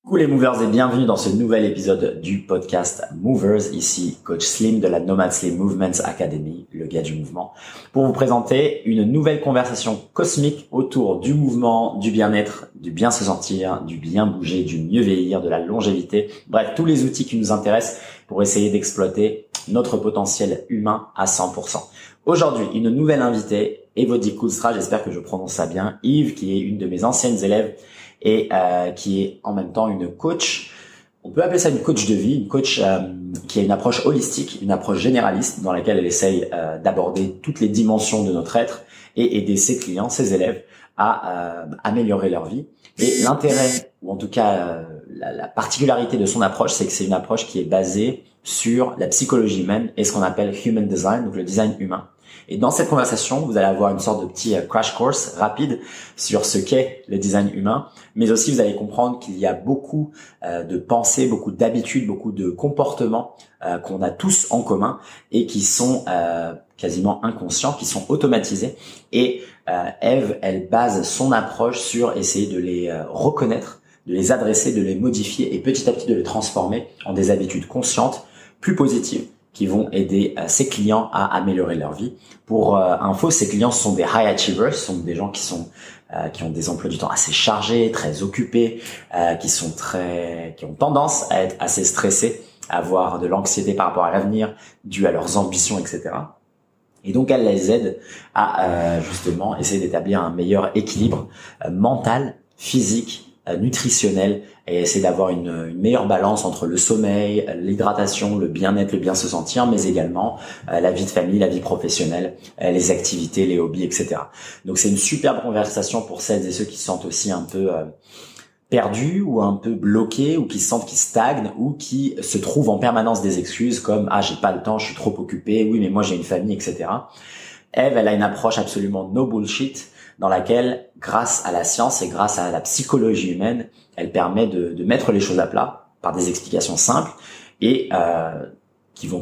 Coucou les movers et bienvenue dans ce nouvel épisode du podcast Movers. Ici Coach Slim de la Nomad Slim Movements Academy, le gars du mouvement, pour vous présenter une nouvelle conversation cosmique autour du mouvement, du bien-être, du bien se sentir, du bien bouger, du mieux vieillir, de la longévité. Bref, tous les outils qui nous intéressent pour essayer d'exploiter notre potentiel humain à 100%. Aujourd'hui, une nouvelle invitée, Evody Koulstra, j'espère que je prononce ça bien, Yves, qui est une de mes anciennes élèves et qui est en même temps une coach. On peut appeler ça une coach de vie, une coach qui a une approche holistique, une approche généraliste dans laquelle elle essaye d'aborder toutes les dimensions de notre être et aider ses clients, ses élèves à améliorer leur vie. Et l'intérêt, ou en tout cas la particularité de son approche, c'est que c'est une approche qui est basée sur la psychologie humaine et ce qu'on appelle human design, donc le design humain. Et dans cette conversation, vous allez avoir une sorte de petit crash course rapide sur ce qu'est le design humain, mais aussi vous allez comprendre qu'il y a beaucoup de pensées, beaucoup d'habitudes, beaucoup de comportements qu'on a tous en commun et qui sont quasiment inconscients, qui sont automatisés. Et Eve, elle base son approche sur essayer de les reconnaître, de les adresser, de les modifier et petit à petit de les transformer en des habitudes conscientes, plus positives, qui vont aider ses clients à améliorer leur vie. Pour info, ses clients sont des high achievers, ce sont des gens qui ont des emplois du temps assez chargés, très occupés, qui ont tendance à être assez stressés, à avoir de l'anxiété par rapport à l'avenir, due à leurs ambitions, etc. Et donc, elle les aide à justement essayer d'établir un meilleur équilibre mental, physique, nutritionnel et essayer d'avoir une meilleure balance entre le sommeil, l'hydratation, le bien-être, le bien se sentir, mais également la vie de famille, la vie professionnelle, les activités, les hobbies, etc. Donc c'est une superbe conversation pour celles et ceux qui se sentent aussi un peu perdus ou un peu bloqués ou qui se sentent qu'ils stagnent ou qui se trouvent en permanence des excuses comme « Ah, j'ai pas le temps, je suis trop occupé, oui, mais moi j'ai une famille, etc. » Eve, elle a une approche absolument no bullshit dans laquelle, grâce à la science et grâce à la psychologie humaine, elle permet de mettre les choses à plat par des explications simples et qui vont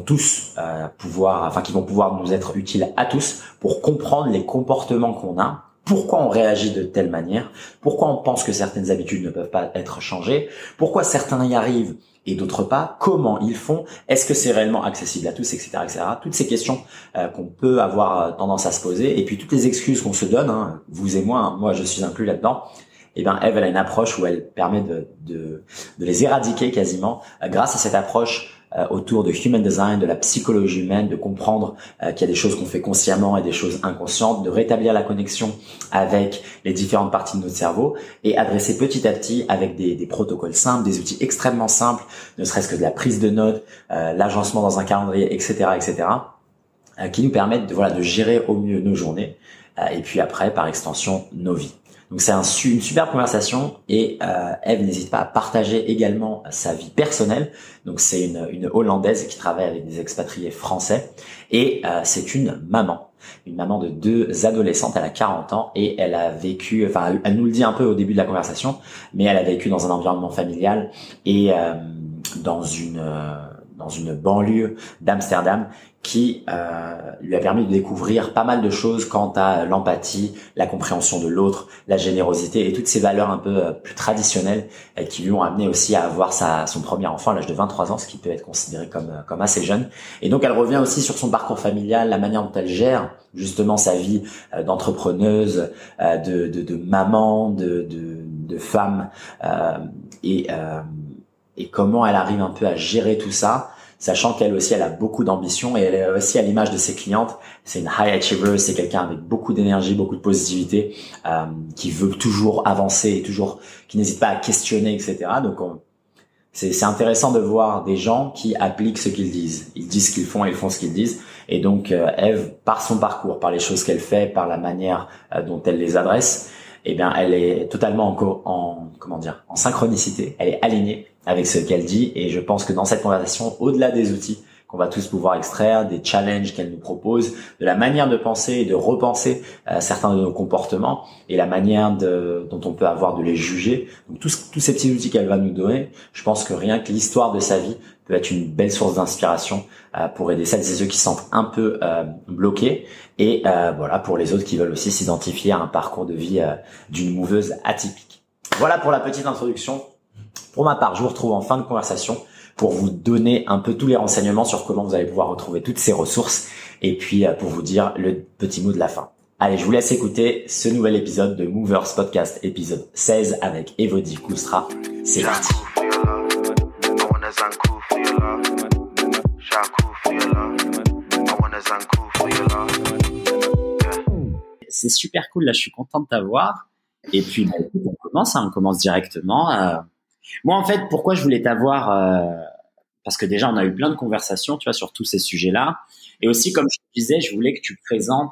pouvoir nous être utiles à tous pour comprendre les comportements qu'on a, pourquoi on réagit de telle manière, pourquoi on pense que certaines habitudes ne peuvent pas être changées, pourquoi certains y arrivent et d'autres pas, comment ils font, est-ce que c'est réellement accessible à tous, etc., etc. Toutes ces questions qu'on peut avoir tendance à se poser, et puis toutes les excuses qu'on se donne, vous et moi, moi je suis inclus là-dedans. Eh bien, Eve, elle a une approche où elle permet de les éradiquer quasiment grâce à cette approche autour de human design, de la psychologie humaine, de comprendre qu'il y a des choses qu'on fait consciemment et des choses inconscientes, de rétablir la connexion avec les différentes parties de notre cerveau et adresser petit à petit avec des protocoles simples, des outils extrêmement simples, ne serait-ce que de la prise de notes, l'agencement dans un calendrier, etc., etc., qui nous permettent de gérer au mieux nos journées et puis après, par extension, nos vies. Donc c'est une super conversation et Eve n'hésite pas à partager également sa vie personnelle. Donc c'est une Hollandaise qui travaille avec des expatriés français et c'est une maman de 2 adolescentes. Elle a 40 ans et elle a vécu, elle nous le dit un peu au début de la conversation, mais elle a vécu dans un environnement familial et dans une banlieue d'Amsterdam qui lui a permis de découvrir pas mal de choses quant à l'empathie, la compréhension de l'autre, la générosité et toutes ces valeurs un peu plus traditionnelles qui lui ont amené aussi à avoir son premier enfant à l'âge de 23 ans, ce qui peut être considéré comme assez jeune. Et donc elle revient aussi sur son parcours familial, la manière dont elle gère justement sa vie d'entrepreneuse, de maman, de femme et comment elle arrive un peu à gérer tout ça, sachant qu'elle aussi, elle a beaucoup d'ambition et elle est aussi à l'image de ses clientes. C'est une high achiever, c'est quelqu'un avec beaucoup d'énergie, beaucoup de positivité, qui veut toujours avancer et qui n'hésite pas à questionner, etc. Donc, c'est intéressant de voir des gens qui appliquent ce qu'ils disent. Ils disent ce qu'ils font et ils font ce qu'ils disent. Et donc, Eve, par son parcours, par les choses qu'elle fait, par la manière dont elle les adresse, eh bien, elle est totalement en synchronicité. Elle est alignée avec ce qu'elle dit et je pense que dans cette conversation, au-delà des outils qu'on va tous pouvoir extraire, des challenges qu'elle nous propose, de la manière de penser et de repenser certains de nos comportements et la manière dont on peut avoir de les juger. Donc tous ces petits outils qu'elle va nous donner, je pense que rien que l'histoire de sa vie peut être une belle source d'inspiration pour aider celles et ceux qui se sentent un peu bloqués et pour les autres qui veulent aussi s'identifier à un parcours de vie d'une moveuse atypique. Voilà pour la petite introduction. Pour ma part, je vous retrouve en fin de conversation pour vous donner un peu tous les renseignements sur comment vous allez pouvoir retrouver toutes ces ressources et puis pour vous dire le petit mot de la fin. Allez, je vous laisse écouter ce nouvel épisode de Movers Podcast, épisode 16 avec Elodie Koustra. C'est parti. C'est super cool, là je suis content de t'avoir. Et puis on commence directement. Moi en fait, pourquoi je voulais t'avoir parce que déjà on a eu plein de conversations, tu vois, sur tous ces sujets-là. Et aussi, comme je te disais, je voulais que tu présentes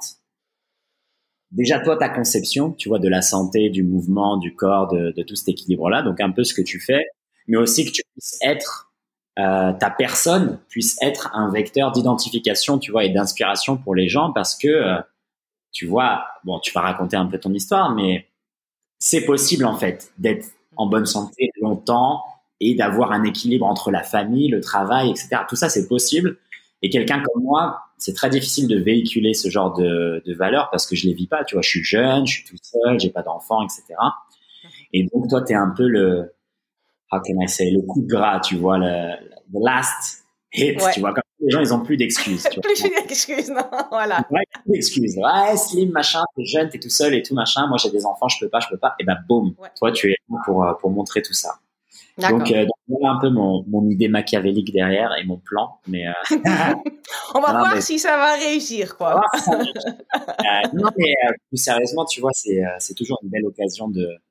déjà toi ta conception, tu vois, de la santé, du mouvement, du corps, de tout cet équilibre-là. Donc un peu ce que tu fais, mais aussi que tu puisses être ta personne puisse être un vecteur d'identification, tu vois, et d'inspiration pour les gens, parce que tu vois, bon, tu vas raconter un peu ton histoire, mais c'est possible en fait d'être en bonne santé longtemps et d'avoir un équilibre entre la famille, le travail, etc. Tout ça, c'est possible. Et quelqu'un comme moi, c'est très difficile de véhiculer ce genre de valeurs parce que je les vis pas. Tu vois, je suis jeune, je suis tout seul, j'ai pas d'enfant, etc. Et donc toi, t'es un peu le, how can I say, le coup de gras, tu vois, the last hit, tu vois, comme les gens, ils ont plus d'excuses. Plus d'excuses, non, voilà. Ouais, plus d'excuses. Ouais, Slim, machin, t'es jeune, t'es tout seul et tout, machin. Moi, j'ai des enfants, je peux pas. Et ben, boum. Ouais. Toi, tu es là pour montrer tout ça. Donc voilà un peu mon idée machiavélique derrière et mon plan. Mais on va voir si ça va réussir, quoi. Non, mais plus sérieusement, tu vois, c'est toujours une belle occasion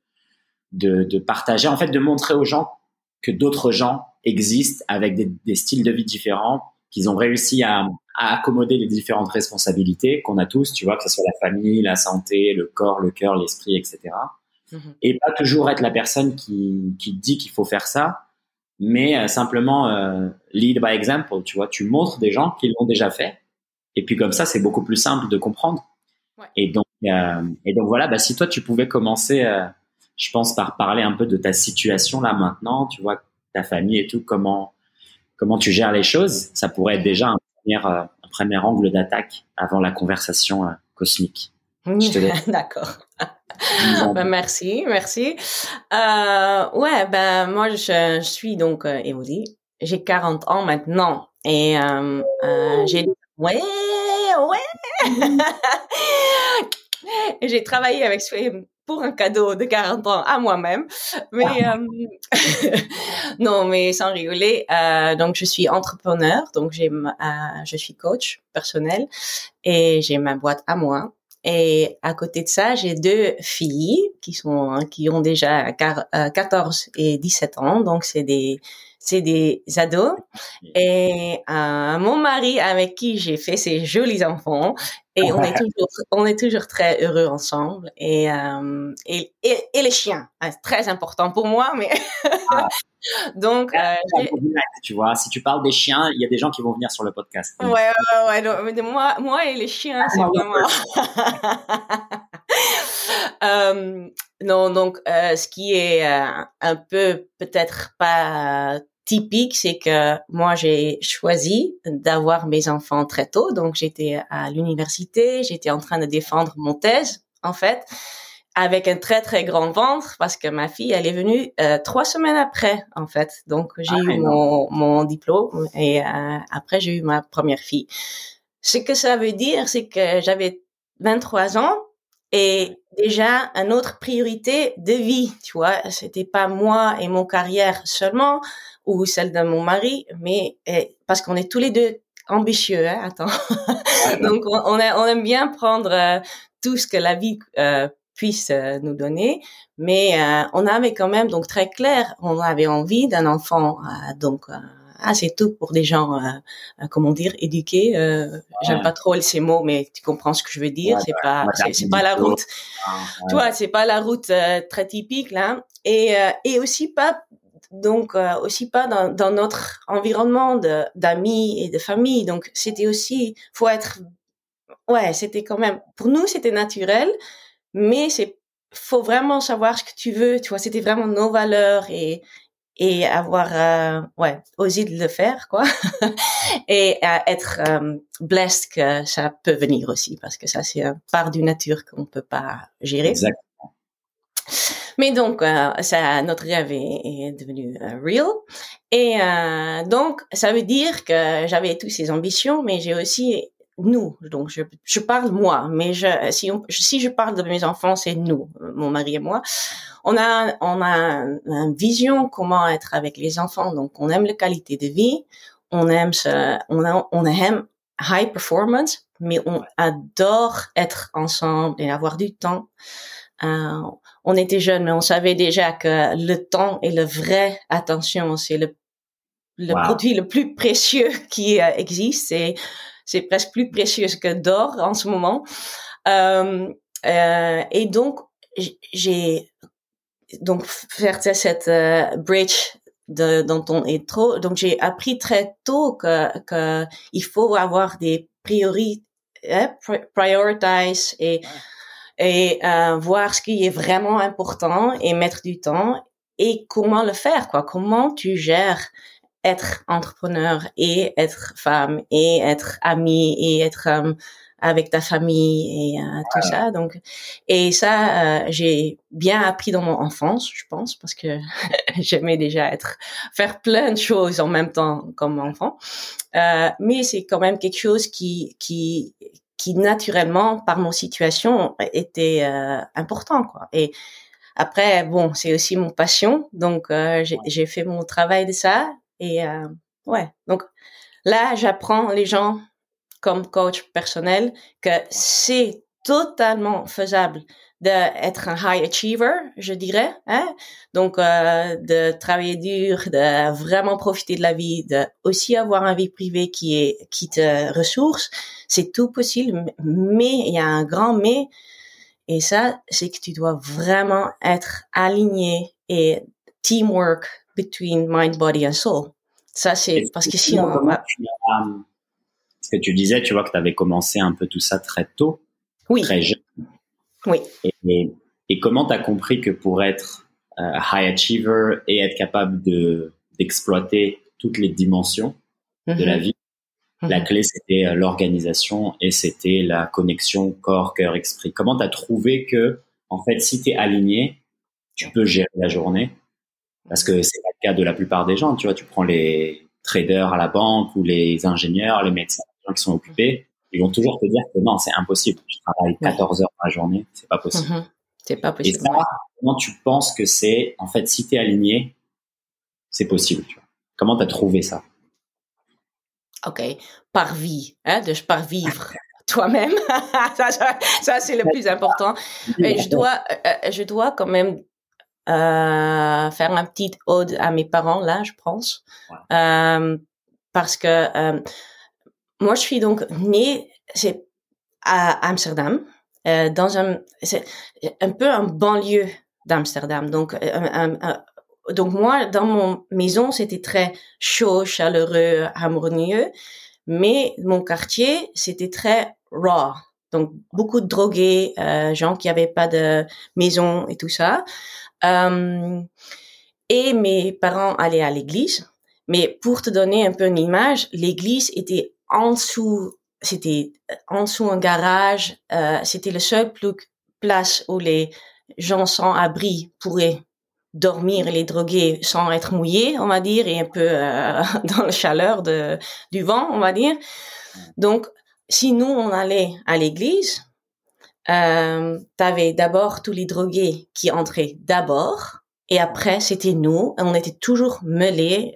de partager, en fait, de montrer aux gens que d'autres gens existent avec des styles de vie différents, qu'ils ont réussi à accommoder les différentes responsabilités qu'on a tous, tu vois, que ce soit la famille, la santé, le corps, le cœur, l'esprit, etc. Et pas toujours être la personne qui dit qu'il faut faire ça, mais simplement lead by example, tu vois, tu montres des gens qui l'ont déjà fait, et puis comme ça, c'est beaucoup plus simple de comprendre. Ouais. Et donc voilà, bah, si toi, tu pouvais commencer, je pense, par parler un peu de ta situation là maintenant, tu vois, ta famille et tout, comment tu gères les choses, ça pourrait être déjà un premier angle d'attaque avant la conversation cosmique. Je te laisse. D'accord. Ben, merci. Ouais, ben moi je suis donc Elodie. J'ai 40 ans maintenant et j'ai j'ai travaillé avec Swim pour un cadeau de 40 ans à moi-même, mais non, mais sans rigoler. Donc je suis entrepreneur, donc je suis coach personnel et j'ai ma boîte à moi. Et à côté de ça, j'ai 2 filles qui ont déjà 14 et 17 ans, donc c'est des ados. Et mon mari avec qui j'ai fait ces jolis enfants, et on est toujours très heureux ensemble. Et les chiens, c'est très important pour moi, mais donc tu vois, si tu parles des chiens, il y a des gens qui vont venir sur le podcast. Ouais, non, mais moi et les chiens, c'est vraiment non, donc ce qui est un peu peut-être pas typique, c'est que moi j'ai choisi d'avoir mes enfants très tôt, donc j'étais à l'université, j'étais en train de défendre mon thèse en fait, avec un très très grand ventre, parce que ma fille elle est venue 3 semaines après en fait, donc j'ai eu mon diplôme et après j'ai eu ma première fille. Ce que ça veut dire, c'est que j'avais 23 ans et déjà une autre priorité de vie, tu vois. C'était pas moi et mon carrière seulement ou celle de mon mari, mais parce qu'on est tous les deux ambitieux, hein, attends. Donc on aime bien prendre tout ce que la vie puisse nous donner, mais on avait quand même donc très clair, on avait envie d'un enfant, donc c'est tout pour des gens, comment dire, éduqués. J'aime pas trop ces mots, mais tu comprends ce que je veux dire. C'est pas la route. Tu vois, c'est pas la route très typique là. Et aussi pas dans notre environnement d'amis et de famille. Donc c'était aussi, c'était quand même, pour nous c'était naturel, mais faut vraiment savoir ce que tu veux. Tu vois, c'était vraiment nos valeurs et avoir osé de le faire quoi et être blessed que ça peut venir aussi, parce que ça c'est une part du nature qu'on peut pas gérer. Exactement. Mais donc, notre rêve est devenu real. Et donc, ça veut dire que j'avais toutes ces ambitions, mais j'ai aussi nous. Donc, je parle moi, mais si je parle de mes enfants, c'est nous, mon mari et moi. On a une vision comment être avec les enfants. Donc, on aime la qualité de vie, on aime on aime high performance, mais on adore être ensemble et avoir du temps. On était jeunes, mais on savait déjà que le temps et la vraie attention, c'est le produit le plus précieux qui existe. C'est presque plus précieux que d'or en ce moment. Et donc, j'ai donc faire cette bridge dont on est trop. Donc, j'ai appris très tôt que il faut avoir des priorités, prioritize et voir ce qui est vraiment important et mettre du temps et comment le faire, quoi. Comment tu gères être entrepreneur et être femme et être amie et être avec ta famille et tout ça. Donc, et ça, j'ai bien appris dans mon enfance, je pense, parce que j'aimais déjà faire plein de choses en même temps comme enfant. Mais c'est quand même quelque chose qui naturellement, par mon situation, était important, quoi. Et après, bon, c'est aussi mon passion, donc j'ai fait mon travail de ça. Et ouais, donc là, j'apprends les gens comme coach personnel que c'est totalement faisable d'être un high achiever, je dirais, hein? Donc de travailler dur, de vraiment profiter de la vie, de aussi avoir une vie privée qui te ressource, c'est tout possible, mais il y a un grand mais, et ça, c'est que tu dois vraiment être aligné et teamwork between mind, body and soul. Ça, c'est parce que sinon... Parce que tu disais, tu vois, que tu avais commencé un peu tout ça très tôt, très jeune. Oui. Et comment tu as compris que pour être high achiever et être capable d'exploiter toutes les dimensions de la vie, la clé, c'était l'organisation et c'était la connexion corps, cœur, esprit. Comment tu as trouvé que, en fait, si tu es aligné, tu peux gérer la journée? Parce que c'est pas le cas de la plupart des gens. Tu vois, tu prends les traders à la banque ou les ingénieurs, les médecins, les gens qui sont occupés, ils vont toujours te dire que non, c'est impossible. Je travaille 14 heures par journée, c'est pas possible. C'est pas possible. Et ça, comment tu penses que c'est, en fait, si tu es aligné, c'est possible, tu vois? Comment tu as trouvé ça? OK. Par vie, hein, par vivre toi-même. ça, c'est le plus important. Et je dois quand même faire un petit ode à mes parents, là, je pense. Parce que moi, je suis donc née à Amsterdam, c'est un peu un banlieue d'Amsterdam. Donc, donc moi, dans mon maison, c'était très chaud, chaleureux, harmonieux. Mais mon quartier, c'était très raw. Donc, beaucoup de drogués, gens qui avaient pas de maison et tout ça. Et mes parents allaient à l'église. Mais pour te donner un peu une image, l'église était en dessous, un garage. C'était le seul place où les gens sans abri pourraient dormir et les drogués sans être mouillés, on va dire, et un peu dans la chaleur du vent, on va dire. Donc, si nous, on allait à l'église, t'avais d'abord tous les drogués qui entraient d'abord, et après, c'était nous. On était toujours mêlés.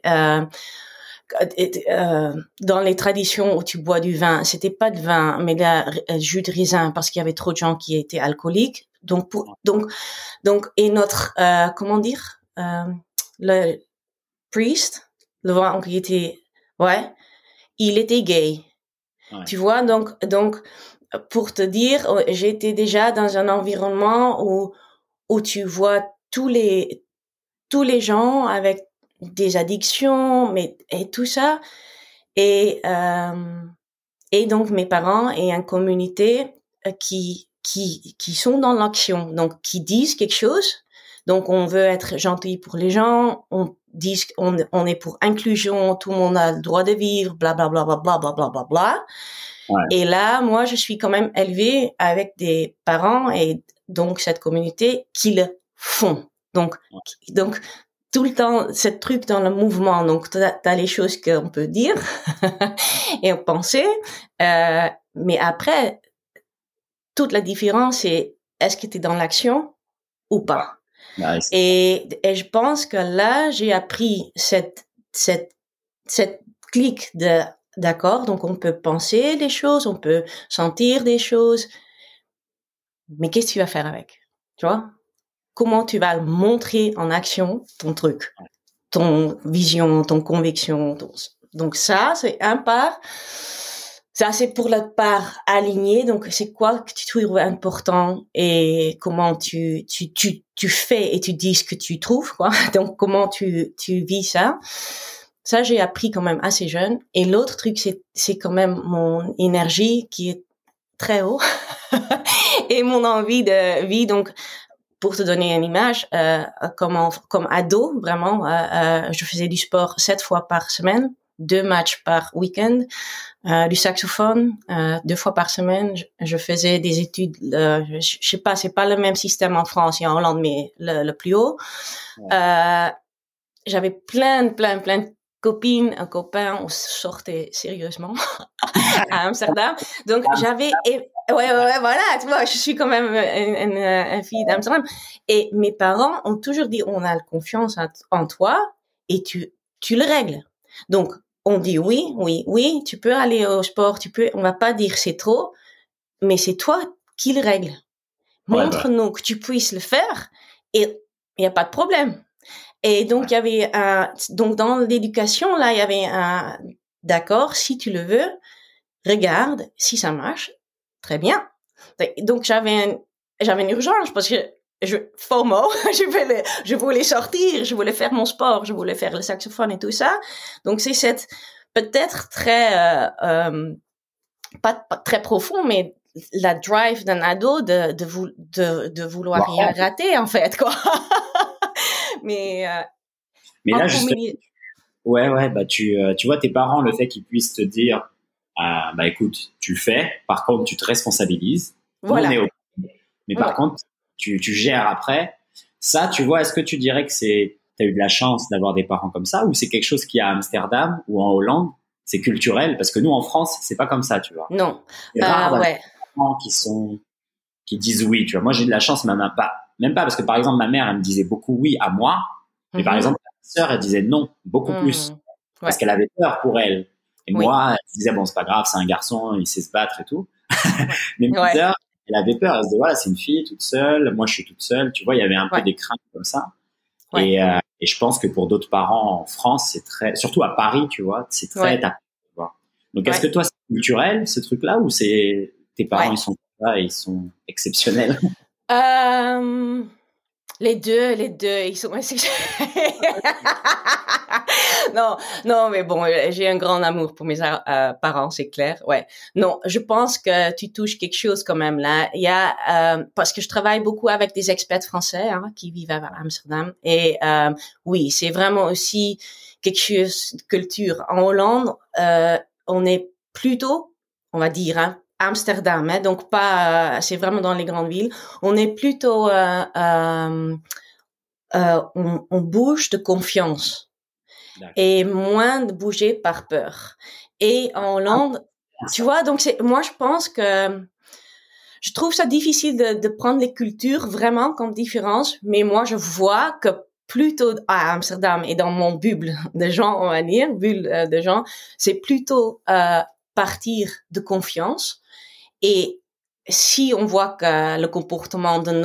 Dans les traditions où tu bois du vin, c'était pas de vin, mais de jus de raisin, parce qu'il y avait trop de gens qui étaient alcooliques. Donc, et notre, comment dire, le priest, le vin qui était, il était gay. Ouais. Tu vois, donc, pour te dire, j'étais déjà dans un environnement où tu vois tous les gens avec des addictions, et tout ça. Et donc, mes parents et une communauté qui sont dans l'action, donc qui disent quelque chose. Donc, on veut être gentil pour les gens, on dit on est pour inclusion, tout le monde a le droit de vivre, bla bla bla bla bla bla bla bla bla. Ouais. Et là, moi, je suis quand même élevée avec des parents et donc cette communauté qui le font. Donc tout le temps, ce truc dans le mouvement. Donc, t'as les choses qu'on peut dire et penser, mais après, toute la différence, c'est est-ce que t'es dans l'action ou pas. Nice. Et je pense que là, j'ai appris cette clique d'accord. Donc, on peut penser des choses, on peut sentir des choses, mais qu'est-ce que tu vas faire avec? Tu vois? Comment tu vas montrer en action ton truc, ton vision, ton conviction. Donc ça, c'est un part. Ça, c'est pour la part alignée. Donc, c'est quoi que tu trouves important et comment tu fais et tu dis ce que tu trouves, quoi. Donc, comment tu vis ça. Ça, j'ai appris quand même assez jeune. Et l'autre truc, c'est quand même mon énergie qui est très haut et mon envie de vie. Donc, pour te donner une image, comme ado, vraiment, je faisais du sport 7 fois par semaine, 2 matchs par week-end, du saxophone 2 fois par semaine. Je faisais des études, je sais pas, c'est pas le même système en France et en Hollande, mais le plus haut. Ouais. J'avais plein de copines, un copain, on sortait sérieusement à Amsterdam. Donc j'avais ouais, voilà, tu vois, je suis quand même une fille d'Amsterdam. Et mes parents ont toujours dit, on a confiance en toi et tu le règles. Donc, on dit oui, tu peux aller au sport, on va pas dire c'est trop, mais c'est toi qui le règle. Montre-nous que tu puisses le faire et il y a pas de problème. Et donc, il y avait donc dans l'éducation, là, il y avait d'accord, si tu le veux, regarde, si ça marche, très bien. Donc, j'avais une urgence parce que FOMO, je voulais sortir, je voulais faire mon sport, je voulais faire le saxophone et tout ça. Donc, c'est cette, peut-être très, pas très profond, mais la drive d'un ado de vouloir rien rater, en fait, quoi. Mais là, justement, bah, tu vois, tes parents, le fait qu'ils puissent te dire, bah, écoute, tu le fais, par contre, tu te responsabilises. Voilà. Mais par contre, tu gères après. Ça, tu vois, est-ce que tu dirais que t'as eu de la chance d'avoir des parents comme ça, ou c'est quelque chose qui est à Amsterdam ou en Hollande, c'est culturel? Parce que nous, en France, c'est pas comme ça, tu vois. Non. C'est rare des parents qui disent oui, tu vois. Moi, j'ai de la chance, même pas, parce que par exemple, ma mère, elle me disait beaucoup oui à moi, mais par exemple, ma sœur, elle disait non, beaucoup plus, parce qu'elle avait peur pour elle. Et moi, elle disait, bon, c'est pas grave, c'est un garçon, il sait se battre et tout. Mais ma sœur, elle avait peur, elle se disait, voilà, c'est une fille toute seule, moi je suis toute seule, tu vois, il y avait un peu des craintes comme ça. Et je pense que pour d'autres parents en France, c'est très, surtout à Paris, tu vois, c'est très tapé, tu vois. Donc, est-ce que toi, c'est culturel, ce truc-là, ou c'est tes parents, ils sont là et ils sont exceptionnels? Les deux, ils sont non, mais bon, j'ai un grand amour pour mes parents, c'est clair, ouais. Non, je pense que tu touches quelque chose quand même là. Il y a, parce que je travaille beaucoup avec des expats français qui vivent à Amsterdam, et oui, c'est vraiment aussi quelque chose de culture. En Hollande, on est plutôt, on va dire, Amsterdam, donc pas, c'est vraiment dans les grandes villes. On est plutôt, on bouge de confiance et moins de bouger par peur. Et en Hollande, tu vois, donc moi je pense que je trouve ça difficile de prendre les cultures vraiment comme différence, mais moi je vois que plutôt à Amsterdam et dans mon bulle de gens, on va dire, bulle de gens, c'est plutôt partir de confiance. Et si on voit que le comportement de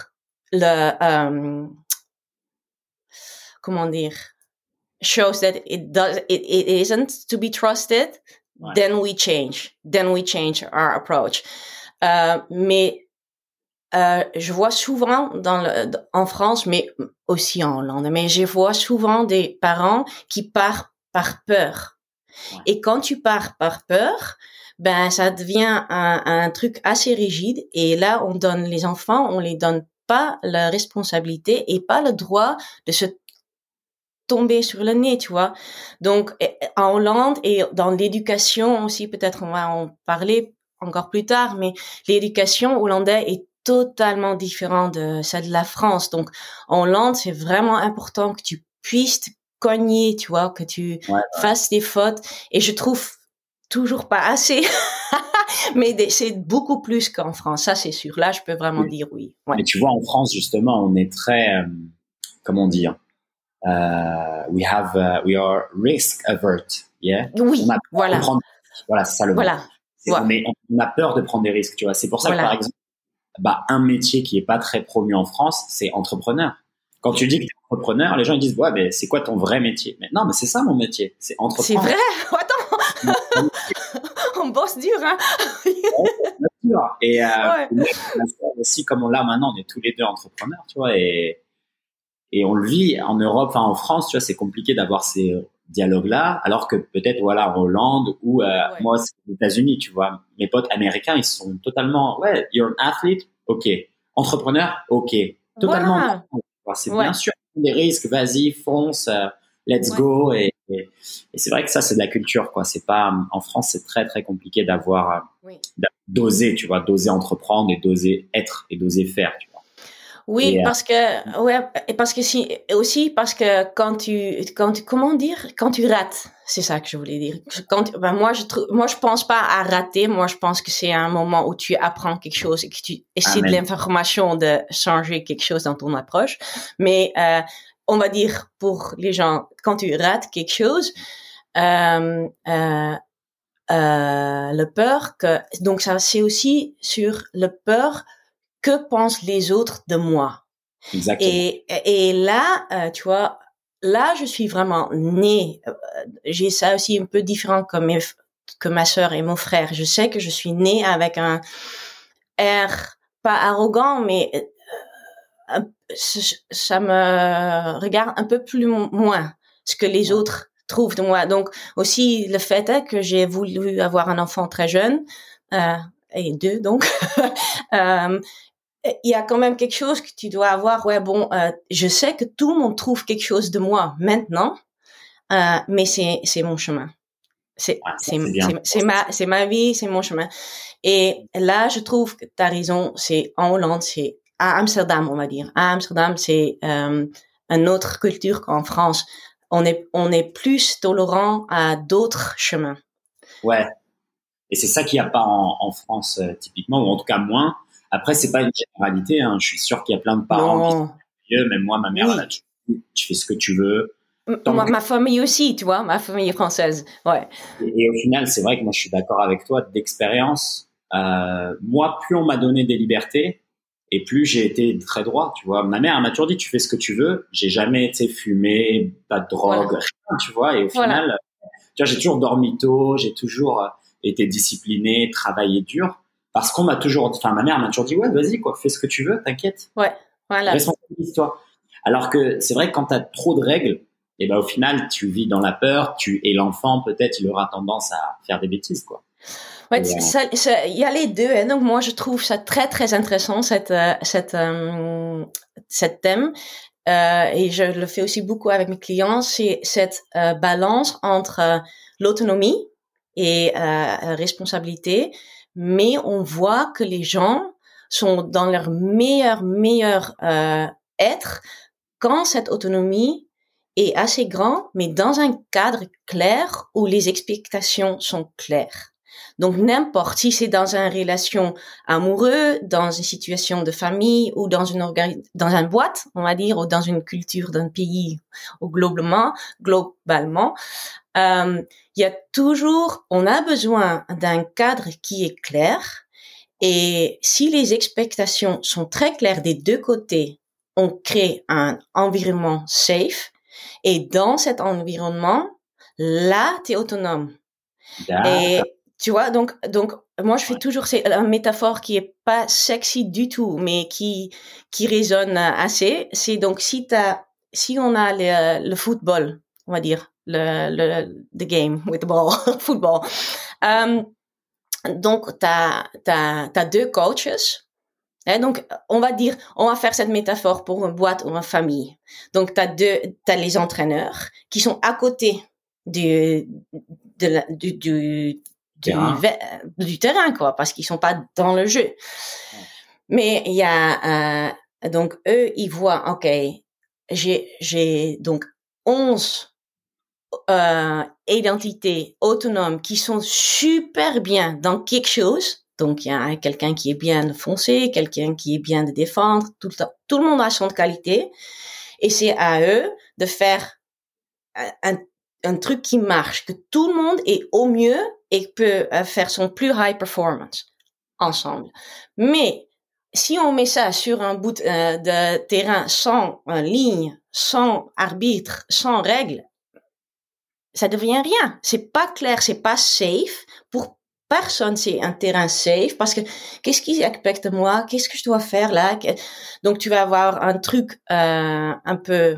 comment dire, shows that it isn't to be trusted, then we change our approach. Mais je vois souvent en France, mais aussi en Hollande, mais je vois souvent des parents qui partent par peur. Et quand tu pars par peur, ben ça devient un truc assez rigide, et là les enfants, on les donne pas la responsabilité et pas le droit de se tomber sur le nez, tu vois. Donc en Hollande et dans l'éducation aussi, peut-être on va en parler encore plus tard, mais l'éducation hollandaise est totalement différent de celle de la France. Donc, en Hollande, c'est vraiment important que tu puisses te cogner, tu vois, que tu fasses des fautes. Et je trouve toujours pas assez. Mais c'est beaucoup plus qu'en France, ça c'est sûr. Là, je peux vraiment dire oui. Ouais. Mais tu vois, en France, justement, on est très, comment dire, we are risk avert, yeah. Oui, voilà. Voilà, c'est ça le mot. Voilà. On a peur de prendre des risques, tu vois. C'est pour ça que, par exemple, un métier qui est pas très promu en France, c'est entrepreneur. Quand tu dis que tu es entrepreneur, les gens ils disent ouais, mais c'est quoi ton vrai métier? Mais non, mais c'est ça mon métier, c'est entreprendre. C'est vrai? Attends. On bosse dur, hein. Et aussi comme on l'a maintenant, on est tous les deux entrepreneurs, tu vois, et on le vit en Europe, enfin en France, tu vois, c'est compliqué d'avoir ces dialogues-là, alors que peut-être voilà en Hollande ou moi c'est aux États-Unis, tu vois, mes potes américains ils sont totalement you're an athlete, ok, entrepreneur, ok, totalement. C'est bien sûr des risques, vas-y, fonce, let's go et c'est vrai que ça c'est de la culture quoi. C'est pas en France, c'est très très compliqué d'avoir d'oser, tu vois, d'oser entreprendre et d'oser être et d'oser faire, tu vois. Oui, parce que quand tu rates, c'est ça que je voulais dire. Moi je pense pas à rater. Moi, je pense que c'est un moment où tu apprends quelque chose et que tu essaies de l'information de changer quelque chose dans ton approche. Mais, on va dire pour les gens, quand tu rates quelque chose, le peur donc ça, c'est aussi sur le peur que pensent les autres de moi. Exactement. Et là, tu vois, là, je suis vraiment née. J'ai ça aussi un peu différent que ma sœur et mon frère. Je sais que je suis née avec un air pas arrogant, mais ça me regarde un peu plus moins ce que les autres trouvent de moi. Donc aussi le fait est que j'ai voulu avoir un enfant très jeune, et 2 donc. Il y a quand même quelque chose que tu dois avoir. Je sais que tout le monde trouve quelque chose de moi maintenant, mais c'est mon chemin. C'est ma vie, c'est mon chemin. Et là, je trouve que t'as raison. C'est en Hollande, c'est à Amsterdam, on va dire. À Amsterdam, c'est une autre culture qu'en France. On est plus tolérant à d'autres chemins. Ouais. Et c'est ça qu'il n'y a pas en France typiquement, ou en tout cas moins. Après, c'est pas une généralité. Hein. Je suis sûr qu'il y a plein de parents qui sont mieux. Même moi, ma mère, elle a tu fais ce que tu veux. Ma famille aussi, tu vois, ma famille française. Ouais. Et au final, c'est vrai que moi, je suis d'accord avec toi. D'expérience, moi, plus on m'a donné des libertés, et plus j'ai été très droit. Tu vois, ma mère, elle m'a toujours dit, tu fais ce que tu veux. J'ai jamais été fumé, pas de drogue, rien, tu vois. Et au final, tu vois, j'ai toujours dormi tôt, j'ai toujours été discipliné, travaillé dur. Parce qu'on m'a toujours, enfin, ma mère m'a toujours dit, ouais, vas-y, quoi, fais ce que tu veux, t'inquiète. Ouais, voilà. Responsabilise-toi. Alors que c'est vrai que quand t'as trop de règles, et ben, au final, tu vis dans la peur, et l'enfant, peut-être, il aura tendance à faire des bêtises, quoi. Ouais, il y a les deux, hein. Donc, moi, je trouve ça très, très intéressant, cette thème. Et je le fais aussi beaucoup avec mes clients, c'est cette balance entre l'autonomie et responsabilité, mais on voit que les gens sont dans leur meilleur être quand cette autonomie est assez grande, mais dans un cadre clair où les expectations sont claires. Donc n'importe si c'est dans une relation amoureuse, dans une situation de famille ou dans une boîte, on va dire, ou dans une culture d'un pays ou globalement, il y a toujours, on a besoin d'un cadre qui est clair. Et si les expectations sont très claires des deux côtés, on crée un environnement safe. Et dans cet environnement, là, t'es autonome. Et tu vois, donc, moi, je fais toujours, c'est une métaphore qui est pas sexy du tout, mais qui résonne assez. C'est donc, si on a le football, on va dire, the game with the ball, football. Donc, t'as deux coaches. Et donc, on va faire cette métaphore pour une boîte ou une famille. Donc, t'as les entraîneurs qui sont à côté du terrain, quoi, parce qu'ils sont pas dans le jeu. Mais il y a donc eux, ils voient, ok, j'ai donc 11 identités autonomes qui sont super bien dans quelque chose. Donc il y a quelqu'un qui est bien de foncer, quelqu'un qui est bien de défendre, tout le temps. Tout le monde a son qualité, et c'est à eux de faire un truc qui marche, que tout le monde est au mieux et peut faire son plus high performance ensemble. Mais si on met ça sur un bout de terrain sans ligne, sans arbitre, sans règles, ça devient rien. C'est pas clair, c'est pas safe. Pour personne, c'est un terrain safe parce que qu'est-ce qu'ils expectent de moi? Qu'est-ce que je dois faire là? Donc tu vas avoir un truc un peu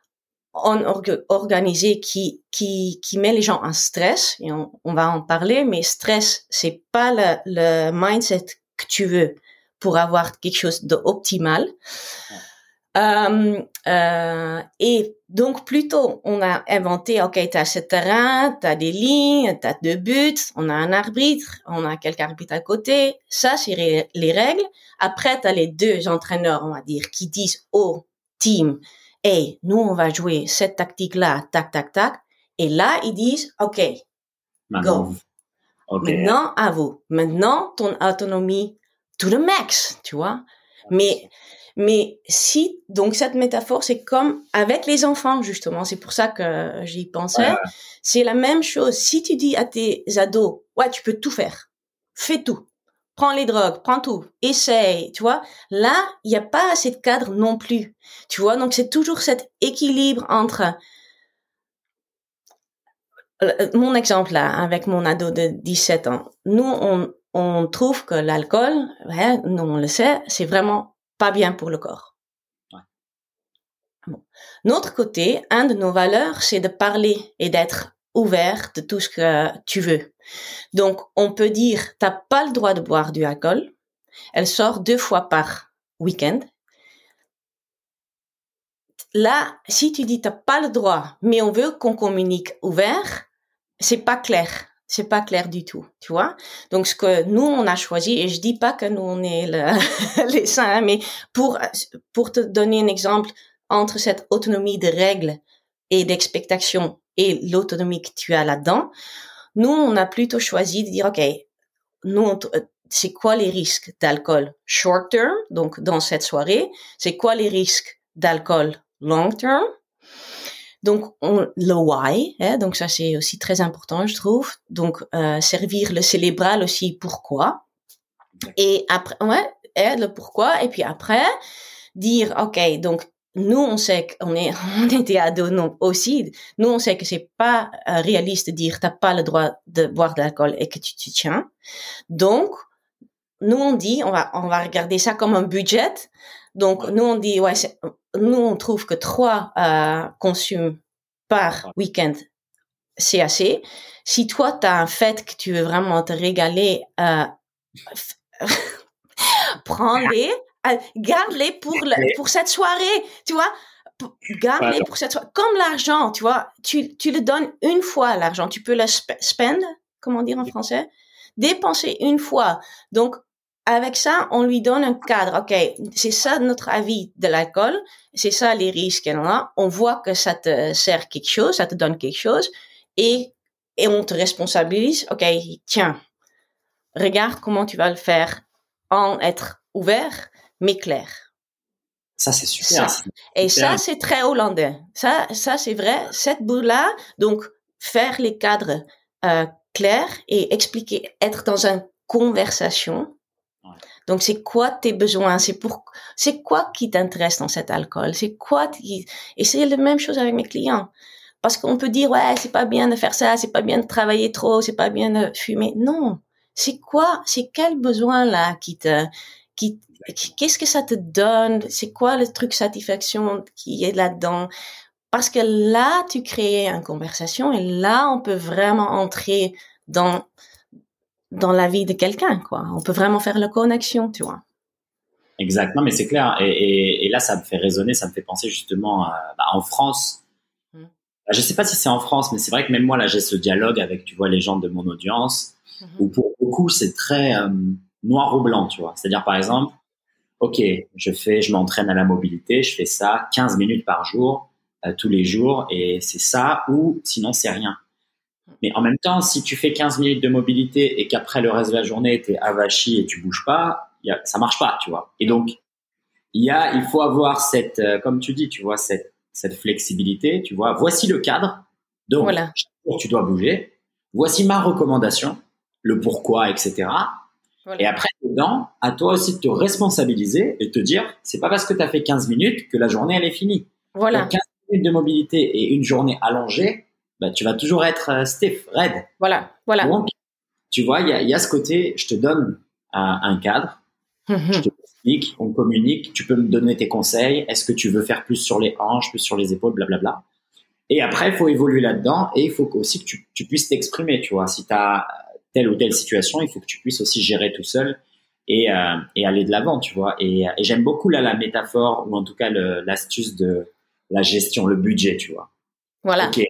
organisé qui met les gens en stress, et on va en parler, mais stress, c'est pas le mindset que tu veux pour avoir quelque chose d'optimal. Et donc plutôt on a inventé, ok, t'as ce terrain, t'as des lignes, t'as 2 buts, on a un arbitre, on a quelques arbitres à côté, ça c'est les règles. Après t'as les 2 entraîneurs, on va dire, qui disent au team, hey, nous on va jouer cette tactique là, tac tac tac, et là ils disent, ok, go. Okay. Maintenant à vous, maintenant ton autonomie to the max, tu vois. Mais si, donc cette métaphore, c'est comme avec les enfants, justement, c'est pour ça que j'y pensais, c'est la même chose. Si tu dis à tes ados, ouais, tu peux tout faire, fais tout, prends les drogues, prends tout, essaye, tu vois, là, il n'y a pas assez de cadre non plus, tu vois, donc c'est toujours cet équilibre entre, mon exemple là, avec mon ado de 17 ans, nous, on trouve que l'alcool, ouais, nous on le sait, c'est vraiment pas bien pour le corps. Ouais. Bon. Notre côté, un de nos valeurs, c'est de parler et d'être ouvert de tout ce que tu veux. Donc, on peut dire, t'as pas le droit de boire du alcool. Elle sort 2 fois par week-end. Là, si tu dis t'as pas le droit, mais on veut qu'on communique ouvert, c'est pas clair. C'est pas clair du tout, tu vois. Donc, ce que nous, on a choisi, et je dis pas que nous, on est les saints, mais pour te donner un exemple entre cette autonomie de règles et d'expectations et l'autonomie que tu as là-dedans, nous, on a plutôt choisi de dire, OK, nous, c'est quoi les risques d'alcool short term, donc dans cette soirée? C'est quoi les risques d'alcool long term? Donc, le why, donc ça c'est aussi très important, je trouve. Donc, servir le cérébral aussi, pourquoi. Et après, le pourquoi. Et puis après, dire, ok, donc nous on sait qu'on était ados aussi. Nous on sait que c'est pas réaliste de dire t'as pas le droit de boire de l'alcool et que tu t'y tiens. Donc, nous on dit, on va regarder ça comme un budget. Donc, nous on dit, nous on trouve que 3 consumes par week-end, c'est assez. Si toi, t'as un fait que tu veux vraiment te régaler, prends-les, garde-les pour cette soirée, tu vois. Garde-les pour cette soirée. Comme l'argent, tu vois, tu le donnes une fois, l'argent. Tu peux le spend, comment dire en français? Dépenser une fois. Donc, avec ça, on lui donne un cadre. OK, c'est ça notre avis de l'alcool. C'est ça les risques qu'il y en a. On voit que ça te sert quelque chose, ça te donne quelque chose. Et on te responsabilise. OK, tiens, regarde comment tu vas le faire en être ouvert, mais clair. Ça, c'est super. Et ça, c'est très hollandais. Ça, c'est vrai. Cette boule-là, donc, faire les cadres clairs et expliquer, être dans une conversation. Donc, c'est quoi tes besoins? C'est quoi qui t'intéresse dans cet alcool? C'est quoi et c'est la même chose avec mes clients. Parce qu'on peut dire, ouais, c'est pas bien de faire ça, c'est pas bien de travailler trop, c'est pas bien de fumer. Non. C'est quel besoin là qu'est-ce que ça te donne? C'est quoi le truc satisfaction qui est là-dedans? Parce que là, tu crées une conversation et là, on peut vraiment entrer dans la vie de quelqu'un, quoi. On peut vraiment faire la connexion, tu vois. Exactement, mais c'est clair. Et là, ça me fait résonner, ça me fait penser justement en France. Je sais pas si c'est en France, mais c'est vrai que même moi, là, j'ai ce dialogue avec, tu vois, les gens de mon audience, où pour beaucoup, c'est très noir ou blanc, tu vois. C'est-à-dire, par exemple, ok, je m'entraîne à la mobilité, je fais ça 15 minutes par jour, tous les jours, et c'est ça, ou sinon c'est rien. Mais en même temps, si tu fais 15 minutes de mobilité et qu'après le reste de la journée, t'es avachi et tu bouges pas, ça marche pas, tu vois. Et donc, il faut avoir cette, comme tu dis, tu vois, cette flexibilité, tu vois. Voici le cadre. Donc, Voilà. chaque jour, tu dois bouger. Voici ma recommandation, le pourquoi, etc. Voilà. Et après, dedans, à toi aussi de te responsabiliser et te dire, c'est pas parce que tu as fait 15 minutes que la journée, elle est finie. Voilà. Donc, 15 minutes de mobilité et une journée allongée, bah, tu vas toujours être stiff, raide. Voilà. Donc, tu vois, il y a ce côté, je te donne un cadre, je te explique, on communique, tu peux me donner tes conseils, est-ce que tu veux faire plus sur les hanches, plus sur les épaules, blablabla. Et après, il faut évoluer là-dedans et il faut aussi que tu puisses t'exprimer, tu vois. Si tu as telle ou telle situation, il faut que tu puisses aussi gérer tout seul et aller de l'avant, tu vois. Et j'aime beaucoup là la métaphore ou en tout cas l'astuce de la gestion, le budget, tu vois. Voilà. Ok,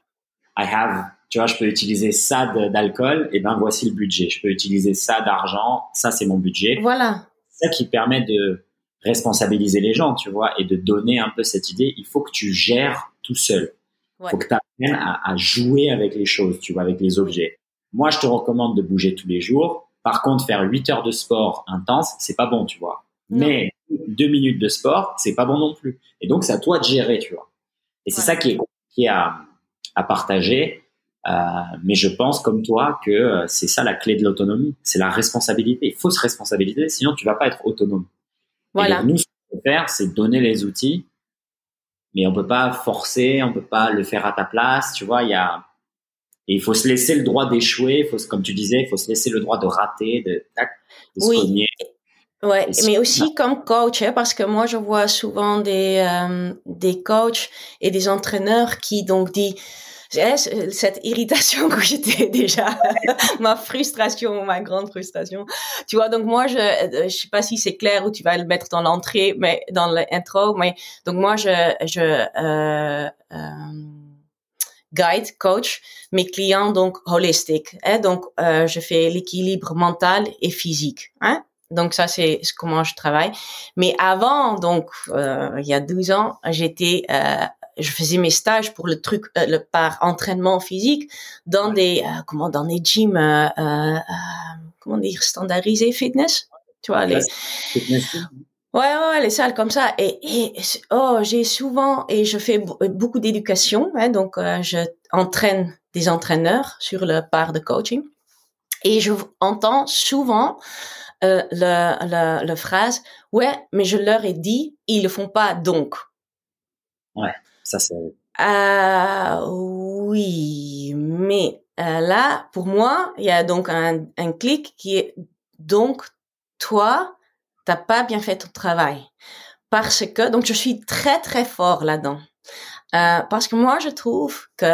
tu vois, je peux utiliser ça d'alcool, et ben voici le budget. Je peux utiliser ça d'argent, ça c'est mon budget. Voilà. C'est ça qui permet de responsabiliser les gens, tu vois, et de donner un peu cette idée. Il faut que tu gères tout seul. Il faut que tu apprennes à jouer avec les choses, tu vois, avec les objets. Moi, je te recommande de bouger tous les jours. Par contre, faire 8 heures de sport intense, c'est pas bon, tu vois. Non. Mais 2 minutes de sport, c'est pas bon non plus. Et donc, c'est à toi de gérer, tu vois. Et c'est ça qui est compliqué à partager. Mais je pense, comme toi, que c'est ça la clé de l'autonomie. C'est la responsabilité. Il faut se responsabiliser, sinon tu vas pas être autonome. Voilà. Et donc, nous, ce qu'on peut faire, c'est donner les outils, mais on peut pas forcer, on peut pas le faire à ta place, tu vois. Et il faut se laisser le droit d'échouer, comme tu disais, il faut se laisser le droit de rater, de se cogner. Ouais, mais aussi comme coach, hein, parce que moi je vois souvent des coachs et des entraîneurs qui donc disent cette irritation que j'étais déjà, ma frustration, ma grande frustration. Tu vois, donc moi je sais pas si c'est clair ou tu vas le mettre dans l'entrée, mais dans l'intro, mais donc moi guide, coach mes clients donc holistique, hein, donc je fais l'équilibre mental et physique, hein. Donc ça c'est comment je travaille. Mais avant donc il y a 12 ans, je faisais mes stages pour le truc par entraînement physique dans des dans des gyms comment dire standardisés fitness, tu vois les Ouais, les salles comme ça. Et j'ai souvent, et je fais beaucoup d'éducation, hein, donc je entraîne des entraîneurs sur le part de coaching. Et je entends souvent la phrase, ouais, mais je leur ai dit, ils le font pas donc. Ouais, ça c'est... Oui, mais là, pour moi, il y a donc un clic qui est, donc, toi, t'as pas bien fait ton travail. Parce que, donc je suis très très fort là-dedans. Parce que moi je trouve que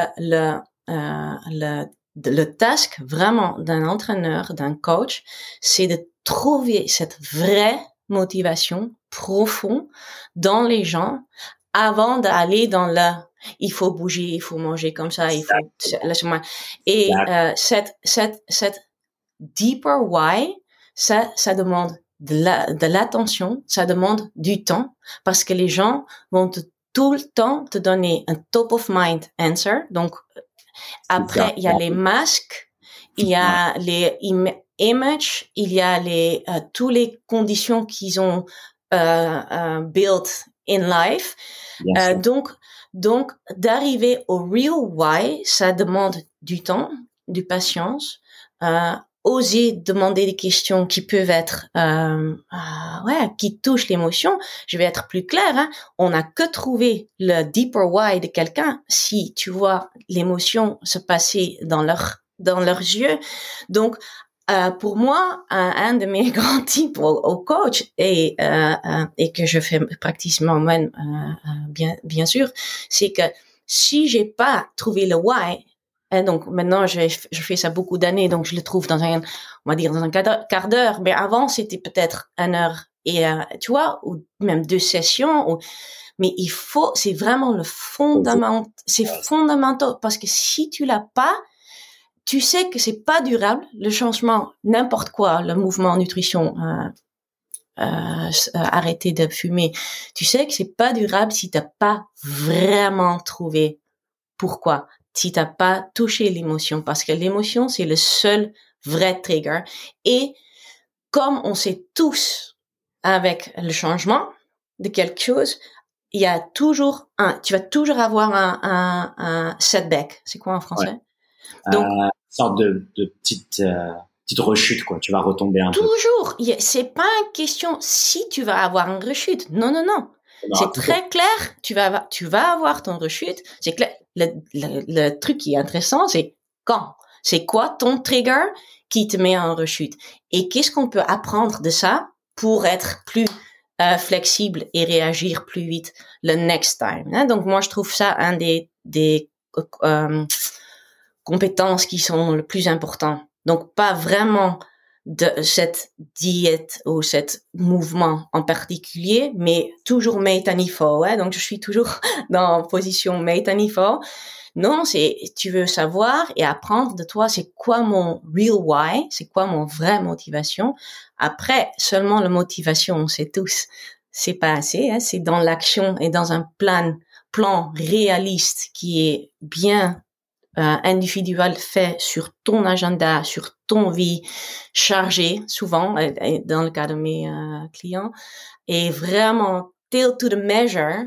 le task vraiment d'un entraîneur, d'un coach, c'est de trouver cette vraie motivation profonde dans les gens avant d'aller dans il faut bouger, il faut manger comme ça, il faut laisse-moi. Et cette deeper why, ça demande de l'attention, ça demande du temps, parce que les gens vont tout le temps te donner un top of mind answer. Donc, après, il y a les masques, il y a les images, il y a toutes les conditions qu'ils ont built in life. Donc, d'arriver au real why, ça demande du temps, du patience, oser demander des questions qui peuvent être qui touchent l'émotion. Je vais être plus claire, hein. On n'a que trouvé le deeper why de quelqu'un si tu vois l'émotion se passer dans leurs yeux. Donc pour moi, un de mes grands tips au coach et que je fais pratiquement même bien sûr, c'est que si j'ai pas trouvé le why, et donc maintenant je fais ça beaucoup d'années, donc je le trouve dans on va dire dans un quart d'heure, mais avant c'était peut-être 1 heure et tu vois, ou même 2 sessions, mais c'est vraiment le fondament, c'est fondamental, parce que si tu l'as pas, tu sais que c'est pas durable, le changement, n'importe quoi, le mouvement, nutrition, arrêter de fumer. Tu sais que c'est pas durable si t'as pas vraiment trouvé pourquoi, si t'as pas touché l'émotion, parce que l'émotion c'est le seul vrai trigger. Et comme on sait tous avec le changement de quelque chose, il y a toujours tu vas toujours avoir un setback. C'est quoi en français? Ouais. Donc, sorte de petite rechute, quoi. Tu vas retomber un peu. Toujours. C'est pas une question si tu vas avoir une rechute. Non, non, non. C'est très clair. Tu vas avoir ton rechute. C'est clair. Le truc qui est intéressant, c'est quand. C'est quoi ton trigger qui te met en rechute? Et qu'est-ce qu'on peut apprendre de ça pour être plus flexible et réagir plus vite le next time, hein? Donc moi je trouve ça un des compétences qui sont le plus important. Donc pas vraiment de cette diète ou cet mouvement en particulier, mais toujours métanifo, ouais. Donc je suis toujours dans position métanifo. Non, tu veux savoir et apprendre de toi, c'est quoi mon real why, c'est quoi mon vraie motivation. Après, seulement la motivation, on sait tous, c'est pas assez, hein, c'est dans l'action et dans un plan réaliste qui est bien individuel fait sur ton agenda, sur ton vie chargée, souvent, dans le cas de mes clients, et vraiment till to the measure.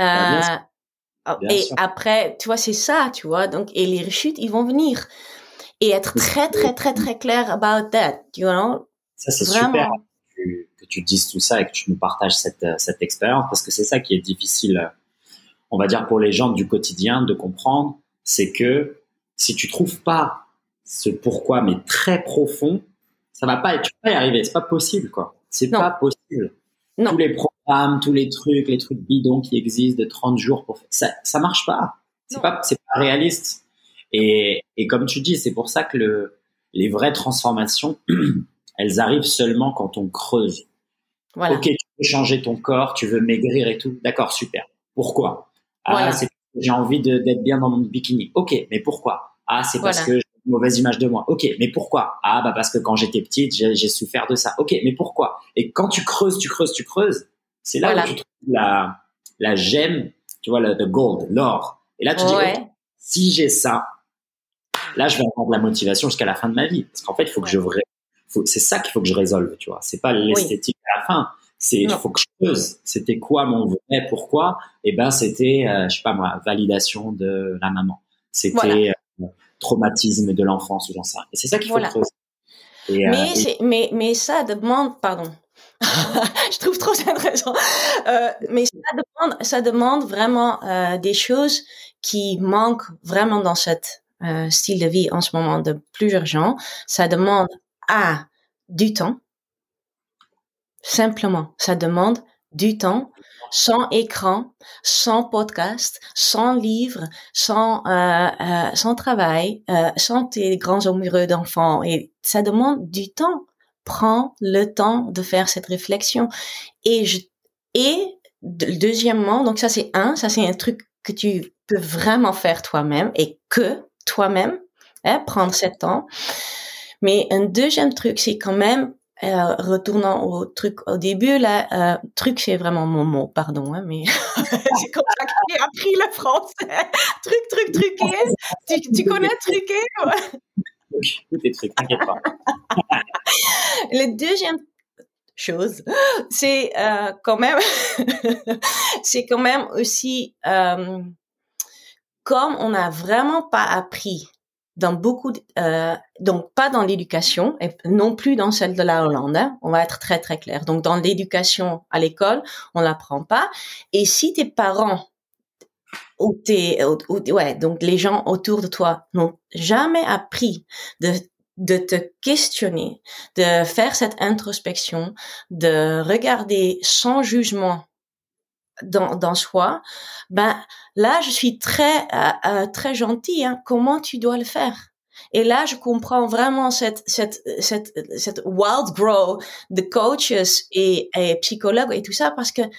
Et après, tu vois, c'est ça, tu vois. Donc, et les rechutes, ils vont venir. Et être très, très, très, très clair about that, you know. Ça, c'est vraiment super que tu dises tout ça et que tu nous partages cette expérience, parce que c'est ça qui est difficile, on va dire, pour les gens du quotidien de comprendre, c'est que si tu trouves pas ce pourquoi, mais très profond, ça va pas, tu vas pas y arriver. C'est pas possible, quoi. C'est pas possible. Non. Tous les programmes, tous les trucs bidons qui existent de 30 jours pour faire, ça marche pas. C'est pas réaliste. Et comme tu dis, c'est pour ça que les vraies transformations, elles arrivent seulement quand on creuse. Voilà. Ok, tu veux changer ton corps, tu veux maigrir et tout. D'accord, super. Pourquoi? Voilà. C'est j'ai envie d'être bien dans mon bikini. Ok, mais pourquoi? C'est parce que j'ai une mauvaise image de moi. Ok, mais pourquoi? Parce que quand j'étais petite, j'ai souffert de ça. Ok, mais pourquoi? Et quand tu creuses, c'est là où tu trouves la gemme, tu vois, le gold, l'or. Et là, tu dis, okay, si j'ai ça, là, je vais avoir de la motivation jusqu'à la fin de ma vie. Parce qu'en fait, il faut que c'est ça qu'il faut que je résolve, tu vois. C'est pas l'esthétique à la fin. Il faut que je creuse. C'était quoi mon vrai pourquoi? C'était, je sais pas moi, validation de la maman. C'était traumatisme de l'enfance ou j'en sais rien. Et c'est ça qu'il faut creuser. Mais ça demande, pardon. Je trouve trop intéressant. Mais ça demande vraiment des choses qui manquent vraiment dans cette style de vie en ce moment de plusieurs gens. Ça demande du temps. Simplement, ça demande du temps, sans écran, sans podcast, sans livre, sans travail, sans tes grands amoureux d'enfants. Et ça demande du temps. Prends le temps de faire cette réflexion. Et deuxièmement, donc ça c'est un truc que tu peux vraiment faire toi-même et que toi-même, prendre ce temps. Mais un deuxième truc, c'est quand même retournant au truc au début, là, truc c'est vraiment mon mot, pardon, hein, mais c'est comme ça que j'ai appris le français. Truqué. Tu connais truqué? Tout est truc, t'inquiète pas. Le deuxième chose, c'est quand même, c'est quand même aussi comme on n'a vraiment pas appris dans beaucoup, donc pas dans l'éducation et non plus dans celle de la Hollande. Hein, on va être très très clair. Donc dans l'éducation à l'école, on l'apprend pas. Et si tes parents ou donc les gens autour de toi n'ont jamais appris de te questionner, de faire cette introspection, de regarder sans jugement dans soi, là je suis très très gentille, hein, comment tu dois le faire. Et là je comprends vraiment cette wild grow de coaches et psychologues et tout ça, parce que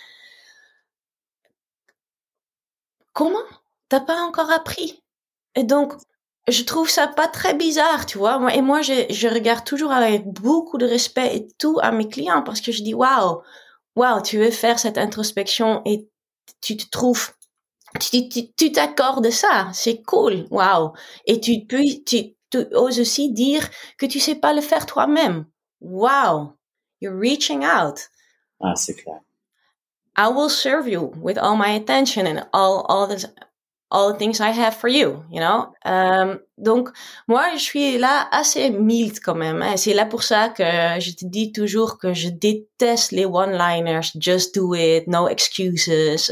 comment t'as pas encore appris? Et donc je trouve ça pas très bizarre, tu vois. Moi, je regarde toujours avec beaucoup de respect et tout à mes clients parce que je dis, waouh, tu veux faire cette introspection et tu te trouves, tu t'accordes ça, c'est cool, waouh. Et tu oses aussi dire que tu sais pas le faire toi-même. Wow, you're reaching out. Ah, c'est clair. I will serve you with all my attention and all the things I have for you, you know. Donc, moi, je suis là assez mild quand même. Hein. C'est là pour ça que je te dis toujours que je déteste les one-liners, just do it, no excuses.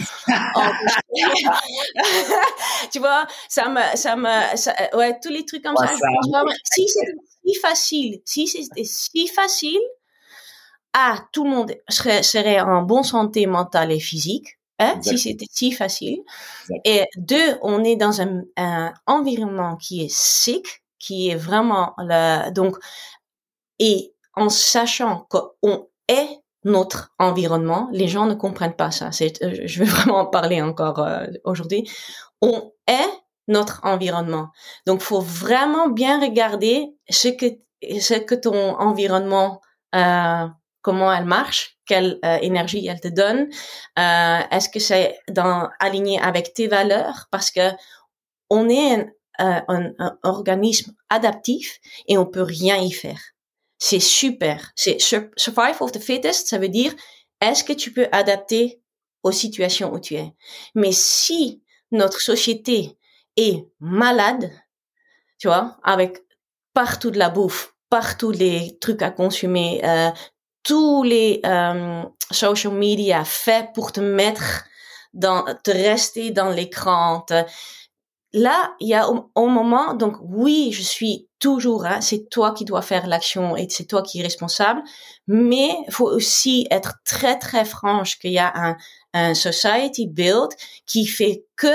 Tu vois, ouais, tous les trucs comme ça. Si c'était si facile, tout le monde serait en bonne santé mentale et physique. Hein, si c'était si facile. Exact. Et 2, on est dans un environnement qui est sick, qui est vraiment donc, et en sachant qu'on est notre environnement, les gens ne comprennent pas ça. Je vais vraiment en parler encore aujourd'hui. On est notre environnement. Donc, faut vraiment bien regarder ce que ton environnement comment elle marche, quelle énergie elle te donne, est-ce que c'est aligné avec tes valeurs, parce que on est un organisme adaptif et on peut rien y faire. C'est super. C'est survival of the fittest, ça veut dire est-ce que tu peux adapter aux situations où tu es. Mais si notre société est malade, tu vois, avec partout de la bouffe, partout les trucs à consommer, tous les social media faits pour te rester dans l'écran. Là, il y a au moment, donc oui, je suis toujours, c'est toi qui dois faire l'action et c'est toi qui es responsable, mais il faut aussi être très très franche qu'il y a un society build qui fait que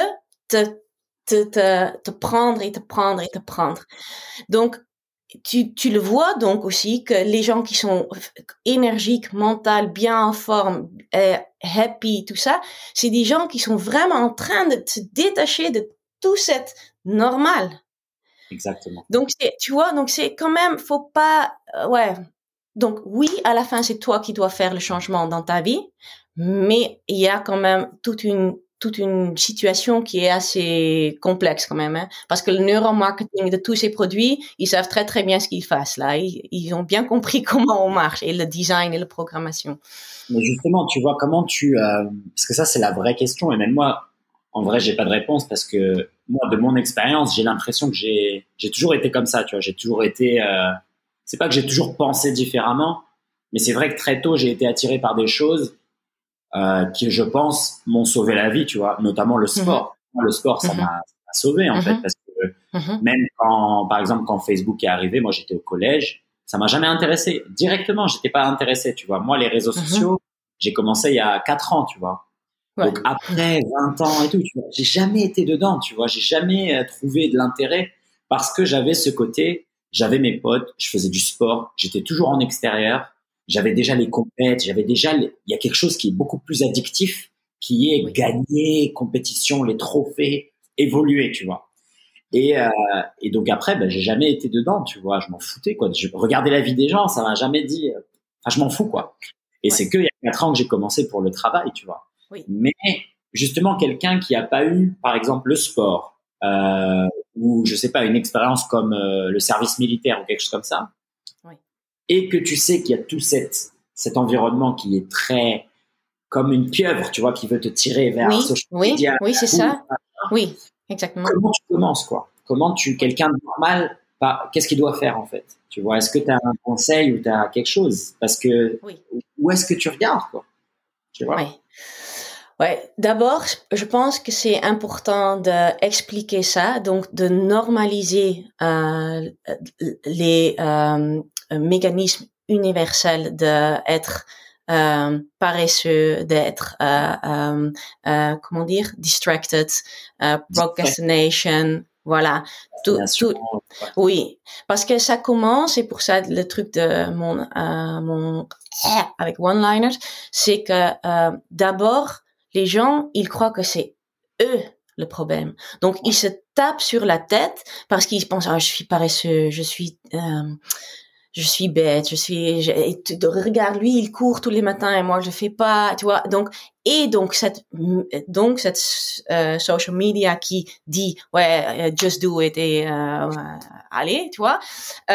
te prendre et te prendre et te prendre. Donc, tu le vois donc aussi que les gens qui sont énergiques, mentales, bien en forme, happy, tout ça, c'est des gens qui sont vraiment en train de se détacher de tout cette normal. Exactement. Donc tu vois, donc c'est quand même, faut pas, ouais. Donc oui, à la fin c'est toi qui dois faire le changement dans ta vie, mais il y a quand même toute une situation qui est assez complexe quand même, hein, parce que le neuromarketing de tous ces produits, ils savent très très bien ce qu'ils fassent là. Ils ont bien compris comment on marche et le design et la programmation. Mais justement, tu vois comment parce que ça c'est la vraie question et même moi, en vrai, j'ai pas de réponse parce que moi, de mon expérience, j'ai l'impression que j'ai toujours été comme ça. Tu vois, j'ai toujours été. C'est pas que j'ai toujours pensé différemment, mais c'est vrai que très tôt, j'ai été attiré par des choses qui, je pense, m'ont sauvé la vie, tu vois, notamment le sport. Le sport, ça m'a sauvé, en fait, parce que même par exemple, quand Facebook est arrivé, moi, j'étais au collège, ça m'a jamais intéressé. Directement, j'étais pas intéressé, tu vois. Moi, les réseaux sociaux, j'ai commencé il y a 4 ans, tu vois. Ouais. Donc, après 20 ans et tout, tu vois, j'ai jamais été dedans, tu vois. J'ai jamais trouvé de l'intérêt parce que j'avais ce côté, j'avais mes potes, je faisais du sport, j'étais toujours en extérieur. J'avais déjà les compètes, il y a quelque chose qui est beaucoup plus addictif, qui est gagner, compétition, les trophées, évoluer, tu vois. Et donc après, j'ai jamais été dedans, tu vois, je m'en foutais, quoi. Je regardais la vie des gens, ça m'a jamais dit, je m'en fous, quoi. Et c'est que il y a 4 ans que j'ai commencé pour le travail, tu vois. Oui. Mais justement, quelqu'un qui a pas eu, par exemple, le sport, ou je sais pas, une expérience comme le service militaire ou quelque chose comme ça, et que tu sais qu'il y a tout cet environnement qui est très comme une pieuvre, tu vois, qui veut te tirer vers un social media. Oui, c'est ça. Oui, exactement. Comment tu commences, quoi? Comment quelqu'un de normal, qu'est-ce qu'il doit faire, en fait? Tu vois, est-ce que tu as un conseil ou tu as quelque chose? Parce que, où est-ce que tu regardes, quoi? Tu vois? Oui. Ouais, d'abord, je pense que c'est important d'expliquer ça, donc de normaliser les mécanismes universels d'être paresseux, d'être comment dire, distracted, procrastination, voilà, tout. Oui, parce que ça commence, et pour ça le truc de mon avec one-liners, c'est que d'abord les gens, ils croient que c'est eux le problème. Donc, ils se tape sur la tête parce qu'ils pensent je suis paresseux, je suis bête, regarde lui il court tous les matins et moi je le fais pas, tu vois. Donc cette social media qui dit just do it et allez, tu vois,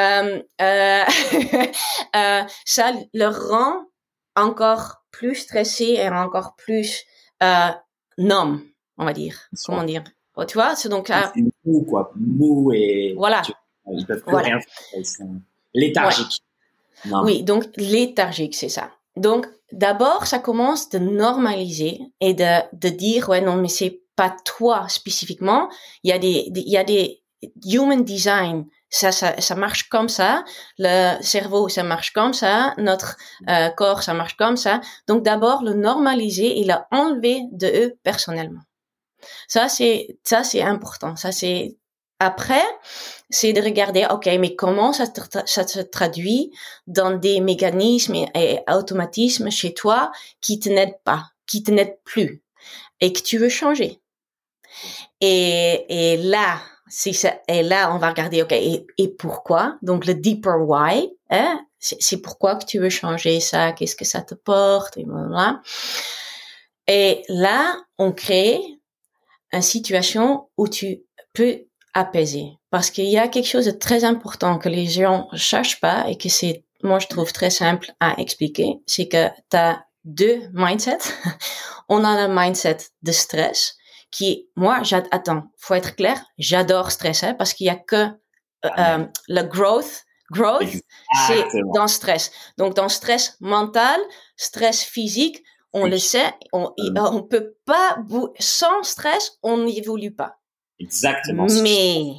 ça leur rend encore plus stressé et encore plus numb, on va dire. Comment dire? Tu vois, c'est donc c'est mou quoi, mou et voilà. Ils peuvent plus rien faire, ils sont léthargiques. Ouais. Oui, donc léthargique, c'est ça. Donc d'abord, ça commence de normaliser et de dire non mais c'est pas toi spécifiquement. Il y a des human design. Ça marche comme ça. Le cerveau, ça marche comme ça. Notre corps, ça marche comme ça. Donc d'abord, le normaliser et l'enlever de eux personnellement. Ça c'est important. Après, c'est de regarder, mais comment ça se traduit dans des mécanismes et automatismes chez toi qui te n'aident pas, qui te n'aident plus et que tu veux changer. Et là, on va regarder, et pourquoi? Donc, le deeper why, c'est pourquoi que tu veux changer ça, qu'est-ce que ça te porte, et voilà. Et là, on crée une situation où tu peux apaiser. Parce qu'il y a quelque chose de très important que les gens ne cherchent pas et que moi, je trouve très simple à expliquer. C'est que tu as deux mindsets. On a le mindset de stress faut être clair, j'adore stresser parce qu'il y a que le growth, c'est dans stress. Donc, dans stress mental, stress physique, on le sait, on peut pas, sans stress, on n'évolue pas. Exactement. Mais,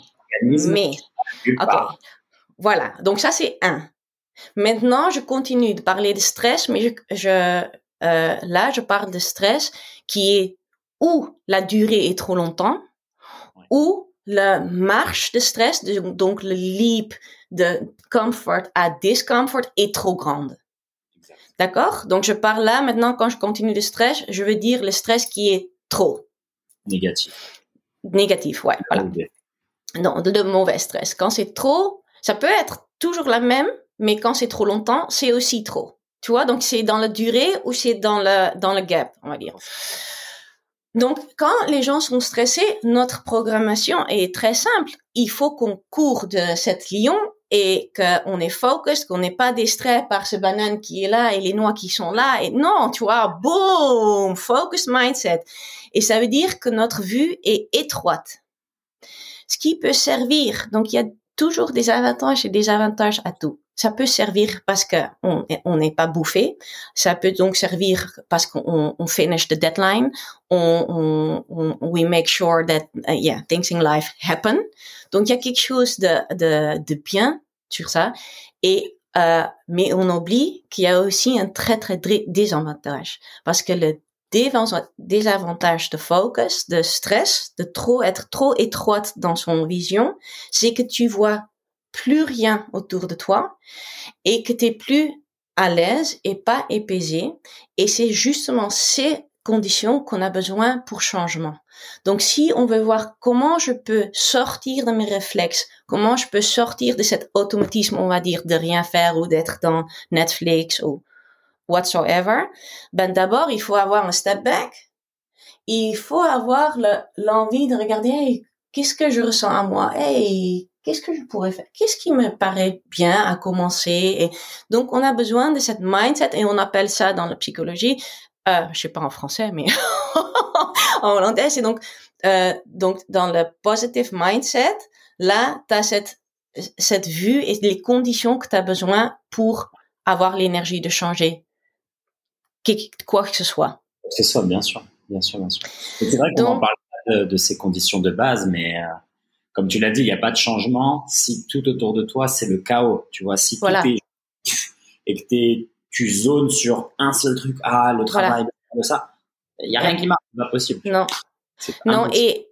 voilà. Donc ça, c'est un. Maintenant, je continue de parler de stress, mais là, je parle de stress qui est où la durée est trop longtemps, ou la marche de stress, donc le leap de comfort à discomfort est trop grande. D'accord? Donc, je parle là, maintenant, quand je continue de stress, je veux dire le stress qui est trop. Négatif, ouais, voilà. Non, de mauvais stress. Quand c'est trop, ça peut être toujours la même, mais quand c'est trop longtemps, c'est aussi trop. Tu vois? Donc, c'est dans la durée ou c'est dans le gap, on va dire. Donc, quand les gens sont stressés, notre programmation est très simple. Il faut qu'on court de cette lion et qu'on est focus, qu'on n'ait pas distrait par ce banane qui est là et les noix qui sont là. Et non, tu vois, boom, focus mindset. Et ça veut dire que notre vue est étroite. Ce qui peut servir, donc il y a toujours des avantages et des désavantages à tout. Ça peut servir parce que on n'est pas bouffé. Ça peut donc servir parce qu'on finish the deadline. We make sure that things in life happen. Donc il y a quelque chose de bien sur ça. Et mais on oublie qu'il y a aussi un très très désavantage parce que le désavantage de focus, de stress, de être trop étroite dans son vision, c'est que tu vois plus rien autour de toi et que t'es plus à l'aise et pas apaisé. Et c'est justement ces conditions qu'on a besoin pour changement. Donc, si on veut voir comment je peux sortir de mes réflexes, comment je peux sortir de cet automatisme, on va dire, de rien faire ou d'être dans Netflix ou whatsoever, d'abord, il faut avoir un step back. Il faut avoir l'envie de regarder, hey, qu'est-ce que je ressens à moi? Hey, qu'est-ce que je pourrais faire? Qu'est-ce qui me paraît bien à commencer? Et donc, on a besoin de cette mindset et on appelle ça dans la psychologie, je sais pas en français, mais en hollandais, c'est donc dans le positive mindset, là, t'as cette vue et les conditions que t'as besoin pour avoir l'énergie de changer quoi que ce soit. C'est ça, bien sûr. Et c'est vrai qu'on en parle pas de ces conditions de base, mais comme tu l'as dit, il n'y a pas de changement si tout autour de toi c'est le chaos. Tu vois, si tout est et que tu zones sur un seul truc, le travail, de ça, il y a rien qui marche, c'est pas possible. Non, et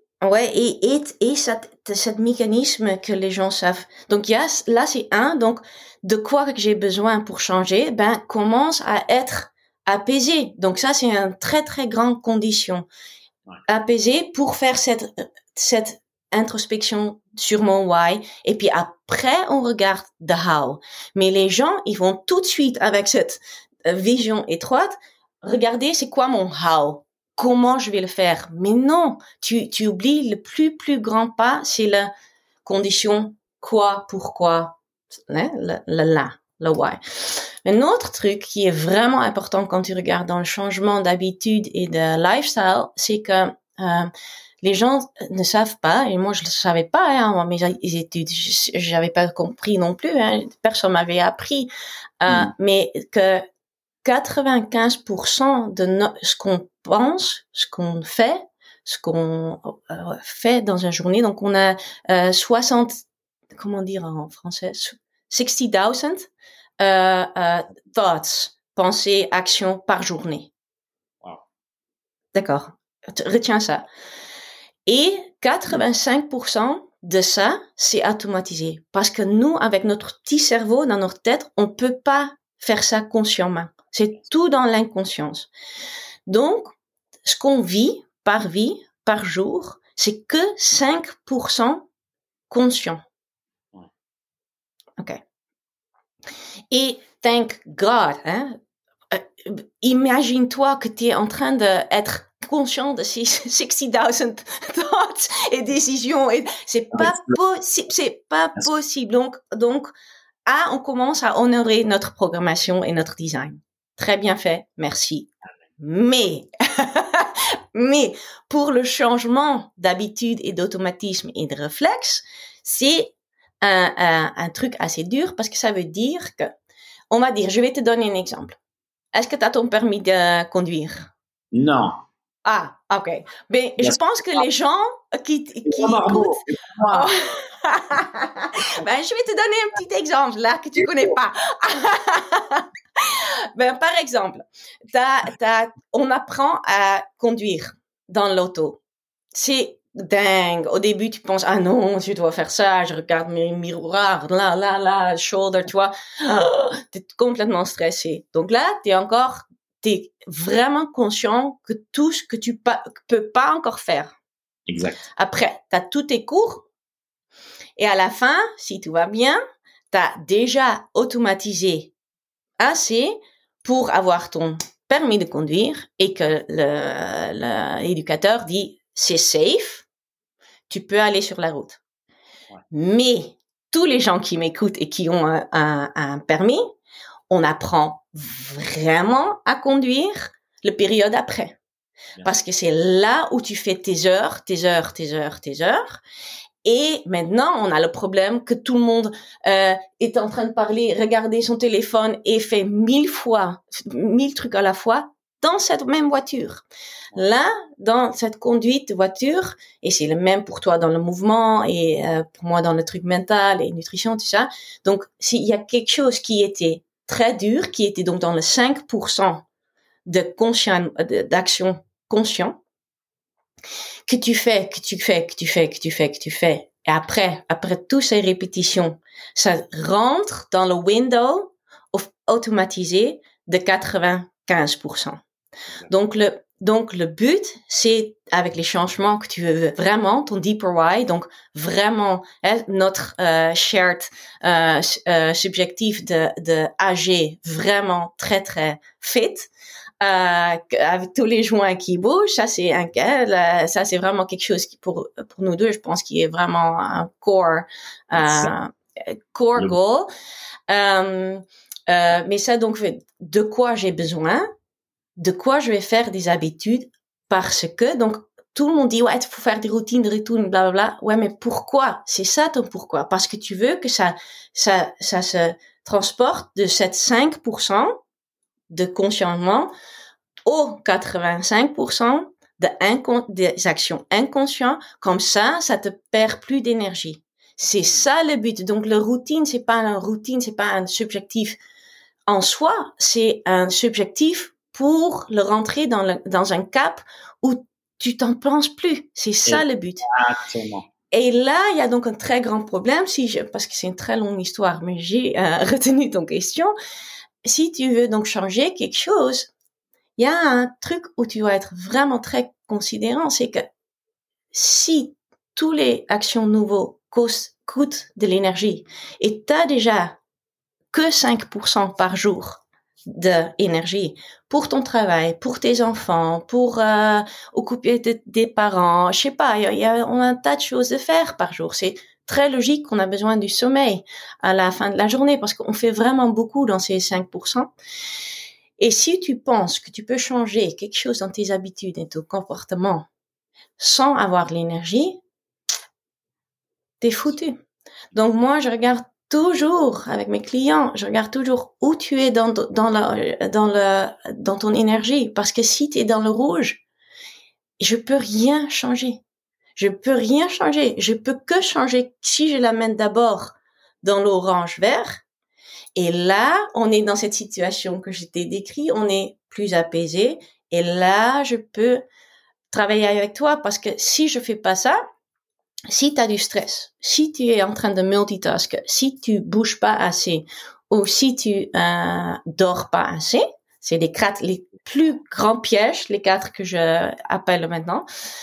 cet mécanisme que les gens savent. Donc là c'est donc de quoi que j'ai besoin pour changer, commence à être apaisé. Donc ça, c'est une très, très grande condition. Ouais. Apaisé pour faire cette introspection sur mon why, et puis après, on regarde the how. Mais les gens, ils vont tout de suite avec cette vision étroite, regarder c'est quoi mon how, comment je vais le faire. Mais non, tu oublies le plus grand pas, c'est la condition quoi, pourquoi, hein, le why. Un autre truc qui est vraiment important quand tu regardes dans le changement d'habitude et de lifestyle, c'est que les gens ne savent pas, et moi je le savais pas, hein, mes études, j'avais pas compris non plus, hein, personne m'avait appris, mais que 95% de ce qu'on pense, ce qu'on fait dans une journée, donc on a 60, comment dire en français, 60,000 thoughts, pensées, actions par journée. Wow. D'accord, retiens ça. Et 85% de ça, c'est automatisé. Parce que nous, avec notre petit cerveau dans notre tête, on peut pas faire ça consciemment. C'est tout dans l'inconscience. Donc, ce qu'on vit, par jour, c'est que 5% conscient. OK. Et thank God, hein, imagine-toi que tu es en train d'être conscient de ces 60,000 thoughts et décisions. Et c'est pas possible. Donc, on commence à honorer notre programmation et notre design. Très bien fait. Merci. Mais pour le changement d'habitude et d'automatisme et de réflexe, c'est un truc assez dur parce que ça veut dire que, on va dire, je vais te donner un exemple. Est-ce que tu as ton permis de conduire? Non. Ah, ok. Mais je pense que les gens qui écoutent... Oh. Ben, je vais te donner un petit exemple là que tu connais pas. Ben, par exemple, on apprend à conduire dans l'auto. C'est dingue. Au début, tu penses, ah non, je dois faire ça, je regarde mes miroirs, là, shoulder, tu vois. T'es complètement stressé. Donc là, t'es vraiment conscient que tout ce que tu peux pas encore faire. Exact. Après, t'as tous tes cours. Et à la fin, si tout va bien, t'as déjà automatisé assez pour avoir ton permis de conduire et que l'éducateur dit, c'est safe, tu peux aller sur la route. Ouais. Mais tous les gens qui m'écoutent et qui ont un permis, on apprend vraiment à conduire le période après. Bien. Parce que c'est là où tu fais tes heures. Et maintenant, on a le problème que tout le monde est en train de parler, regarder son téléphone et fait 1000 trucs à la fois dans cette même voiture. Là, dans cette conduite de voiture, et c'est le même pour toi dans le mouvement et pour moi dans le truc mental et nutrition, tout ça. Donc, s'il y a quelque chose qui était très dur, qui était donc dans le 5% d'action conscient, que tu fais. Et après toutes ces répétitions, ça rentre dans le window of automatisé de 95%. Donc le but, c'est avec les changements que tu veux vraiment, ton deeper why, donc vraiment notre shared subjectif de AG vraiment très très fit. Avec tous les joints qui bougent, ça c'est vraiment quelque chose qui pour nous deux, je pense, qui est vraiment un core goal. Mais ça, donc, de quoi j'ai besoin, de quoi je vais faire des habitudes, parce que donc tout le monde dit ouais, il faut faire des routines, blablabla. Ouais, mais pourquoi? C'est ça ton pourquoi? Parce que tu veux que ça se transporte de cette 5% de conscientement aux 85% des actions inconscientes. Comme ça te perd plus d'énergie. C'est ça le but. Donc, la routine, c'est pas un subjectif en soi, c'est un subjectif pour le rentrer dans un cap où tu t'en penses plus. C'est ça le but. Exactement. Et là, il y a donc un très grand problème parce que c'est une très longue histoire, mais j'ai retenu ton question. Si tu veux donc changer quelque chose, il y a un truc où tu dois être vraiment très considérant, c'est que si tous les actions nouveaux coûtent de l'énergie. Et t'as déjà que 5% par jour d'énergie pour ton travail, pour tes enfants, pour occuper des parents. Je sais pas, on a un tas de choses à faire par jour. C'est très logique qu'on a besoin du sommeil à la fin de la journée parce qu'on fait vraiment beaucoup dans ces 5%. Et si tu penses que tu peux changer quelque chose dans tes habitudes et ton comportement sans avoir de l'énergie, t'es foutu. Donc moi, je regarde toujours avec mes clients, je regarde toujours où tu es dans ton énergie, parce que si tu es dans le rouge, je peux rien changer. Je peux rien changer. Je peux que changer si je l'amène d'abord dans l'orange vert. Et là, on est dans cette situation que je t'ai décrit, on est plus apaisé. Et là, je peux travailler avec toi parce que si je fais pas ça, si tu as du stress, si tu es en train de multitask, si tu bouges pas assez ou si tu dors pas assez, c'est les plus grands pièges, les 4 que je appelle maintenant.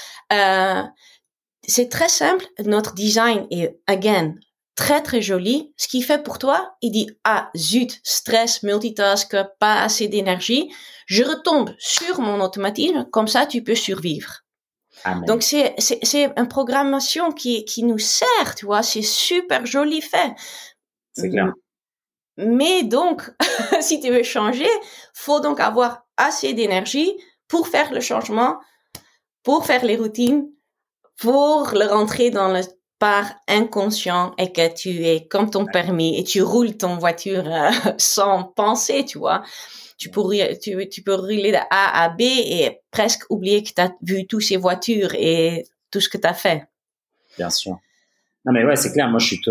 C'est très simple, notre design est again très très joli. Ce qu'il fait pour toi, il dit zut, stress, multitask, pas assez d'énergie, je retombe sur mon automatisme, comme ça tu peux survivre. Amen. Donc c'est une programmation qui nous sert, tu vois, c'est super joli fait. C'est clair. Mais donc si tu veux changer, faut donc avoir assez d'énergie pour faire le changement, pour faire les routines, pour le rentrer dans le part inconscient et que tu es comme ton permis et tu roules ton voiture sans penser, tu vois. Tu peux rouler de A à B et presque oublier que tu as vu toutes ces voitures et tout ce que tu as fait. Bien sûr. Non, mais ouais, c'est clair. Moi, je suis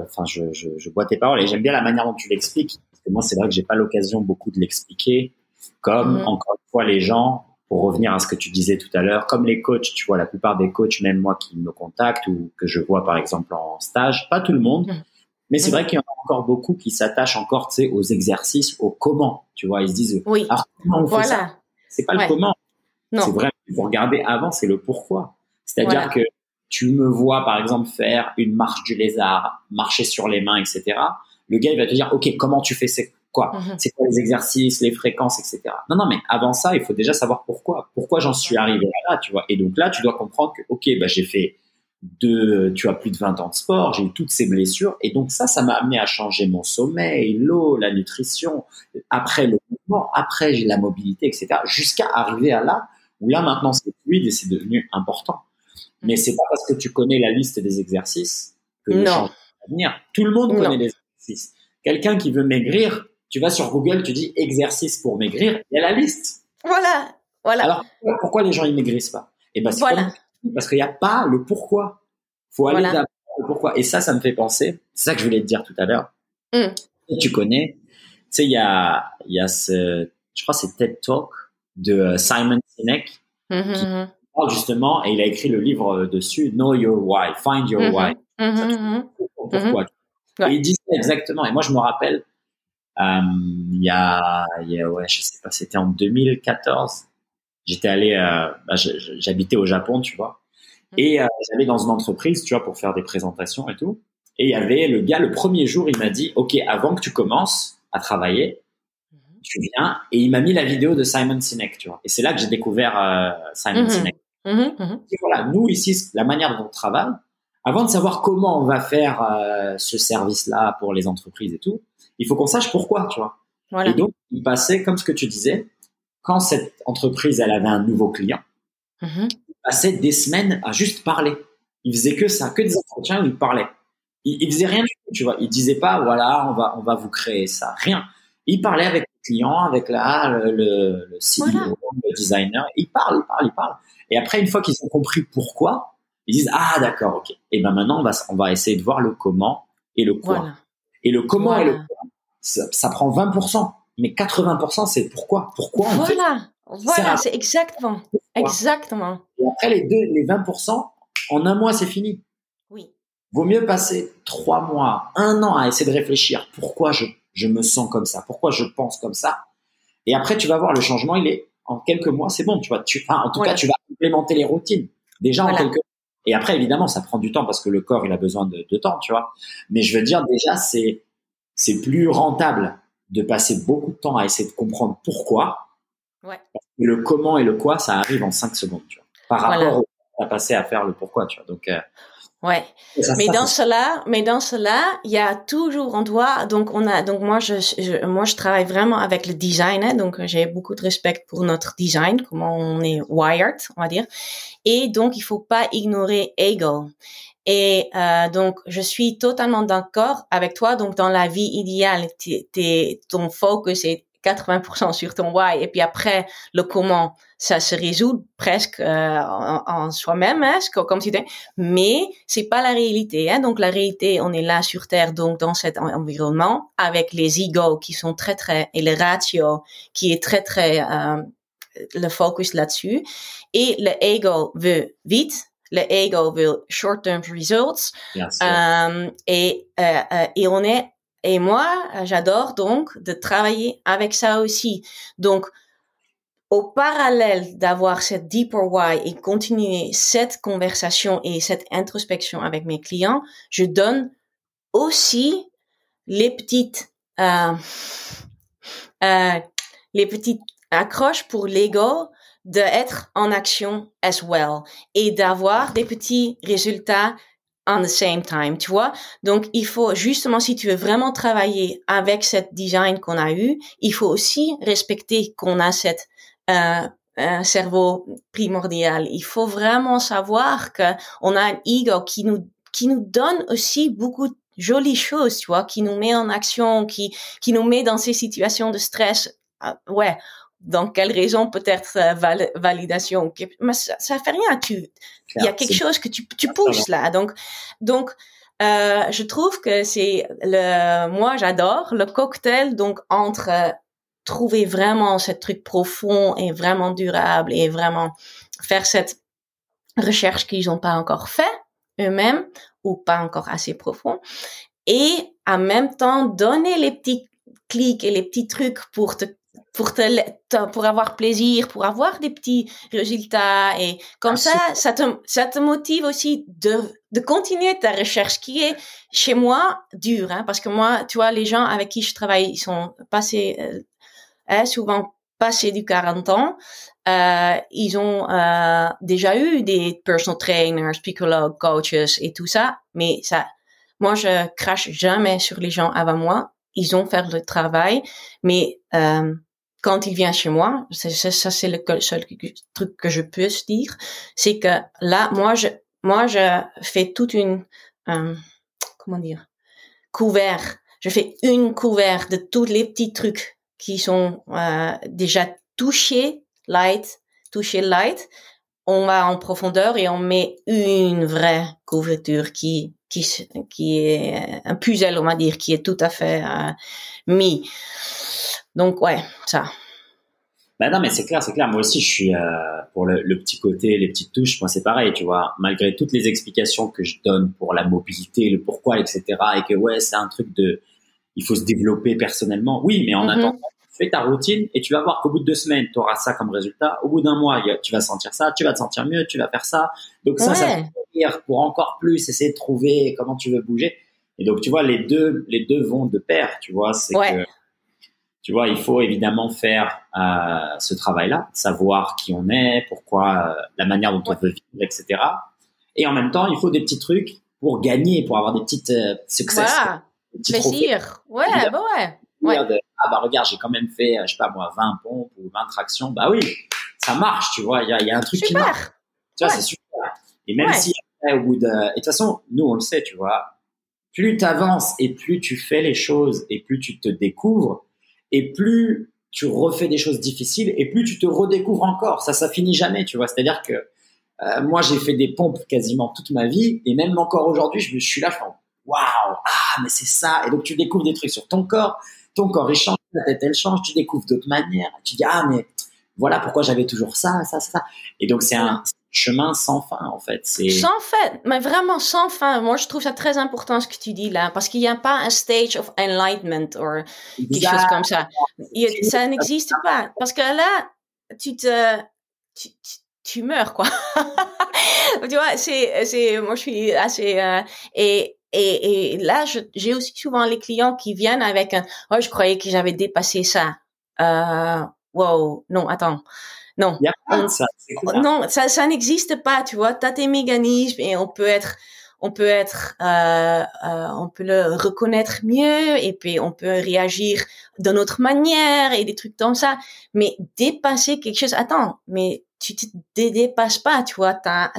je bois tes paroles et j'aime bien la manière dont tu l'expliques. Parce que moi, c'est vrai que j'ai pas l'occasion beaucoup de l'expliquer. Comme, encore une fois, les gens, pour revenir à ce que tu disais tout à l'heure, comme les coachs, tu vois, la plupart des coachs, même moi qui me contactent ou que je vois, par exemple, en stage, pas tout le monde. Mais c'est vrai qu'il y en a encore beaucoup qui s'attachent encore, tu sais, aux exercices, au comment, tu vois. Ils se disent, oui. Alors, comment on fait ça? C'est pas le comment. Non. C'est vrai, il faut regarder avant, c'est le pourquoi. C'est-à-dire que tu me vois, par exemple, faire une marche du lézard, marcher sur les mains, etc. Le gars, il va te dire, OK, comment tu fais c'est quoi? C'est quoi les exercices, les fréquences, etc. Non, mais avant ça, il faut déjà savoir pourquoi. Pourquoi j'en suis arrivé là, tu vois. Et donc là, tu dois comprendre que, OK, j'ai fait tu as plus de 20 ans de sport, j'ai eu toutes ces blessures. Et donc ça m'a amené à changer mon sommeil, l'eau, la nutrition, après le mouvement, après j'ai la mobilité, etc. Jusqu'à arriver à là, où là maintenant c'est fluide et c'est devenu important. Mais c'est pas parce que tu connais la liste des exercices que le changement va venir. Tout le monde connaît les exercices. Quelqu'un qui veut maigrir, tu vas sur Google, tu dis exercice pour maigrir, il y a la liste. Voilà. Alors pourquoi les gens ils maigrissent pas? Et c'est parce qu'il n'y a pas le pourquoi. Faut aller d'abord le pourquoi. Et ça me fait penser, c'est ça que je voulais te dire tout à l'heure. Tu connais, tu sais, il y a je crois que c'est TED Talk de Simon Sinek qui parle justement, et il a écrit le livre dessus, Know Your Why, Find Your Why. Pourquoi. Et il dit ça exactement. Et moi, je me rappelle, je sais pas, c'était en 2014. J'étais allé, j'habitais au Japon, tu vois. Et j'allais dans une entreprise, tu vois, pour faire des présentations et tout. Et il y avait le gars, le premier jour, il m'a dit, OK, avant que tu commences à travailler, tu viens. Et il m'a mis la vidéo de Simon Sinek, tu vois. Et c'est là que j'ai découvert Simon Sinek. Et voilà, nous ici, la manière dont on travaille, avant de savoir comment on va faire ce service-là pour les entreprises et tout, il faut qu'on sache pourquoi, tu vois. Et donc, il passait, comme ce que tu disais, quand cette entreprise, elle avait un nouveau client, il passait des semaines à juste parler. Il faisait que ça, que des entretiens où il parlait. Il faisait rien du tout, tu vois. Il disait pas, voilà, on va vous créer ça. Rien. Il parlait avec le client, avec le CEO, le designer. Il parle. Et après, une fois qu'ils ont compris pourquoi, ils disent, d'accord, OK. Et maintenant, on va essayer de voir le comment et le quoi. Et le comment et le quoi, ça prend 20%. Mais 80%, c'est pourquoi. Pourquoi on fait ça? Voilà, c'est exactement. Exactement. Et après, les 20%, en un mois, c'est fini. Oui. Vaut mieux passer 3 mois, 1 an à essayer de réfléchir. Pourquoi je me sens comme ça? Pourquoi je pense comme ça? Et après, tu vas voir, le changement, il est en quelques mois, c'est bon. Tu vois, en tout cas, tu vas implémenter les routines. Déjà, en quelques mois. Et après, évidemment, ça prend du temps parce que le corps, il a besoin de temps, tu vois. Mais je veux dire, déjà, c'est plus rentable de passer beaucoup de temps à essayer de comprendre pourquoi. Ouais. Parce que le comment et le quoi, ça arrive en 5 secondes, tu vois. Par rapport au à passer à faire le pourquoi, tu vois. Donc, ouais. Mais dans cela, il y a toujours, donc moi, je travaille vraiment avec le design, hein, donc j'ai beaucoup de respect pour notre design, comment on est wired, on va dire. Et donc, il faut pas ignorer ego. Et donc, je suis totalement d'accord avec toi. Donc, dans la vie idéale, ton focus est 80% sur ton why. Et puis après, le comment, ça se résout presque en soi-même, hein, comme tu dis. Mais c'est pas la réalité. Hein. Donc, la réalité, on est là sur Terre, donc dans cet environnement, avec les egos qui sont très, très, et le ratio qui est très, très, le focus là-dessus. Et le ego veut vite. Le ego veut short-term results. Et moi, j'adore donc de travailler avec ça aussi. Donc, au parallèle d'avoir cette deeper why et continuer cette conversation et cette introspection avec mes clients, je donne aussi les petites accroches pour l'ego d'être en action as well et d'avoir des petits résultats on the same time, tu vois. Donc, il faut justement, si tu veux vraiment travailler avec cette design qu'on a eu, il faut aussi respecter qu'on a cette cerveau primordial. Il faut vraiment savoir que on a un ego qui nous donne aussi beaucoup de jolies choses, tu vois, qui nous met en action, qui nous met dans ces situations de stress. Ouais. Dans quelle raison peut-être validation, mais ça fait rien. Il y a quelque chose que tu pousses là. Donc, je trouve que moi j'adore le cocktail donc entre trouver vraiment ce truc profond et vraiment durable et vraiment faire cette recherche qu'ils n'ont pas encore fait eux-mêmes ou pas encore assez profond et en même temps donner les petits clics et les petits trucs pour avoir plaisir, pour avoir des petits résultats et comme ça te motive aussi de continuer ta recherche qui est chez moi dure, hein, parce que moi, tu vois, les gens avec qui je travaille, ils sont passés souvent passés du 40 ans, ils ont déjà eu des personal trainers, psychologues, coaches et tout ça, mais moi je crache jamais sur les gens avant moi. Ils ont fait le travail, mais quand il vient chez moi, ça c'est le seul truc que je peux dire, c'est que là, moi je fais toute une couvert. Je fais une couvert de tous les petits trucs qui sont déjà touchés light. On va en profondeur et on met une vraie couverture qui est un puzzle, on va dire, qui est tout à fait mis. Donc, ouais, ça. Ben non, mais c'est clair. Moi aussi, je suis pour le petit côté, les petites touches. Moi, c'est pareil, tu vois. Malgré toutes les explications que je donne pour la mobilité, le pourquoi, etc., et que ouais, c'est un truc il faut se développer personnellement. Oui, mais en attendant, fais ta routine et tu vas voir qu'au bout de 2 semaines, tu auras ça comme résultat. Au bout d'un mois, tu vas sentir ça, tu vas te sentir mieux, tu vas faire ça. Donc ça va te servir pour encore plus essayer de trouver comment tu veux bouger. Et donc, tu vois, les deux vont de pair, tu vois. C'est que, tu vois, il faut évidemment faire ce travail-là, savoir qui on est, pourquoi, la manière dont on veut vivre, etc. Et en même temps, il faut des petits trucs pour gagner, pour avoir des petites success. Voilà. Plaisir. Ouais. Regarde, j'ai quand même fait, je sais pas moi, 20 pompes ou 20 tractions. Bah oui, ça marche, tu vois. Il y a un truc qui marche. Tu vois, c'est super. Et même si après, au bout de, et de toute façon, nous, on le sait, tu vois. Plus tu avances et plus tu fais les choses et plus tu te découvres et plus tu refais des choses difficiles et plus tu te redécouvres encore. Ça finit jamais, tu vois. C'est-à-dire que moi, j'ai fait des pompes quasiment toute ma vie et même encore aujourd'hui, je suis là, je fais waouh, mais c'est ça. Et donc, tu découvres des trucs sur ton corps il change, ta tête, elle change, tu découvres d'autres manières. Tu dis, mais voilà pourquoi j'avais toujours ça. Et donc, c'est un chemin sans fin, en fait. Sans fin, mais vraiment sans fin. Moi, je trouve ça très important ce que tu dis là, parce qu'il n'y a pas un stage of enlightenment ou quelque chose comme ça. Ça n'existe pas. Parce que là, tu tu meurs, quoi. Tu vois, moi, je suis assez, et là, j'ai aussi souvent les clients qui viennent avec oh, je croyais que j'avais dépassé ça. Wow, non, attends. Non. Il y a pas de ça, c'est clair. Non, ça n'existe pas, tu vois. T'as tes mécanismes et on peut le reconnaître mieux et puis on peut réagir d'une autre manière et des trucs comme ça. Mais dépasser quelque chose, attends, mais tu te dépasses pas, tu vois. T'as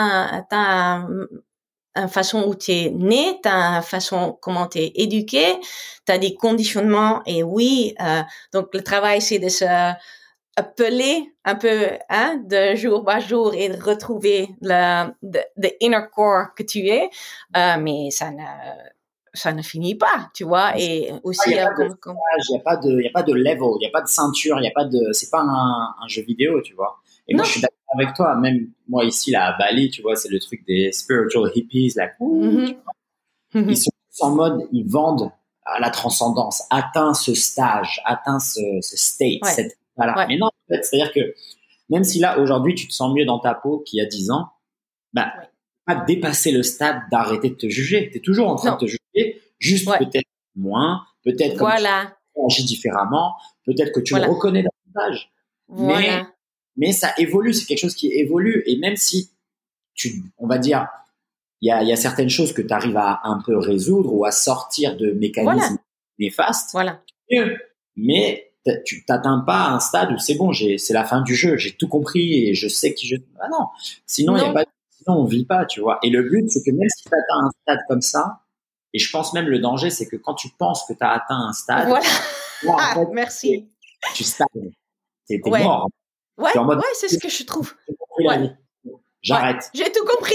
une façon où tu es né, t'as une façon comment tu es éduqué, t'as des conditionnements et oui, donc le travail c'est de se appeler un peu de jour par jour et de retrouver the inner core que tu es, mais ça ne finit pas, tu vois. Et aussi il y a pas de level, il y a pas de ceinture, il y a pas de, c'est pas un jeu vidéo, tu vois. Et moi, je suis d'accord avec toi. Même moi ici là à Bali, tu vois, c'est le truc des spiritual hippies là. Ils sont tous en mode, ils vendent à la transcendance, atteint ce stage, atteint ce state, voilà. Ouais. Mais non, en fait, c'est-à-dire que même si là aujourd'hui tu te sens mieux dans ta peau qu'il y a 10 ans, bah pas dépasser le stade d'arrêter de te juger. T'es toujours en train de te juger, juste peut-être moins, peut-être comme tu agis différemment, peut-être que tu le reconnais davantage. Mais ça évolue, c'est quelque chose qui évolue. Et même si on va dire, il y a certaines choses que tu arrives à un peu résoudre ou à sortir de mécanismes néfastes, mais tu t'atteins pas à un stade où c'est bon, c'est la fin du jeu, j'ai tout compris et je sais qui je suis. Ah non, sinon on vit pas, tu vois. Et le but, c'est que même si tu atteins un stade comme ça, et je pense même le danger, c'est que quand tu penses que tu as atteint un stade, en fait, merci. Tu stagnes, t'es mort. C'est ce que je trouve. J'arrête. J'ai tout compris.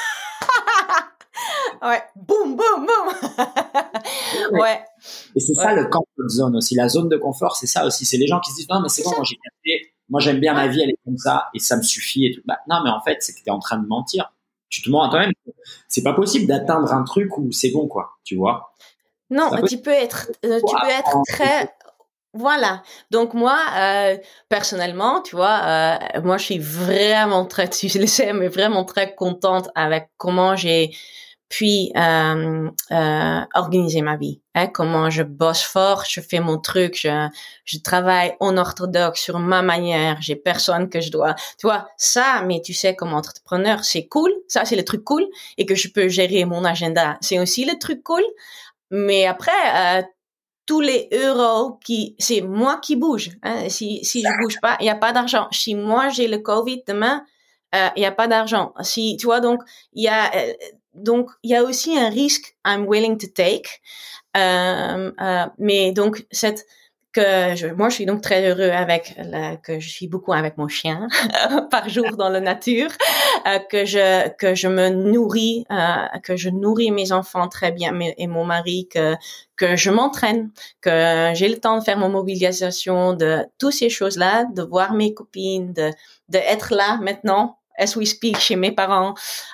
Boum, boum, boum. Et c'est ça le comfort zone aussi. La zone de confort, c'est ça aussi. C'est les gens qui se disent non, mais c'est bon, moi j'ai capté. Moi j'aime bien ma vie, elle est comme ça et ça me suffit et tout. Bah, non, mais en fait, c'est que t'es en train de mentir. Tu te mens à toi-même. C'est pas possible d'atteindre un truc où c'est bon, quoi. Tu vois. Non, tu peux être très. Voilà. Donc moi, personnellement, tu vois, moi je suis vraiment très, tu le sais, mais vraiment très contente avec comment j'ai pu organiser ma vie. Comment je bosse fort, je fais mon truc, je travaille en orthodoxe sur ma manière. J'ai personne que je dois, tu vois, ça. Mais tu sais, comme entrepreneur, c'est cool. Ça, c'est le truc cool, et que je peux gérer mon agenda. C'est aussi le truc cool. Mais après. Tous les euros c'est moi qui bouge. Si je bouge pas, il y a pas d'argent. Si moi j'ai le Covid demain, il y a pas d'argent. Si tu vois, donc il y a aussi un risque I'm willing to take. Mais donc moi je suis donc très heureux que je suis beaucoup avec mon chien par jour dans la nature, que je me nourris, que je nourris mes enfants très bien et mon mari, que je m'entraîne, que j'ai le temps de faire mon mobilisation, de toutes ces choses-là, de voir mes copines, de être là maintenant as we speak chez mes parents,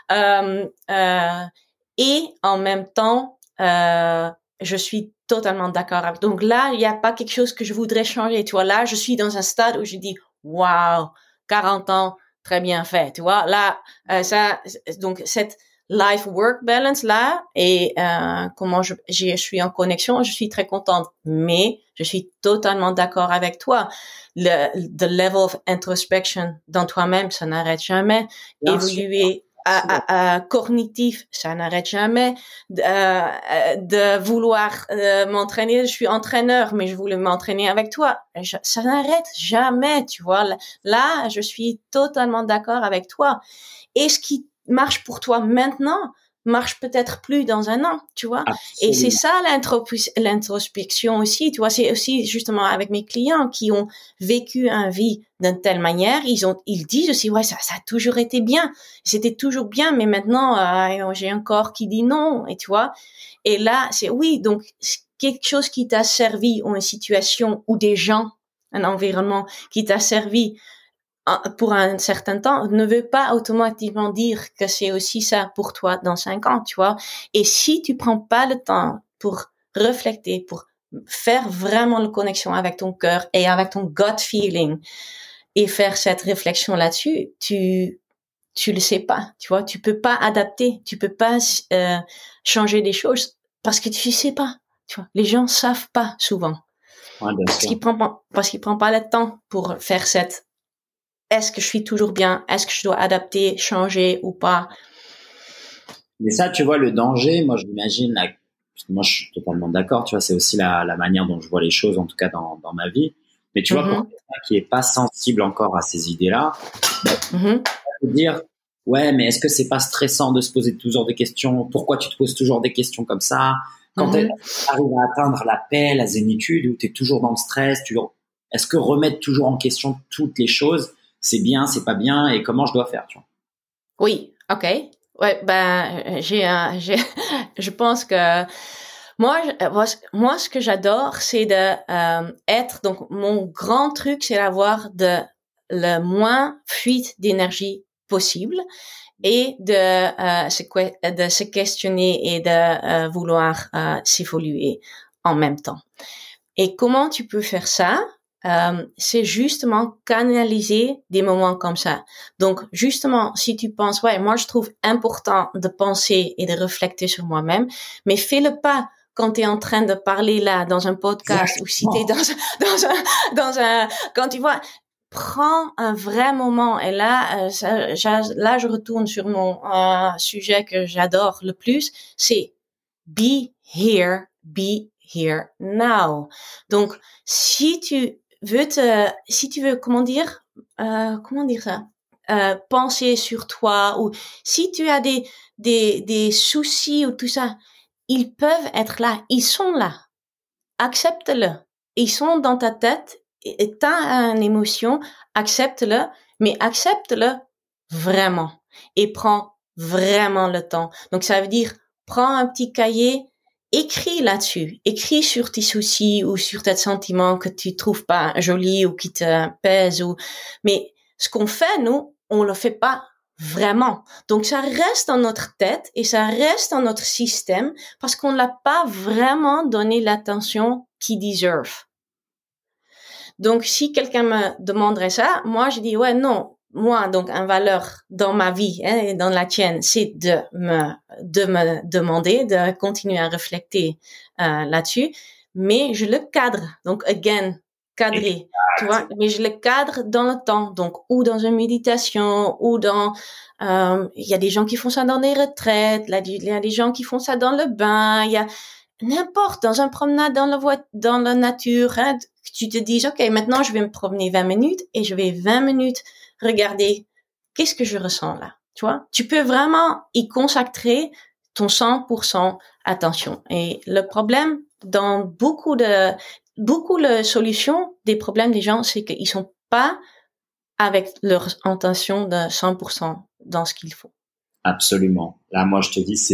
et en même temps je suis totalement d'accord avec. Donc là, il n'y a pas quelque chose que je voudrais changer. Tu vois, là, je suis dans un stade où je dis, waouh, 40 ans, très bien fait. Tu vois, là, donc cette life-work balance là, et comment je suis en connexion, je suis très contente. Mais je suis totalement d'accord avec toi. The level of introspection dans toi-même, ça n'arrête jamais. Bien évoluer. Cognitif, ça n'arrête jamais. De vouloir m'entraîner, je suis entraîneur, mais je voulais m'entraîner avec toi. Ça n'arrête jamais, tu vois. Là, je suis totalement d'accord avec toi. Et ce qui marche pour toi maintenant marche peut-être plus dans un an, tu vois. Absolument. Et c'est ça l'introspection aussi, tu vois. C'est aussi justement avec mes clients qui ont vécu une vie d'une telle manière, ils disent aussi, ouais, ça a toujours été bien, c'était toujours bien, mais maintenant j'ai un corps qui dit non, et tu vois. Et là, c'est donc quelque chose qui t'a servi, ou une situation ou des gens, un environnement qui t'a servi pour un certain temps, ne veut pas automatiquement dire que c'est aussi ça pour toi dans 5 ans, tu vois. Et si tu prends pas le temps pour réfléchir, pour faire vraiment la connexion avec ton cœur et avec ton gut feeling, et faire cette réflexion là-dessus, tu le sais pas, tu vois, tu peux pas adapter, tu peux pas changer des choses parce que tu sais pas, tu vois. Les gens savent pas souvent. Ouais, bien sûr. Parce qu'ils prennent pas le temps pour faire cette est-ce que je suis toujours bien, est-ce que je dois adapter, changer ou pas. Mais ça, tu vois, le danger, moi, je l'imagine, parce que moi, je suis totalement d'accord, tu vois, c'est aussi la manière dont je vois les choses, en tout cas dans ma vie. Mais tu vois, pour quelqu'un qui est pas sensible encore à ces idées-là, peut dire, ouais, mais est-ce que c'est pas stressant de se poser toujours des questions? Pourquoi tu te poses toujours des questions comme ça? Quand tu arrives à atteindre la paix, la zénitude, où tu es toujours dans le stress, est-ce que remettre toujours en question toutes les choses, c'est bien, c'est pas bien, et comment je dois faire, tu vois? Oui, ok. Ouais, ben, je pense que moi, ce que j'adore, c'est de être. Donc, mon grand truc, c'est d'avoir le moins fuite d'énergie possible et de se questionner et de vouloir s'évoluer en même temps. Et comment tu peux faire ça? C'est justement canaliser des moments comme ça. Donc, justement, si tu penses, ouais, moi, je trouve important de penser et de réfléchir sur moi-même, mais fais-le pas quand tu es en train de parler là, dans un podcast, ou si tu es dans un, quand tu vois, prends un vrai moment. Et là, là, je retourne sur mon sujet que j'adore le plus, c'est be here now. Donc, si tu veux, comment dire ça, penser sur toi, ou si tu as des soucis ou tout ça, ils peuvent être là, ils sont là. Accepte-le. Ils sont dans ta tête et t'as une émotion, accepte-le, mais accepte-le vraiment et prends vraiment le temps. Donc, ça veut dire, prends un petit cahier, écris là-dessus, écris sur tes soucis ou sur tes sentiments que tu trouves pas jolis ou qui te pèsent mais ce qu'on fait, nous, on le fait pas vraiment. Donc, ça reste dans notre tête et ça reste dans notre système parce qu'on l'a pas vraiment donné l'attention qu'il deserve. Donc, si quelqu'un me demanderait ça, moi, je dis, ouais, non. Moi, donc, une valeur dans ma vie, et dans la tienne, c'est de me demander, de continuer à réfléchir là-dessus. Mais je le cadre. Donc, again, cadrer. Tu vois, mais je le cadre dans le temps. Donc, ou dans une méditation, ou dans, il y a des gens qui font ça dans des retraites, il y a des gens qui font ça dans le bain, il y a n'importe, dans un promenade dans la nature, hein, tu te dis, OK, maintenant je vais me promener 20 minutes et je vais 20 minutes regarder qu'est-ce que je ressens là. Tu vois, tu peux vraiment y consacrer ton 100% attention. Et le problème dans beaucoup de solutions des problèmes des gens, c'est qu'ils sont pas avec leur intention de 100% dans ce qu'il faut. Absolument. Là, moi, je te dis,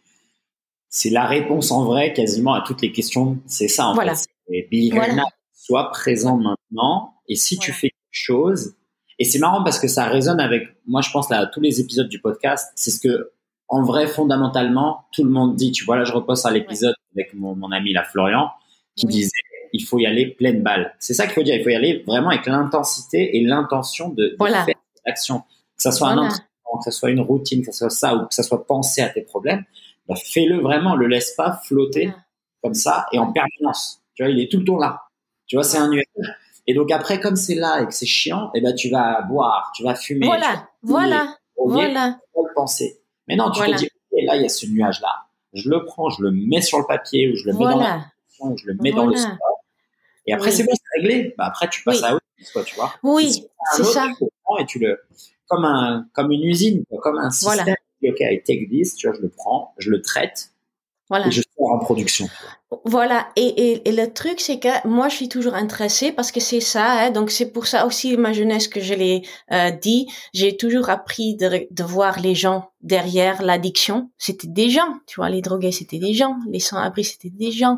c'est la réponse en vrai quasiment à toutes les questions. C'est ça, en fait. C'est be here now. Sois présent maintenant. Et si tu fais quelque chose, et c'est marrant parce que ça résonne avec, moi, je pense, là, tous les épisodes du podcast, c'est ce que, en vrai, fondamentalement, tout le monde dit. Tu vois, là, je repasse à l'épisode avec mon ami, là, Florian, qui disait, il faut y aller pleine balle. C'est ça qu'il faut dire. Il faut y aller vraiment avec l'intensité et l'intention de faire l'action. Que ça soit un entraînement, que ça soit une routine, que ça soit ça, ou que ça soit penser à tes problèmes. Bah, fais-le vraiment, le laisse pas flotter comme ça et en permanence. Tu vois, il est tout le temps là. Tu vois, c'est un nuage. Et donc après, comme c'est là et que c'est chiant, eh ben tu vas boire, tu vas fumer. Voilà. Tu vas le penser. Mais non, tu te dis, okay, là, il y a ce nuage-là. Je le prends, je le mets sur le papier ou je le mets dans la ou je le mets dans le sport. Et après, c'est bon, c'est réglé. Bah, après, tu passes à autre chose, tu vois. Oui, c'est ça. Tu le prends et tu le, comme une usine, quoi, comme un système. OK, I take this, tu vois, je le prends, je le traite et je sors en production. Voilà. Et le truc, c'est que moi, je suis toujours intéressée parce que c'est ça, hein. Donc, c'est pour ça aussi, ma jeunesse, que je l'ai dit, j'ai toujours appris de voir les gens derrière l'addiction. C'était des gens, tu vois, les drogués, c'était des gens, les sans-abri, c'était des gens.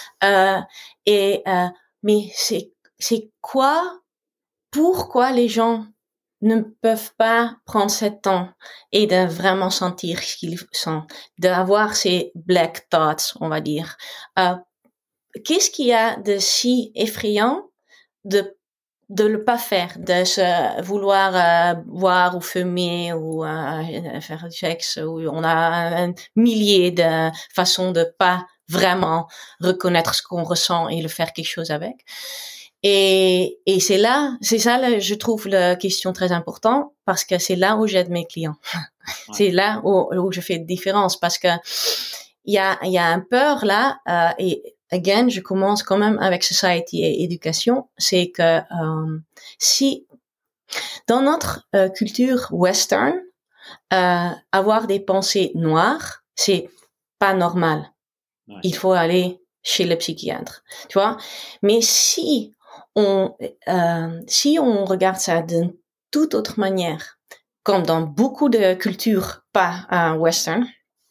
Mais c'est pourquoi les gens ne peuvent pas prendre ce temps et de vraiment sentir ce qu'ils sentent, d'avoir ces black thoughts, on va dire. Qu'est-ce qu'il y a de si effrayant de de le pas faire, de se vouloir boire ou fumer ou faire du sexe, où on a un millier de façons de pas vraiment reconnaître ce qu'on ressent et le faire quelque chose avec. Et c'est ça, je trouve la question très importante parce que c'est là où j'aide mes clients. Ouais. C'est là où je fais une différence parce que il y a un peur là, et again, je commence quand même avec society et éducation, c'est que si dans notre culture western, avoir des pensées noires, c'est pas normal. Ouais. Il faut aller chez le psychiatre, tu vois. Mais si on regarde ça d'une toute autre manière, comme dans beaucoup de cultures pas western,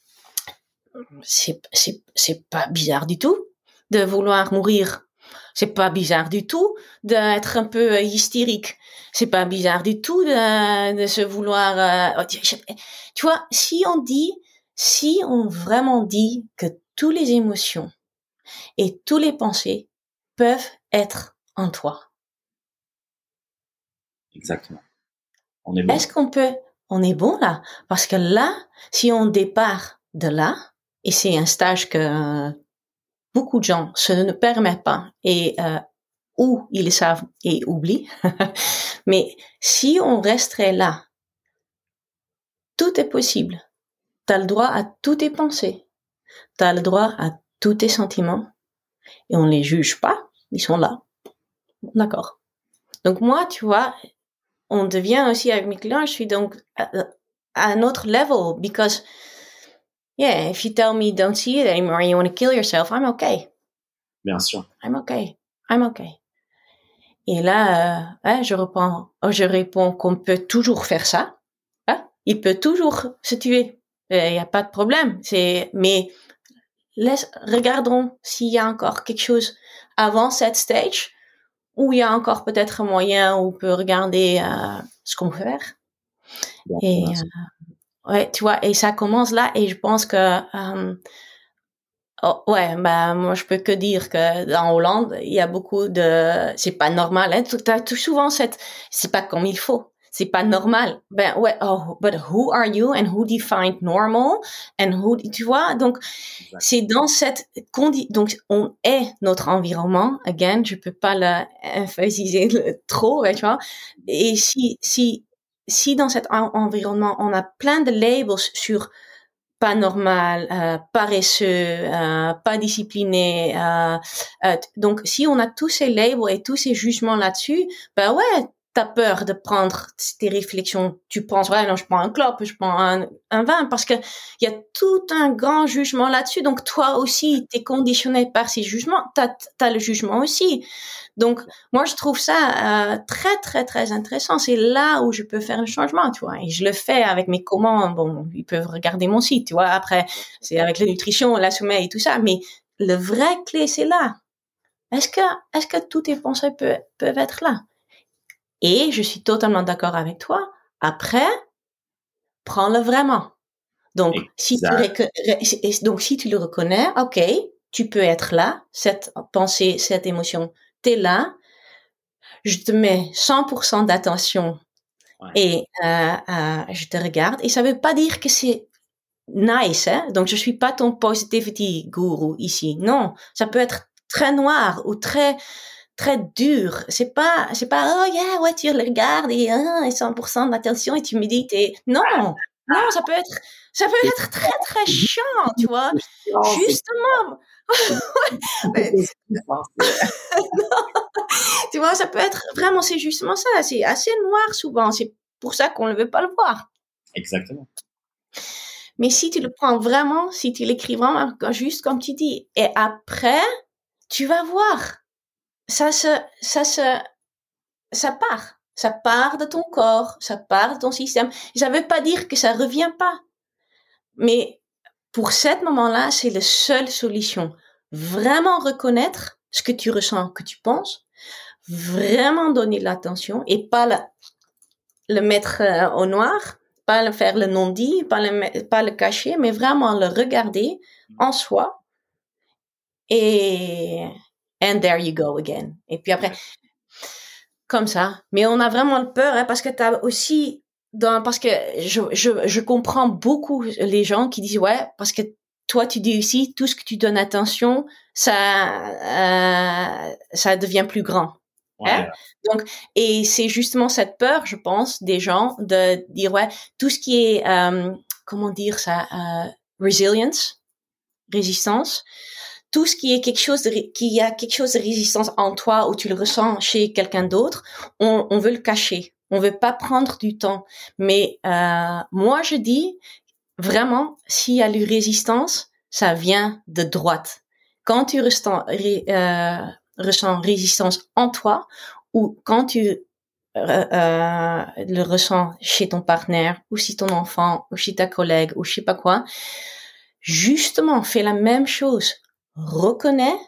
c'est pas bizarre du tout de vouloir mourir. C'est pas bizarre du tout d'être un peu hystérique. C'est pas bizarre du tout de se vouloir. Tu vois, si on vraiment dit que toutes les émotions et tous les pensées peuvent être en toi. Exactement. On est bon. Est-ce on est bon là? Parce que là, si on départ de là, et c'est un stage que beaucoup de gens se ne permettent pas et ou ils le savent et oublient, mais si on resterait là, tout est possible. T'as le droit à toutes tes pensées, t'as le droit à tous tes sentiments, et on les juge pas, ils sont là. D'accord. Donc moi, tu vois, on devient aussi avec mes clients, je suis donc à un autre level, because yeah, if you tell me don't see it anymore and you want to kill yourself, I'm okay. Bien sûr. I'm okay. Et là, je réponds qu'on peut toujours faire ça. Hein? Il peut toujours se tuer. Il n'y a pas de problème. Mais regardons s'il y a encore quelque chose avant cette stage où il y a encore peut-être un moyen où on peut regarder ce qu'on peut faire. Bien, et ouais, tu vois, et ça commence là. Et je pense que moi je peux que dire que en Hollande, il y a beaucoup de, c'est pas normal, hein. T'as tout souvent c'est pas comme il faut. C'est pas normal. But who are you and who defined normal and who, tu vois, donc, exactement. C'est dans cette donc, on est notre environnement. Again, je peux pas l'emphasiser trop, tu vois. Et si dans cet environnement, on a plein de labels sur pas normal, paresseux, pas discipliné. Donc, si on a tous ces labels et tous ces jugements là-dessus, t'as peur de prendre tes réflexions. Tu penses, non, je prends un clope, je prends un vin, parce que il y a tout un grand jugement là-dessus. Donc, toi aussi, t'es conditionné par ces jugements. T'as le jugement aussi. Donc, moi, je trouve ça très, très, très intéressant. C'est là où je peux faire le changement, tu vois. Et je le fais avec mes commandes. Bon, ils peuvent regarder mon site, tu vois. Après, c'est avec la nutrition, la sommeil et tout ça. Mais le vrai clé, c'est là. Est-ce que toutes tes pensées peuvent être là? Et je suis totalement d'accord avec toi. Après, prends-le vraiment. Donc, si tu le reconnais, ok, tu peux être là, cette pensée, cette émotion, t'es là. Je te mets 100% d'attention et je te regarde. Et ça veut pas dire que c'est nice, hein. Donc, je suis pas ton positivity guru ici. Non, ça peut être très noir ou très très dur. C'est pas, oh yeah, ouais, tu le regardes et 100% d'attention et tu médites et non, ça peut être très, très chiant, tu vois. Justement. Tu vois, ça peut être vraiment, c'est justement ça. C'est assez noir souvent. C'est pour ça qu'on ne veut pas le voir. Exactement. Mais si tu le prends vraiment, si tu l'écris vraiment, juste comme tu dis, et après, tu vas voir. Ça part de ton corps, ça part de ton système. Ça veut pas dire que ça revient pas. Mais pour ce moment-là, c'est la seule solution. Vraiment reconnaître ce que tu ressens, que tu penses, vraiment donner de l'attention et pas le mettre au noir, pas le faire le non-dit, pas le cacher, mais vraiment le regarder en soi. And there you go again. Et puis après, comme ça. Mais on a vraiment peur, hein, parce que t'as aussi parce que je comprends beaucoup les gens qui disent ouais, parce que toi tu dis aussi tout ce que tu donnes attention, ça devient plus grand. Ouais. Hein? Donc, et c'est justement cette peur, je pense, des gens de dire ouais, tout ce qui est comment dire ça, résistance, tout ce qui est quelque chose qui a quelque chose de résistance en toi ou tu le ressens chez quelqu'un d'autre, on veut le cacher. On veut pas prendre du temps. Mais moi, je dis vraiment, s'il y a une résistance, ça vient de droite. Quand tu ressens résistance en toi ou quand tu le ressens chez ton partenaire ou chez ton enfant ou chez ta collègue ou je sais pas quoi, justement, fais la même chose. Reconnais,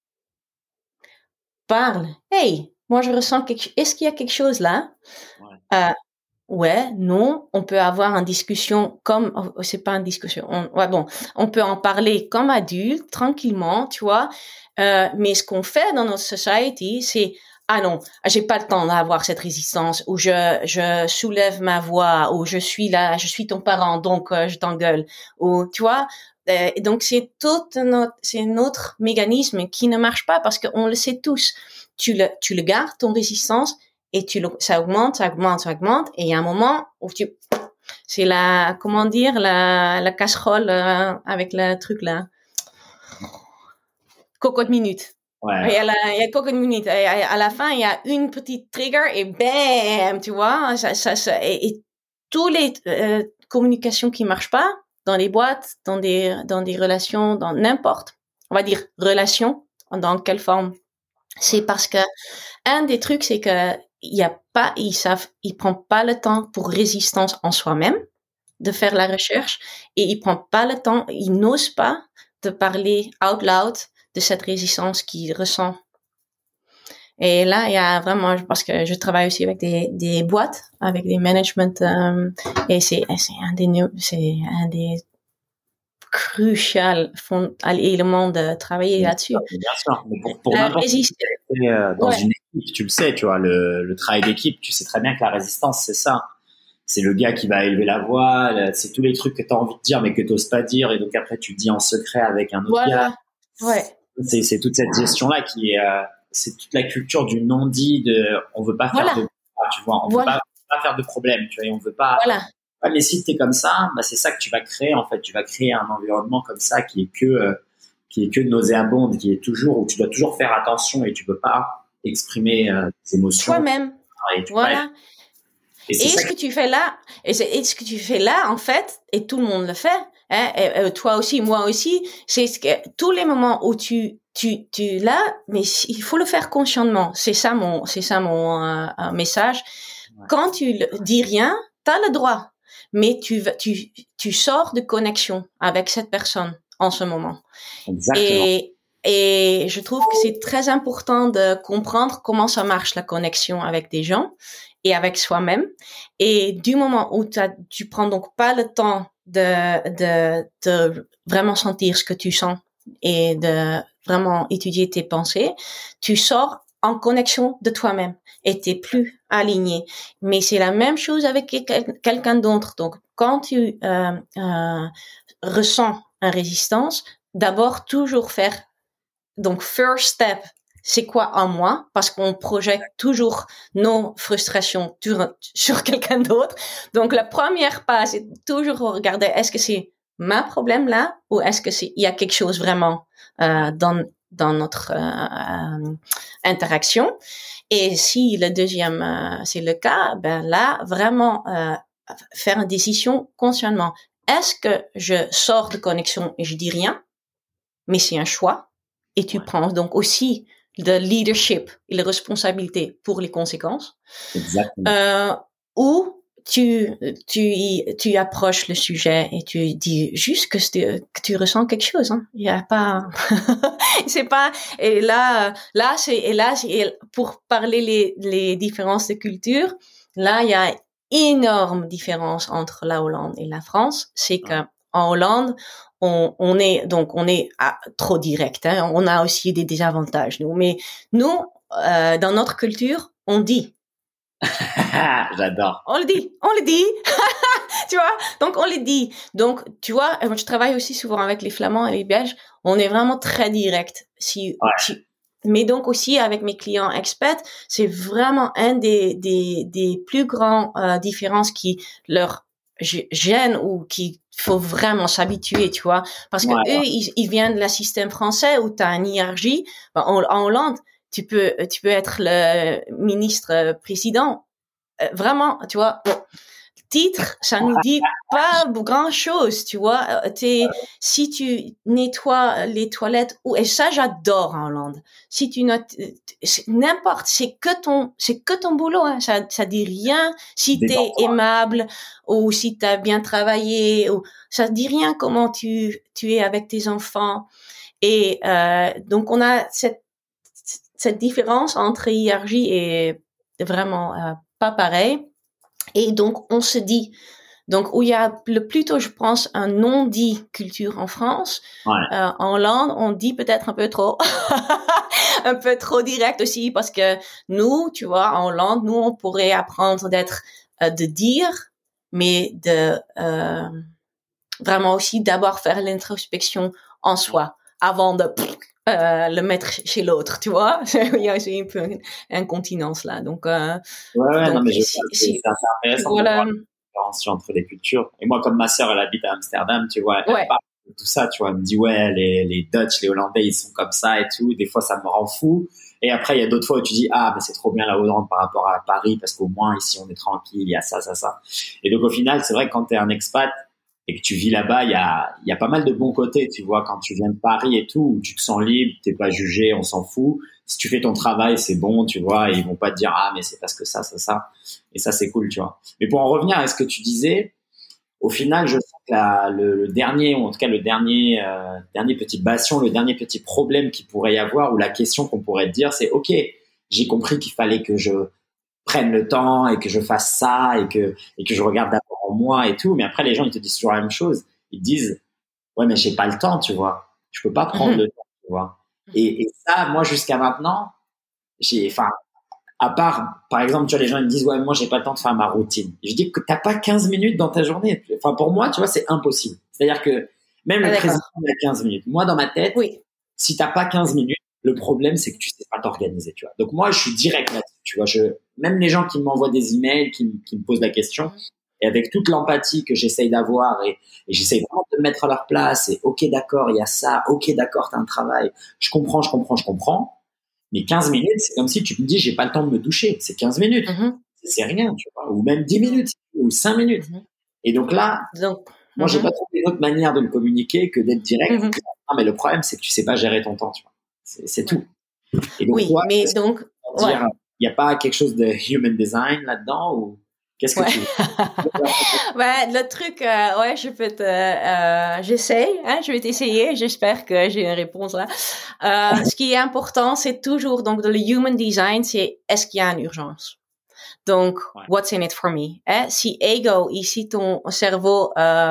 parle. Hey, moi je ressens est-ce qu'il y a quelque chose là? Ouais, non, on peut avoir une discussion comme, c'est pas une discussion, on peut en parler comme adulte, tranquillement, tu vois, mais ce qu'on fait dans notre société, c'est, ah non, j'ai pas le temps d'avoir cette résistance, ou je soulève ma voix, ou je suis là, je suis ton parent, donc je t'engueule, ou, tu vois, donc c'est un autre mécanisme qui ne marche pas parce qu'on le sait tous. Tu le gardes, ton résistance, et ça augmente, et il y a un moment où c'est comment dire, la casserole avec le truc là, cocotte minute. Ouais. Il y a cocotte minute. Et à la fin, il y a une petite trigger et bam, tu vois, et tous les communications qui marchent pas dans les boîtes, dans des relations, dans n'importe, on va dire relations, dans quelle forme, c'est parce que un des trucs, c'est que il prend pas le temps pour résistance en soi-même de faire la recherche et il prend pas le temps, il n'ose pas de parler out loud de cette résistance qu'il ressent. Et là, il y a vraiment, parce que je travaille aussi avec des boîtes, avec des managements, et c'est un des crucial élément de travailler là-dessus. Bien sûr, mais pour n'importe qui dans une équipe, tu le sais, tu vois, le travail d'équipe, tu sais très bien que la résistance, c'est ça. C'est le gars qui va élever la voix, c'est tous les trucs que tu as envie de dire mais que tu n'oses pas dire et donc après tu dis en secret avec un autre gars. Ouais. C'est toute cette gestion-là qui est, c'est toute la culture du non-dit, on veut pas faire de, tu vois, on veut pas faire de problème, tu vois, et on veut pas. Mais si t'es comme ça, bah c'est ça que tu vas créer en fait. Tu vas créer un environnement comme ça qui est que nauséabonde, qui est toujours où tu dois toujours faire attention et tu peux pas exprimer tes émotions. Toi-même. Voilà. Et ce que tu fais là, en fait, et tout le monde le fait, hein, et toi aussi, moi aussi, c'est ce que tous les moments où tu là, mais il faut le faire consciemment. C'est ça mon message. Ouais. Quand tu dis rien, t'as le droit. Mais tu sors de connexion avec cette personne en ce moment. Exactement. Et je trouve que c'est très important de comprendre comment ça marche la connexion avec des gens et avec soi-même. Et du moment où tu prends donc pas le temps de vraiment sentir ce que tu sens et de vraiment étudier tes pensées, tu sors en connexion de toi-même et t'es plus aligné. Mais c'est la même chose avec quelqu'un d'autre. Donc, quand tu ressens une résistance, d'abord toujours faire donc first step. C'est quoi en moi? Parce qu'on projette toujours nos frustrations sur quelqu'un d'autre. Donc, la première pas, c'est toujours regarder est-ce que c'est ma problème là ou est-ce que il y a quelque chose vraiment dans notre interaction. Et si le deuxième c'est le cas, ben là vraiment faire une décision consciemment. Est-ce que je sors de connexion et je dis rien, mais c'est un choix et tu prends donc aussi le leadership et la responsabilité pour les conséquences. Exactement. Ou tu approches le sujet et tu dis juste que tu ressens quelque chose, hein. Il y a pas, c'est pas, et là, pour parler les différences de culture, là, il y a énorme différence entre la Hollande et la France. C'est que en Hollande, on est trop direct, hein. On a aussi des désavantages, nous. Mais nous, dans notre culture, on dit. J'adore. On le dit. Tu vois? Donc, on le dit. Donc, tu vois, je travaille aussi souvent avec les Flamands et les Belges. On est vraiment très direct. Mais donc aussi avec mes clients expats, c'est vraiment un des plus grands différences qui leur gênent ou qui faut vraiment s'habituer, tu vois, parce que eux ils viennent de la système français où tu as une hiérarchie. En Hollande, tu peux être le ministre président. Vraiment, tu vois, titre, ça nous dit pas grand chose, tu vois. Si tu nettoies les toilettes, et ça j'adore en Hollande. Si tu n'importe, c'est que ton boulot, hein. Ça dit rien si t'es aimable ou si t'as bien travaillé, ou ça dit rien comment tu es avec tes enfants. Et donc on a cette différence entre hiérarchie et vraiment pas pareil. Et donc, on se dit, donc où il y a plutôt, je pense, un non-dit culture en France. En Hollande, on dit peut-être un peu trop, un peu trop direct aussi, parce que nous, tu vois, en Hollande, nous, on pourrait apprendre de dire, mais de vraiment aussi d'abord faire l'introspection en soi, avant de le mettre chez l'autre, tu vois. Il y a aussi un peu une incontinence là. Donc, non, mais c'est intéressant de voir la différence entre les cultures. Et moi, comme ma sœur, elle habite à Amsterdam, tu vois, elle parle de tout ça, tu vois, elle me dit, les Dutch, les Hollandais, ils sont comme ça et tout. Des fois, ça me rend fou. Et après, il y a d'autres fois où tu dis, mais c'est trop bien la Hollande par rapport à Paris, parce qu'au moins, ici, on est tranquille, il y a ça. Et donc, au final, c'est vrai que quand t'es un expat, et que tu vis là-bas, il y a pas mal de bons côtés, tu vois, quand tu viens de Paris et tout, où tu te sens libre, t'es pas jugé, on s'en fout. Si tu fais ton travail, c'est bon, tu vois, et ils vont pas te dire, mais c'est parce que ça. Et ça, c'est cool, tu vois. Mais pour en revenir à ce que tu disais, au final, je sens que le dernier, ou en tout cas le dernier petit bastion, le dernier petit problème qu'il pourrait y avoir, ou la question qu'on pourrait te dire, c'est, OK, j'ai compris qu'il fallait que je prenne le temps et que je fasse ça et que je regarde d'abord en moi et tout. Mais après, les gens, ils te disent toujours la même chose. Ils te disent, ouais, mais j'ai pas le temps, tu vois. Je peux pas prendre le temps, tu vois. Et ça, moi, jusqu'à maintenant, à part, par exemple, tu vois, les gens, ils me disent, ouais, moi, j'ai pas le temps de faire ma routine. Et je dis que t'as pas 15 minutes dans ta journée. Enfin, pour moi, tu vois, c'est impossible. C'est-à-dire que même le président a 15 minutes. Moi, dans ma tête, si t'as pas 15 minutes, le problème, c'est que tu sais pas t'organiser, tu vois. Donc, moi, je suis direct là-dessus, tu vois. Même les gens qui m'envoient des emails, qui me posent la question, et avec toute l'empathie que j'essaye d'avoir, et j'essaye vraiment de me mettre à leur place, et ok, d'accord, il y a ça, ok, d'accord, t'as un travail, je comprends, mais 15 minutes, c'est comme si tu me dis, j'ai pas le temps de me doucher, c'est 15 minutes, c'est rien, tu vois, ou même 10 minutes, ou 5 minutes. Et donc là, moi, j'ai pas trouvé une autre manière de le communiquer que d'être direct. Non, mais le problème, c'est que tu sais pas gérer ton temps, tu vois. C'est tout. Et donc, toi, il n'y a pas quelque chose de human design là-dedans, ou qu'est-ce que tu veux? Le truc, je peux j'essaye, hein, je vais t'essayer, j'espère que j'ai une réponse là. Ce qui est important, c'est toujours, donc, dans le human design, c'est est-ce qu'il y a une urgence? Donc, what's in it for me? Si ego, ici, ton cerveau,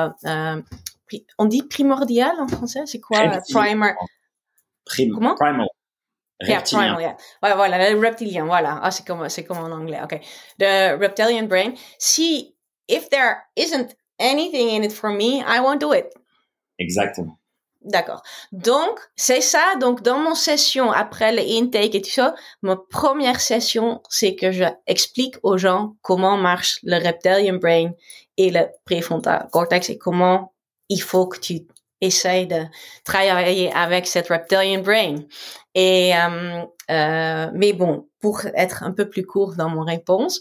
on dit primordial en français, c'est quoi? Primal. Comment? Primal. Reptilien. Ouais, voilà, le reptilien, voilà. C'est comme en anglais, ok. The reptilian brain. If there isn't anything in it for me, I won't do it. Exactement. D'accord. Donc, c'est ça. Donc, dans mon session, après le intake et tout ça, ma première session, c'est que je explique aux gens comment marche le reptilian brain et le préfrontal cortex et comment il faut que tu essayes de travailler avec cette reptilian brain. Et mais bon, pour être un peu plus court dans mon réponse,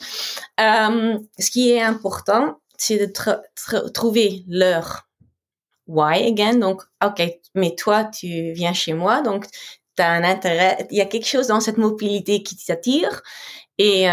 ce qui est important, c'est de trouver leur why again. Donc, ok, mais toi, tu viens chez moi, donc t'as un intérêt. Il y a quelque chose dans cette mobilité qui t'attire. Et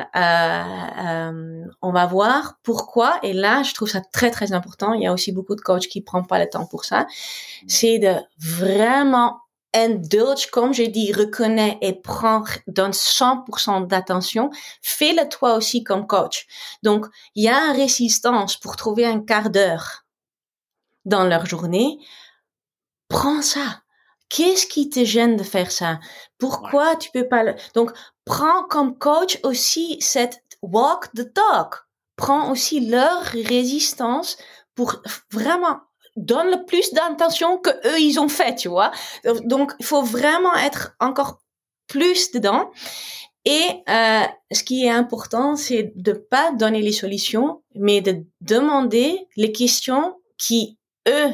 on va voir pourquoi. Et là, je trouve ça très, très important. Il y a aussi beaucoup de coachs qui prennent pas le temps pour ça. C'est de vraiment indulge, comme j'ai dit, reconnais et donne 100% d'attention. Fais-le toi aussi comme coach. Donc, il y a une résistance pour trouver un quart d'heure dans leur journée. Prends ça. Qu'est-ce qui te gêne de faire ça? Pourquoi tu peux pas donc, prends comme coach aussi cette walk the talk. Prends aussi leur résistance pour vraiment donne le plus d'intention que eux ils ont fait, tu vois. Donc il faut vraiment être encore plus dedans. Et ce qui est important, c'est de pas donner les solutions, mais de demander les questions qui eux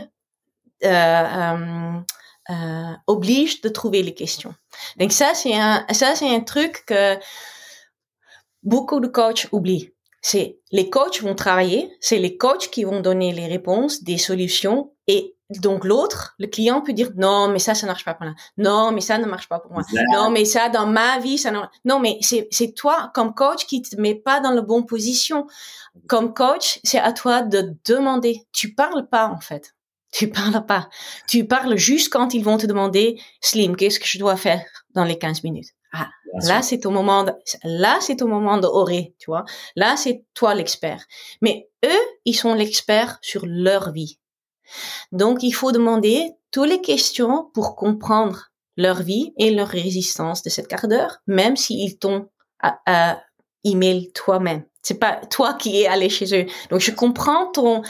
obligent de trouver les questions. Donc ça c'est un truc que beaucoup de coachs oublient. C'est les coachs vont travailler, c'est les coachs qui vont donner les réponses, des solutions, et donc l'autre, le client peut dire non mais ça ne marche pas pour moi, non mais ça ne marche pas pour moi, non mais ça dans ma vie ça non mais c'est toi comme coach qui te met pas dans la bonne position. Comme coach, c'est à toi de demander. Tu parles pas en fait. Tu parles pas. Tu parles juste quand ils vont te demander Slim, qu'est-ce que je dois faire dans les 15 minutes. Ah, là c'est au moment de orer, tu vois. Là c'est toi l'expert. Mais eux, ils sont l'expert sur leur vie. Donc il faut demander toutes les questions pour comprendre leur vie et leur résistance de cette quart d'heure, même s'ils t'ont email toi-même. C'est pas toi qui es allé chez eux. Donc je comprends ton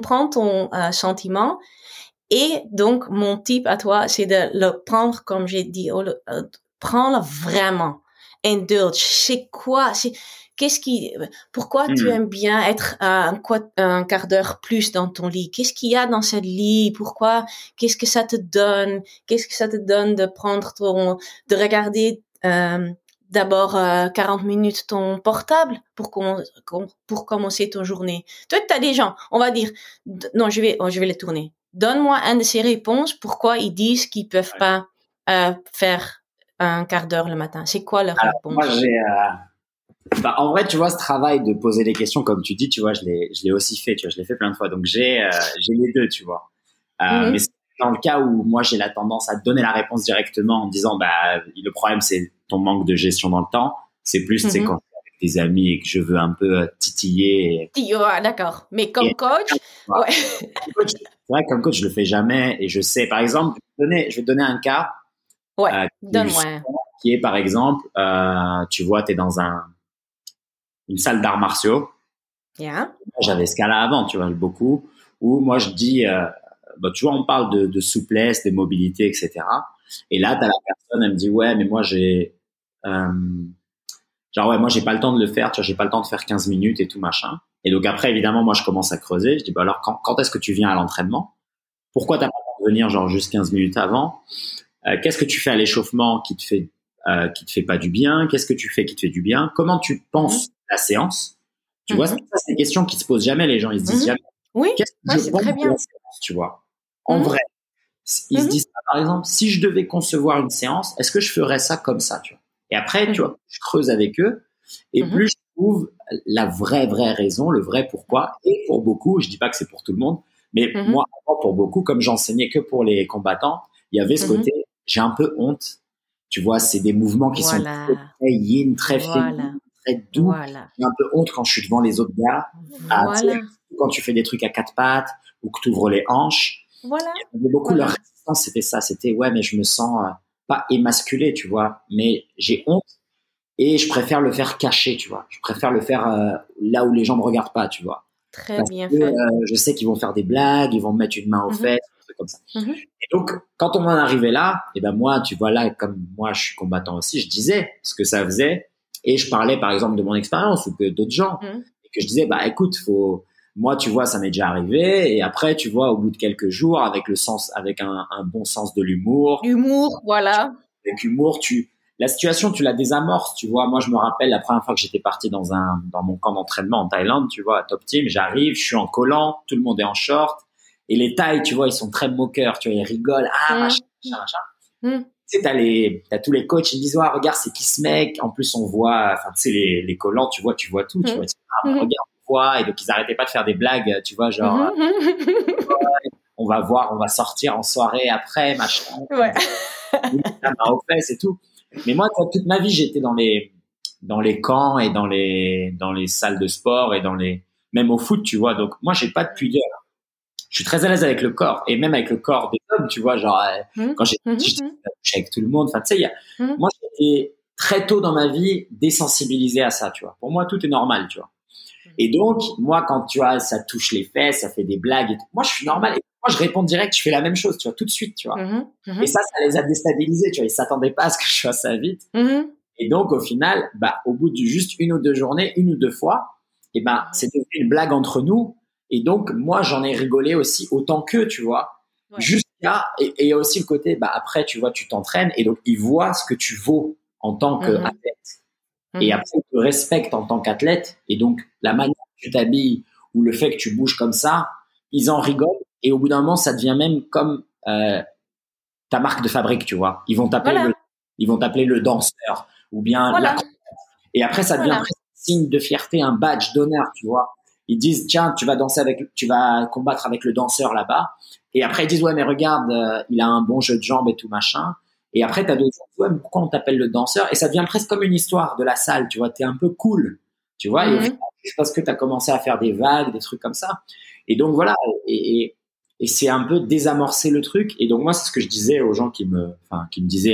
sentiment. Et donc mon tip à toi, c'est de le prendre comme j'ai dit, prends-le vraiment. Indulge. C'est quoi? Pourquoi tu aimes bien être un quart d'heure plus dans ton lit? Qu'est-ce qu'il y a dans ce lit? Pourquoi? Qu'est-ce que ça te donne? Qu'est-ce que ça te donne de de regarder, d'abord 40 minutes ton portable pour commencer ton journée. Toi, tu as des gens, on va dire, non, je vais les tourner. Donne-moi un de ces réponses, pourquoi ils disent qu'ils peuvent pas faire un quart d'heure le matin. C'est quoi leur réponse? Moi, en vrai, tu vois, ce travail de poser des questions, comme tu dis, tu vois, je l'ai aussi fait, tu vois, je l'ai fait plein de fois. Donc, j'ai les deux, tu vois. Mais c'est dans le cas où moi, j'ai la tendance à donner la réponse directement en disant, le problème, c'est ton manque de gestion dans le temps. C'est plus, c'est quand t'es avec tes amis et que je veux un peu titiller. D'accord. Mais comme coach, ouais. C'est vrai que comme coach, je le fais jamais et je sais, par exemple, je vais te donner un cas. Ouais, donne-moi. Qui est, par exemple, tu vois, t'es dans une salle d'arts martiaux. Yeah. J'avais ce cas-là avant, tu vois, beaucoup, où moi je dis, tu vois, on parle de souplesse, de mobilité, etc. Et là, t'as la personne, elle me dit, ouais, mais moi j'ai, moi j'ai pas le temps de le faire, tu vois, j'ai pas le temps de faire 15 minutes et tout machin. Et donc après, évidemment, moi je commence à creuser. Je dis, alors quand est-ce que tu viens à l'entraînement? Pourquoi t'as pas le temps de venir genre juste 15 minutes avant? Qu'est-ce que tu fais à l'échauffement qui te fait pas du bien? Qu'est-ce que tu fais qui te fait du bien? Comment tu penses la séance? Tu vois, ça, c'est des questions qui se posent jamais, les gens. Ils se disent jamais. Oui, qu'est-ce que je pense très bien. de la séance, tu vois? En vrai. Ils se disent ça, par exemple, si je devais concevoir une séance, est-ce que je ferais ça comme ça, tu vois? Et après, tu vois, je creuse avec eux et plus je trouve la vraie raison, le vrai pourquoi. Et pour beaucoup, je dis pas que c'est pour tout le monde, mais moi, pour beaucoup, comme j'enseignais que pour les combattants, il y avait ce côté, j'ai un peu honte. Tu vois, c'est des mouvements qui sont très yin, très féminins, très doux. J'ai un peu honte quand je suis devant les autres gars. Quand tu fais des trucs à quatre pattes ou que tu ouvres les hanches. Beaucoup leur résistance, c'était ça. C'était, ouais, mais je me sens pas émasculé, tu vois. Mais j'ai honte et je préfère le faire caché, tu vois. Je préfère le faire là où les gens me regardent pas, tu vois. Parce bien fait. Je sais qu'ils vont faire des blagues, ils vont me mettre une main aux fesses, un truc comme ça. Et donc, quand on en arrivait là, et ben moi, tu vois là, comme moi, je suis combattant aussi, je disais ce que ça faisait et je parlais, par exemple, de mon expérience ou que d'autres gens et que je disais, écoute, moi, tu vois, ça m'est déjà arrivé et après, tu vois, au bout de quelques jours, avec un bon sens de l'humour. Voilà. Avec humour, la situation, tu la désamorces, tu vois. Moi, je me rappelle la première fois que j'étais parti dans mon camp d'entraînement en Thaïlande, tu vois, à Top Team, j'arrive, je suis en collant, tout le monde est en short, et les Thaïs, tu vois, ils sont très moqueurs, tu vois, ils rigolent, machin. Tu sais, t'as tous les coachs, ils disent, regarde, c'est qui ce mec? En plus, on voit, enfin, tu sais, les collants, tu vois tout, tu vois. Regarde, on voit, et donc ils arrêtaient pas de faire des blagues, tu vois, genre, on va sortir en soirée après, machin. Ouais. La main aux fesses et tout. Mais moi, toute ma vie, j'étais dans les camps et dans les salles de sport et même au foot, tu vois. Donc, moi, j'ai pas de pudeur. Je suis très à l'aise avec le corps et même avec le corps des hommes, tu vois. Genre, quand j'étais avec tout le monde. Enfin, tu sais, moi, très tôt dans ma vie désensibilisé à ça, tu vois. Pour moi, tout est normal, tu vois. Et donc, moi, quand tu vois, ça touche les fesses, ça fait des blagues et tout, moi, je suis normal. Et moi, je réponds direct, je fais la même chose, tu vois, tout de suite, tu vois. Et ça les a déstabilisés, tu vois. Ils s'attendaient pas à ce que je fasse ça vite. Et donc, au final, au bout de juste 1 ou 2 journées, 1 ou 2 fois, et c'est devenu une blague entre nous. Et donc, moi, j'en ai rigolé aussi autant qu'eux, tu vois. Ouais. Jusqu'à, et il y a aussi le côté, après, tu vois, tu t'entraînes et donc, ils voient ce que tu vaux en tant qu'athlète. Et après, ils te respectent en tant qu'athlète. Et donc, la manière que tu t'habilles ou le fait que tu bouges comme ça, ils en rigolent. Et au bout d'un moment, ça devient même comme ta marque de fabrique, tu vois. Ils vont t'appeler le danseur ou bien et après, ça devient presque un signe de fierté, un badge d'honneur, tu vois. Ils disent, tiens, tu vas combattre avec le danseur là-bas. Et après, ils disent, ouais, mais regarde, il a un bon jeu de jambes et tout machin. Et après, t'as d'autres gens, ouais, mais pourquoi on t'appelle le danseur? Et ça devient presque comme une histoire de la salle, tu vois. T'es un peu cool, tu vois. Et au final, c'est parce que t'as commencé à faire des vagues, des trucs comme ça. Et donc, voilà. Et c'est un peu désamorcer le truc. Et donc, moi, c'est ce que je disais aux gens qui me disaient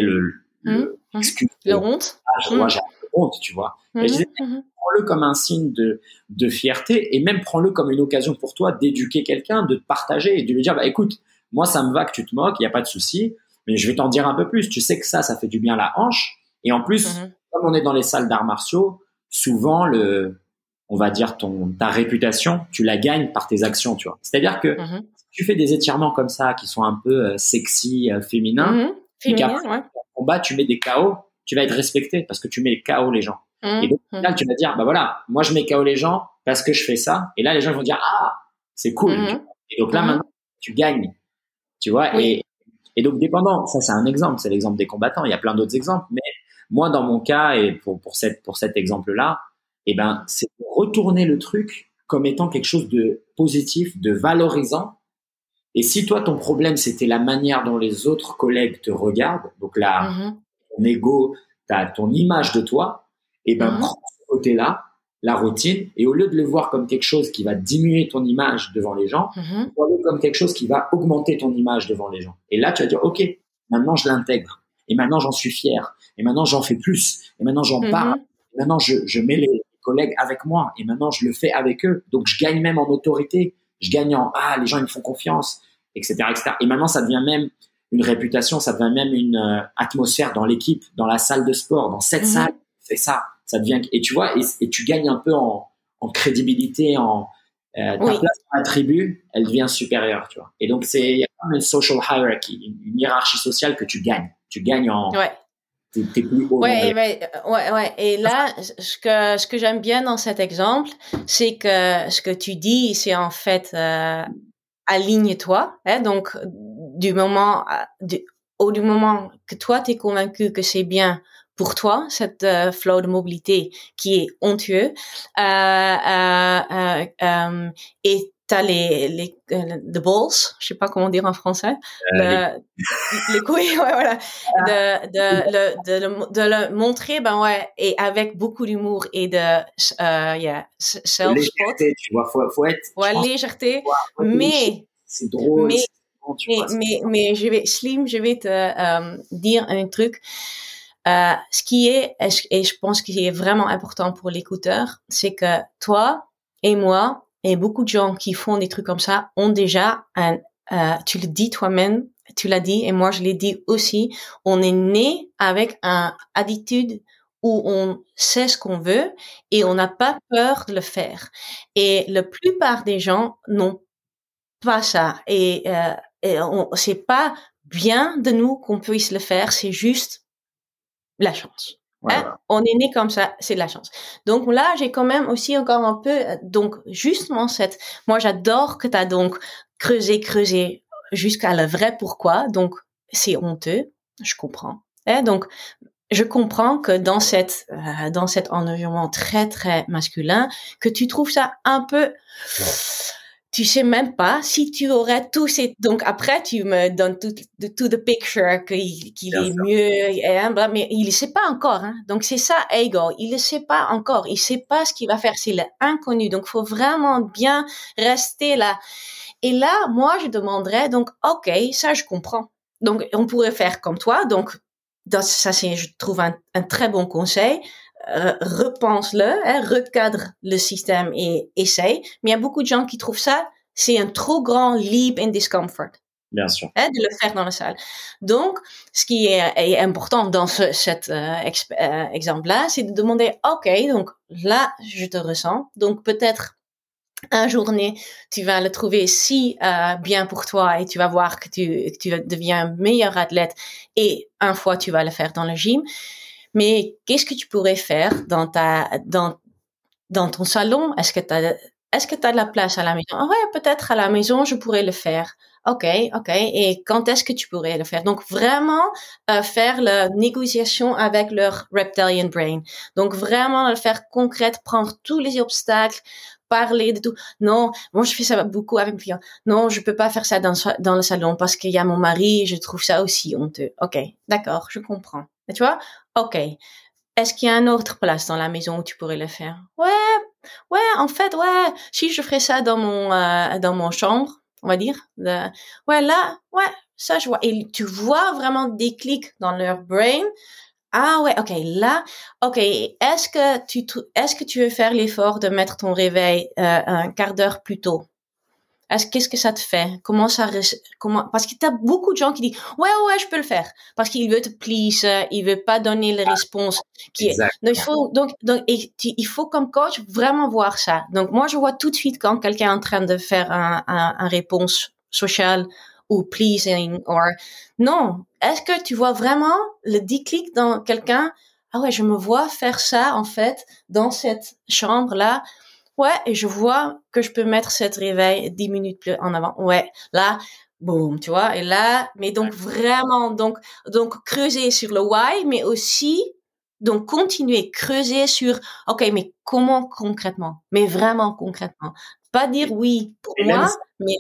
le honte. Moi, j'ai un peu honte, tu vois. Et je disais, prends-le comme un signe de fierté et même prends-le comme une occasion pour toi d'éduquer quelqu'un, de te partager et de lui dire, écoute, moi, ça me va que tu te moques, il n'y a pas de souci, mais je vais t'en dire un peu plus. Tu sais que ça fait du bien à la hanche. Et en plus, comme on est dans les salles d'arts martiaux, souvent, on va dire ta réputation, tu la gagnes par tes actions, tu vois. C'est-à-dire que si tu fais des étirements comme ça, qui sont un peu sexy, féminins, et qu'après, en combat, tu mets des KO, tu vas être respecté parce que tu mets KO les gens. Et donc, au final, tu vas dire, voilà, moi, je mets KO les gens parce que je fais ça. Et là, les gens vont dire, c'est cool. Et donc là, maintenant, tu gagnes, tu vois. Oui. Et donc, dépendant, ça, c'est un exemple, c'est l'exemple des combattants. Il y a plein d'autres exemples. Mais moi, dans mon cas, et pour cet exemple-là, c'est de retourner le truc comme étant quelque chose de positif, de valorisant. Et si toi, ton problème, c'était la manière dont les autres collègues te regardent, donc là, ton ego, ton image de toi, prends ce côté-là, la routine, et au lieu de le voir comme quelque chose qui va diminuer ton image devant les gens, vois-le comme quelque chose qui va augmenter ton image devant les gens. Et là, tu vas dire, OK, maintenant je l'intègre, et maintenant j'en suis fier, et maintenant j'en fais plus, et maintenant j'en parle, et maintenant je mets les collègues avec moi, et maintenant je le fais avec eux, donc je gagne même en autorité, je gagne en les gens ils me font confiance, etc., etc. Et maintenant ça devient même une réputation, ça devient même une atmosphère dans l'équipe, dans la salle de sport, dans cette salle, c'est ça. Ça devient, et tu vois, et tu gagnes un peu en crédibilité, ta place dans la tribu, elle devient supérieure, tu vois. Et donc il y a comme une social hierarchy, une hiérarchie sociale que tu gagnes. Tu gagnes en, t'es plus haut. Et là, ce que j'aime bien dans cet exemple, c'est que ce que tu dis, c'est en fait, aligne-toi, donc, du moment que toi t'es convaincu que c'est bien pour toi, cette flow de mobilité qui est onctueux, et t'as les the balls, je sais pas comment dire en français, les couilles, voilà, de le montrer, et avec beaucoup d'humour et de self-spot. Tu vois, faut être. Légèreté, mais c'est drôle. Mais je vais te dire un truc. Ce qui est, et je pense qu'il est vraiment important pour l'écouteur, c'est que toi et moi et beaucoup de gens qui font des trucs comme ça ont déjà tu le dis toi-même, tu l'as dit et moi je l'ai dit aussi, on est né avec une attitude où on sait ce qu'on veut et on n'a pas peur de le faire. Et la plupart des gens n'ont pas ça. Et c'est pas bien de nous qu'on puisse le faire, c'est juste la chance. On est né comme ça, c'est de la chance. Donc là, j'ai quand même aussi encore un peu, donc justement moi j'adore que t'as donc creusé jusqu'à le vrai pourquoi. Donc c'est honteux, je comprends. Donc je comprends que dans cet environnement très très masculin, que tu trouves ça un peu. Tu sais même pas si tu aurais tous ces... Donc après, tu me donnes tout the picture qu'il est mieux, mais il ne sait pas encore. Hein. Donc c'est ça, ego. Il ne sait pas encore. Il sait pas ce qu'il va faire. C'est l'inconnu. Donc il faut vraiment bien rester là. Et là, moi, je demanderais, donc, OK, ça, je comprends. Donc on pourrait faire comme toi. Donc ça c'est, je trouve, un très bon conseil. Repense-le, recadre le système et essaye. Mais il y a beaucoup de gens qui trouvent ça, c'est un trop grand leap in discomfort. Bien sûr. De le faire dans la salle. Donc, ce qui est important dans cet exemple-là, c'est de demander, OK, donc là, je te ressens. Donc, peut-être un journée, tu vas le trouver si bien pour toi et tu vas voir que tu deviens un meilleur athlète et un fois, tu vas le faire dans le gym. Mais qu'est-ce que tu pourrais faire dans ton salon? Est-ce que t'as de la place à la maison? Ah ouais, peut-être à la maison, je pourrais le faire. OK. Et quand est-ce que tu pourrais le faire? Donc, vraiment faire la négociation avec leur reptilian brain. Donc, vraiment le faire concrète, prendre tous les obstacles, parler de tout. Non, moi, je fais ça beaucoup avec mes clients. Non, je peux pas faire ça dans le salon parce qu'il y a mon mari et je trouve ça aussi honteux. OK, d'accord, je comprends. Et tu vois? OK. Est-ce qu'il y a une autre place dans la maison où tu pourrais le faire? Ouais, en fait, ouais. Si je ferais ça dans mon chambre, on va dire. Ça je vois. Et tu vois vraiment des clics dans leur brain. Ah ouais, ok, là, ok. Est-ce que tu veux faire l'effort de mettre ton réveil un quart d'heure plus tôt? Qu'est-ce que ça te fait? Parce que t'as beaucoup de gens qui disent, ouais, je peux le faire. Parce qu'il veut te please, il veut pas donner les réponses il faut comme coach vraiment voir ça. Donc, moi, je vois tout de suite quand quelqu'un est en train de faire un réponse sociale ou pleasing non. Est-ce que tu vois vraiment le déclic dans quelqu'un? Ah ouais, je me vois faire ça, en fait, dans cette chambre-là. Ouais, et je vois que je peux mettre cette réveil 10 minutes plus en avant. Ouais, là, boum, tu vois. Et là, mais donc vraiment, donc creuser sur le why, mais aussi, donc continuer creuser sur, ok, mais comment concrètement? Mais vraiment concrètement. Pas dire oui pour moi, mais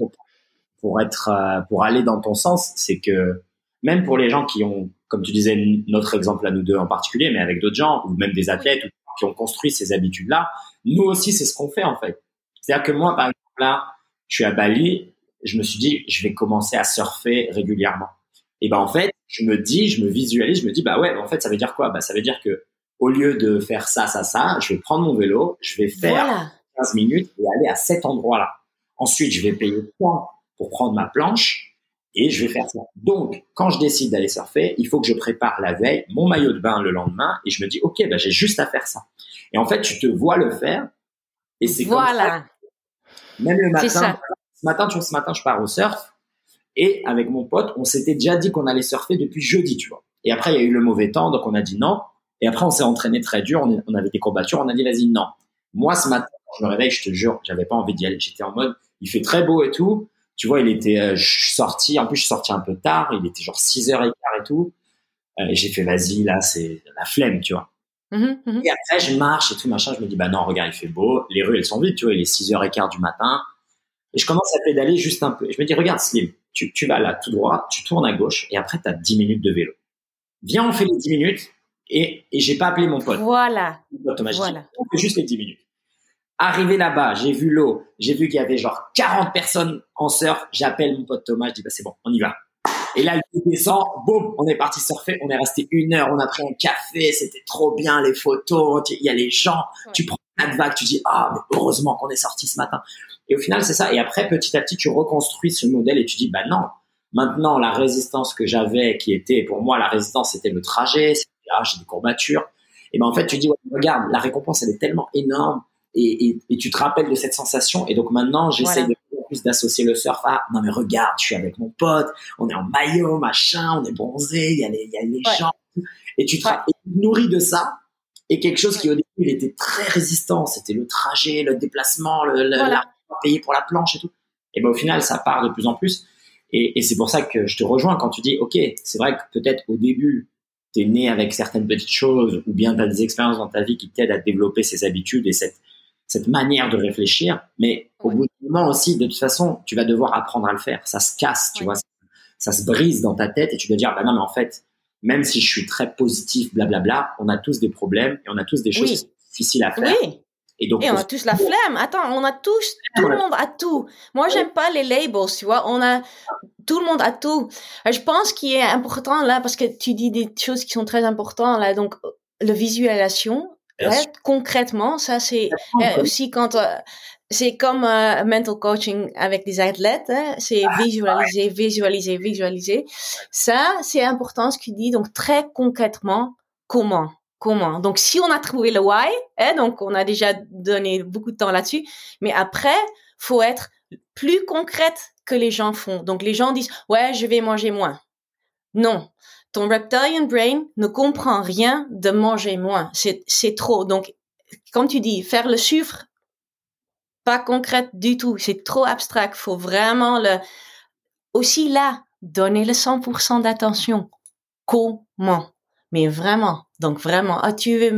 pour aller dans ton sens, c'est que même pour les gens qui ont, comme tu disais, notre exemple à nous deux en particulier, mais avec d'autres gens, ou même des athlètes qui ont construit ces habitudes-là, nous aussi, c'est ce qu'on fait en fait. C'est-à-dire que moi, par exemple, là, je suis à Bali, je me suis dit, je vais commencer à surfer régulièrement. Et ben en fait, je me visualise, je me dis, bah ouais, en fait, ça veut dire quoi? Bah ça veut dire que au lieu de faire ça, je vais prendre mon vélo, je vais faire 15 minutes et aller à cet endroit-là. Ensuite, je vais payer point pour prendre ma planche et je vais faire ça. Donc, quand je décide d'aller surfer, il faut que je prépare la veille mon maillot de bain le lendemain et je me dis, ok, bah j'ai juste à faire ça. Et en fait, tu te vois le faire et c'est comme ça. Même le matin, ce matin, je pars au surf et avec mon pote, on s'était déjà dit qu'on allait surfer depuis jeudi, tu vois. Et après, il y a eu le mauvais temps, donc on a dit non. Et après, on s'est entraîné très dur, on avait des courbatures, on a dit vas-y, non. Moi, ce matin, quand je me réveille, je te jure, j'avais pas envie d'y aller. J'étais en mode, il fait très beau et tout. Tu vois, je suis sorti un peu tard, il était genre 6h15 et tout. Et j'ai fait, vas-y, là, c'est la flemme, tu vois. Et après, je marche et tout, machin, je me dis, bah non, regarde, il fait beau, les rues, elles sont vides, tu vois, il est 6h15 du matin. Et je commence à pédaler juste un peu. Et je me dis, regarde, Slim, tu vas là, tout droit, tu tournes à gauche, et après, t'as 10 minutes de vélo. Viens, on fait les 10 minutes, et j'ai pas appelé mon pote. Voilà. Thomas, voilà. On fait juste les 10 minutes. Arrivé là-bas, j'ai vu l'eau, j'ai vu qu'il y avait genre 40 personnes en surf, j'appelle mon pote Thomas, je dis, bah c'est bon, on y va. Et là, il descend, boum, on est parti surfer, on est resté 1 heure, on a pris un café, c'était trop bien, les photos, il y a les gens, tu prends 4 vagues, tu dis, mais heureusement qu'on est sorti ce matin. Et au final, c'est ça. Et après, petit à petit, tu reconstruis ce modèle et tu dis, bah non, maintenant, la résistance que j'avais, qui était, pour moi, la résistance, c'était le trajet, c'était, j'ai des courbatures. Et ben, en fait, tu dis, ouais, regarde, la récompense, elle est tellement énorme et tu te rappelles de cette sensation. Et donc, maintenant, j'essaie de plus d'associer le surf à, non, mais regarde, je suis avec mon pote, on est en maillot, machin, on est bronzé, il y a les gens. Et tu te nourris de ça. Et quelque chose qui, au début, il était très résistant. C'était le trajet, le déplacement, payer pour la planche et tout. Et ben, au final, ça part de plus en plus. Et c'est pour ça que je te rejoins quand tu dis, OK, c'est vrai que peut-être au début, t'es né avec certaines petites choses ou bien t'as des expériences dans ta vie qui t'aident à développer ces habitudes et cette manière de réfléchir. Mais au bout d'un moment aussi, de toute façon, tu vas devoir apprendre à le faire. Ça se casse, tu vois. Ça se brise dans ta tête et tu dois dire, bah non, mais en fait, même si je suis très positif, blablabla, on a tous des problèmes et on a tous des choses difficiles à faire. Oui. Et on a tous la flemme. Attends, on a tous, tout le monde a tout. Moi, j'aime pas les labels, tu vois. On a tout le monde a tout. Je pense qu'il est important là, parce que tu dis des choses qui sont très importantes là, donc la visualisation, concrètement, ça c'est aussi quand c'est comme mental coaching avec des athlètes, hein, c'est visualiser. Ça, c'est important ce qu'il dit. Donc très concrètement, comment. Donc si on a trouvé le why, hein, donc on a déjà donné beaucoup de temps là-dessus, mais après, faut être plus concrète que les gens font. Donc les gens disent ouais, je vais manger moins. Non. Ton reptilian brain ne comprend rien de manger moins. C'est trop. Donc, comme tu dis, faire le chiffre, pas concrète du tout. C'est trop abstract. Faut vraiment aussi là, donner le 100% d'attention. Comment? Mais vraiment. Donc vraiment, tu veux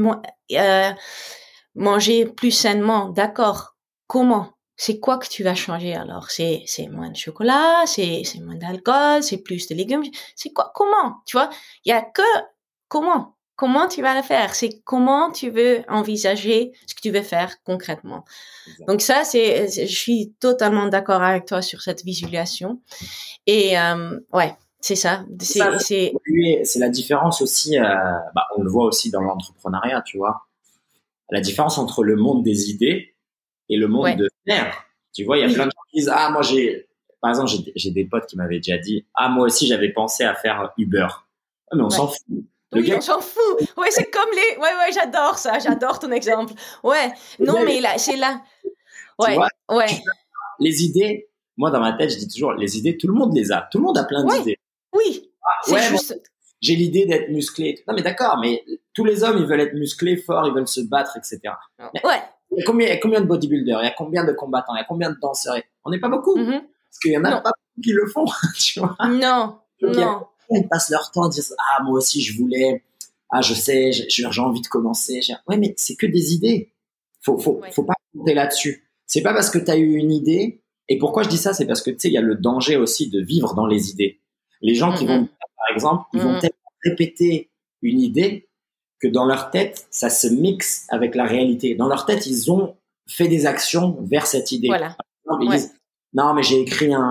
manger plus sainement. D'accord. Comment? C'est quoi que tu vas changer alors? C'est moins de chocolat, c'est moins d'alcool, c'est plus de légumes. C'est quoi? Comment? Tu vois? Il y a que comment? Comment tu vas le faire? C'est comment tu veux envisager ce que tu veux faire concrètement. Exactement. Donc ça, je suis totalement d'accord avec toi sur cette visualisation. Et ouais, c'est ça. C'est la différence aussi. On le voit aussi dans l'entrepreneuriat, tu vois. La différence entre le monde des idées et le monde de faire. Tu vois, il y a plein de gens qui disent moi par exemple j'ai des potes qui m'avaient déjà dit moi aussi j'avais pensé à faire Uber. Mais on s'en fout. On s'en fout. Ouais, c'est comme j'adore ça, j'adore ton exemple. Ouais. Non, mais là, c'est là. Ouais. Ouais. Les idées, moi dans ma tête, je dis toujours les idées, tout le monde les a. Tout le monde a plein d'idées. Oui. C'est juste j'ai l'idée d'être musclé. Non mais d'accord, mais tous les hommes ils veulent être musclés, forts, ils veulent se battre, etc. Ouais. Il y a combien de bodybuilders? Il y a combien de combattants? Il y a combien de danseurs? On n'est pas beaucoup. Mm-hmm. Parce qu'il y en a pas beaucoup qui le font, tu vois. Non. Ils passent leur temps à dire moi aussi je voulais, je sais, j'ai envie de commencer. Ouais, mais c'est que des idées. Faut pas compter là-dessus. C'est pas parce que tu as eu une idée. Et pourquoi je dis ça? C'est parce que tu sais, il y a le danger aussi de vivre dans les idées. Les gens qui vont, par exemple, ils vont peut-être répéter une idée que dans leur tête, ça se mixe avec la réalité. Dans leur tête, ils ont fait des actions vers cette idée. Voilà. Par exemple, ils disent, non, mais j'ai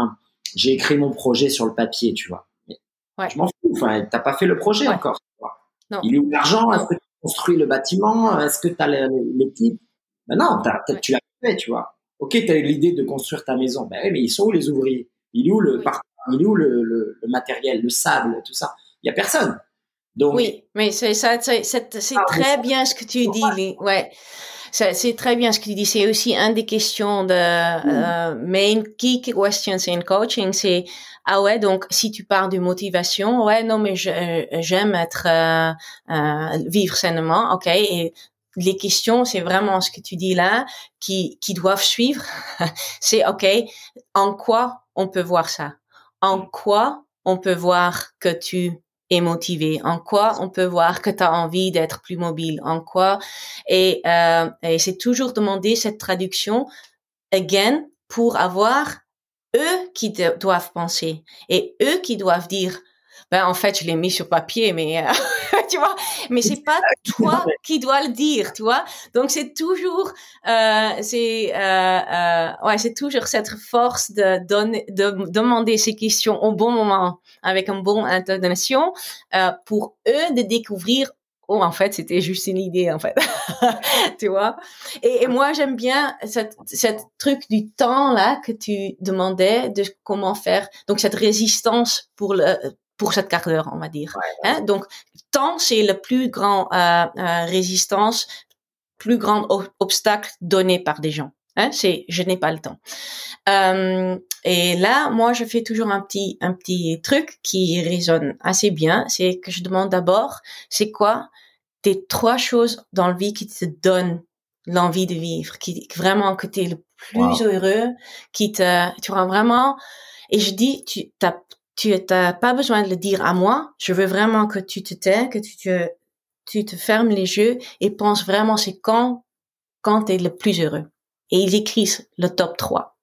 écrit mon projet sur le papier, tu vois. Mais je m'en fous. Enfin, t'as pas fait le projet encore. Tu vois. Non. Il est où l'argent? Est-ce que tu construis le bâtiment? Est-ce que t'as l'équipe? Ben non, tu l'as fait, tu vois. Ok, t'as eu l'idée de construire ta maison. Ben oui, mais ils sont où les ouvriers? Il est où le matériel, le sable, tout ça? Il y a personne. Donc, oui, mais c'est très bien ce que tu dis. Ouais, c'est très bien ce que tu dis. C'est aussi une des questions de main key questions in coaching. C'est donc si tu parles de motivation, non mais j'aime être vivre sainement, ok. Et les questions, c'est vraiment ce que tu dis là, qui doivent suivre. C'est ok. En quoi on peut voir ça? En quoi on peut voir que tu est motivé, en quoi on peut voir que tu as envie d'être plus mobile, en quoi et c'est toujours demander cette traduction again pour avoir eux qui doivent penser et eux qui doivent dire en fait je l'ai mis sur papier mais tu vois, mais c'est pas toi qui dois le dire, tu vois. Donc c'est toujours c'est toujours cette force de demander ces questions au bon moment avec une bonne intonation pour eux de découvrir en fait, c'était juste une idée, en fait. Tu vois? Et moi, j'aime bien cette truc du temps, là, que tu demandais de comment faire. Donc, cette résistance pour cette quart d'heure, on va dire. Ouais. Hein? Donc, temps, c'est le plus grand résistance, plus grand obstacle donné par des gens. Hein? C'est, je n'ai pas le temps. Et là, moi, je fais toujours un petit truc qui résonne assez bien. C'est que je demande d'abord, c'est quoi tes 3 choses dans la vie qui te donnent l'envie de vivre, qui vraiment que t'es le plus heureux, tu vois vraiment. Et je dis, tu t'as pas besoin de le dire à moi. Je veux vraiment que tu te tais, que tu te fermes les yeux et penses vraiment c'est quand t'es le plus heureux. Et ils écrivent le top 3.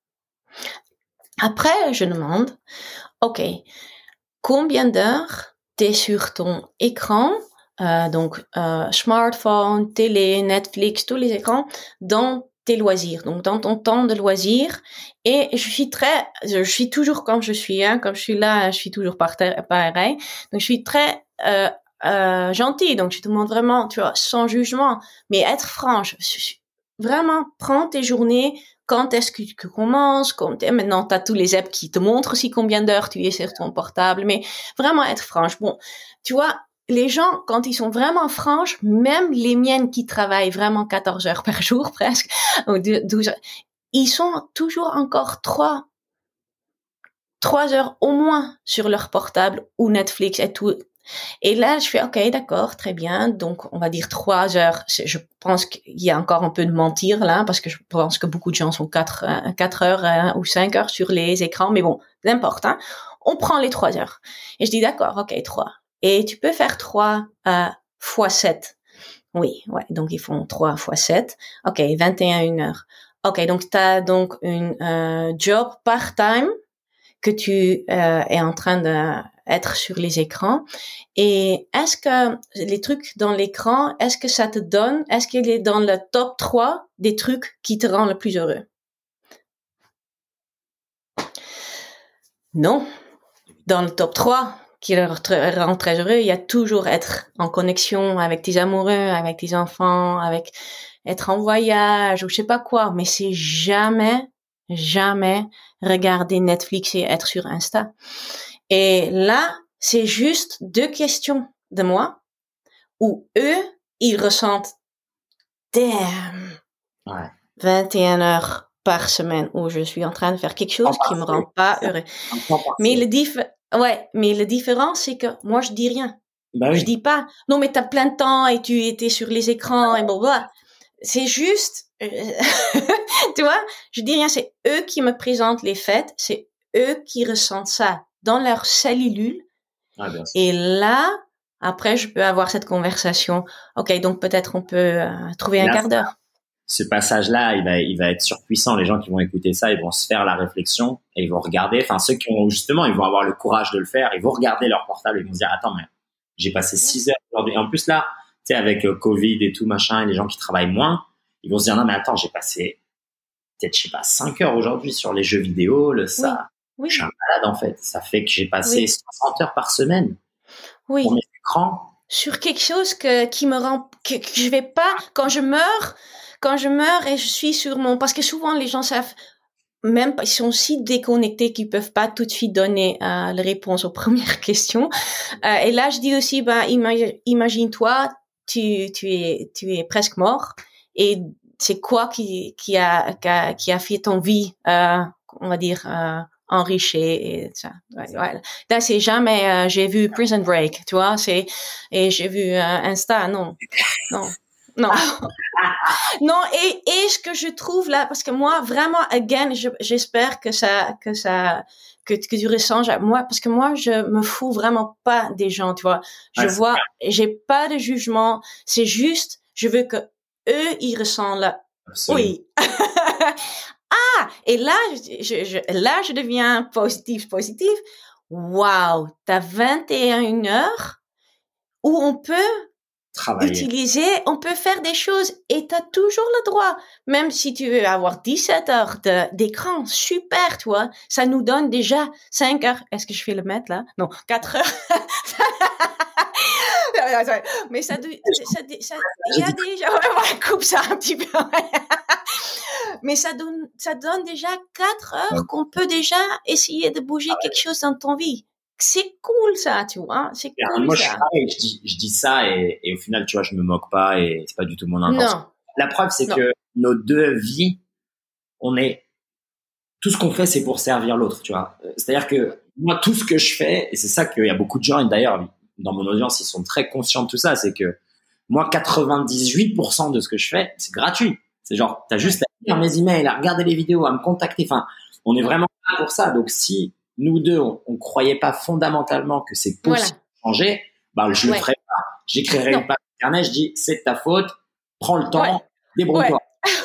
Après, je demande, ok, combien d'heures t'es sur ton écran, donc smartphone, télé, Netflix, tous les écrans, dans tes loisirs, donc dans ton temps de loisirs. Et je suis toujours comme je suis, comme je suis là, je suis toujours pareil. Donc je suis très gentille, donc je te demande vraiment, tu vois, sans jugement, mais être franche. Vraiment, prends tes journées. Quand est-ce que tu commences? Maintenant, tu as tous les apps qui te montrent aussi combien d'heures tu es sur ton portable, mais vraiment être franche. Bon, tu vois, les gens, quand ils sont vraiment franches, même les miennes qui travaillent vraiment 14 heures par jour presque, ou 12 heures, ils sont toujours encore 3 heures au moins sur leur portable ou Netflix et tout. Et là, je fais, OK, d'accord, très bien. Donc, on va dire 3 heures. Je pense qu'il y a encore un peu de mentir là, parce que je pense que beaucoup de gens sont 4 heures ou 5 heures sur les écrans. Mais bon, n'importe, hein. On prend les 3 heures. Et je dis, d'accord, OK, 3. Et tu peux faire 3 fois 7. Oui, ouais. Donc, ils font 3 fois 7. OK, 21 heures. OK, donc tu as donc une job part-time que tu es en train d'être sur les écrans. Et est-ce que les trucs dans l'écran, est-ce que ça te donne, est-ce qu'il est dans le top 3 des trucs qui te rendent le plus heureux? Non. Dans le top 3 qui le rend très heureux, il y a toujours être en connexion avec tes amoureux, avec tes enfants, avec être en voyage ou je sais pas quoi, mais c'est jamais regarder Netflix et être sur Insta. Et là, c'est juste 2 questions de moi où eux, ils ressentent damn, 21 heures par semaine où je suis en train de faire quelque chose qui me rend pas heureux. Mais le différent, c'est que moi, je dis rien. Bah oui. Je dis pas, non, mais t'as plein de temps et tu étais sur les écrans et blablabla. C'est juste, tu vois, je dis rien, c'est eux qui me présentent les faits, c'est eux qui ressentent ça dans leurs cellules. Ah, bien sûr. Et là, après, je peux avoir cette conversation. OK, donc peut-être on peut trouver un quart d'heure. Ce passage-là, il va être surpuissant. Les gens qui vont écouter ça, ils vont se faire la réflexion et ils vont regarder. Enfin, ceux qui ont justement, ils vont avoir le courage de le faire. Ils vont regarder leur portable et ils vont se dire, attends, mais j'ai passé 6 heures aujourd'hui. En plus, là, tu sais, avec Covid et tout, machin, et les gens qui travaillent moins, ils vont se dire, non, mais attends, j'ai passé peut-être, je sais pas, 5 heures aujourd'hui sur les jeux vidéo, ça. Oui. Je suis un malade, en fait. Ça fait que j'ai passé 60 heures par semaine. Oui. Pour mes écrans. Sur quelque chose qui me rend, que je vais pas, quand je meurs et je suis sur parce que souvent les gens savent, même ils sont si déconnectés qu'ils peuvent pas tout de suite donner la réponse aux premières questions. Et là, je dis aussi, imagine-toi, tu es presque mort et c'est quoi qui a fait ton vie, on va dire, enrichi et ça. Ouais. Là, c'est jamais, j'ai vu Prison Break, tu vois, et j'ai vu Insta, non. Non, et ce que je trouve là, parce que moi, vraiment, again, j'espère que tu ressens, moi, parce que moi, je me fous vraiment pas des gens, tu vois. J'ai pas de jugement, c'est juste, je veux que eux, ils ressentent là. Absolument. Oui. Et là, je deviens positive. Waouh, t'as 21 heures où on peut travailler. On peut faire des choses et t'as toujours le droit. Même si tu veux avoir 17 heures d'écran, super, tu vois. Ça nous donne déjà 5 heures. Est-ce que je fais le mètre, là? Non, 4 heures. Mais il y a déjà, coupe ça un petit peu. Mais ça donne déjà 4 heures qu'on peut déjà essayer de bouger quelque chose dans ton vie. C'est cool ça, tu vois. C'est cool. Moi, ça. Je dis ça et au final, tu vois, je me moque pas et c'est pas du tout mon intention. Non. La preuve, c'est que nos 2 vies, tout ce qu'on fait, c'est pour servir l'autre, tu vois. C'est-à-dire que moi, tout ce que je fais, et c'est ça qu'il y a beaucoup de gens, et d'ailleurs, dans mon audience, ils sont très conscients de tout ça, c'est que moi, 98% de ce que je fais, c'est gratuit. C'est genre, t'as juste à lire mes emails, à regarder les vidéos, à me contacter. Enfin, on est vraiment là pour ça. Donc, si nous deux, on croyait pas fondamentalement que c'est possible de changer, je le ferais pas. J'écrirais une page internet, je dis, c'est de ta faute, prends le temps, débrouille-toi.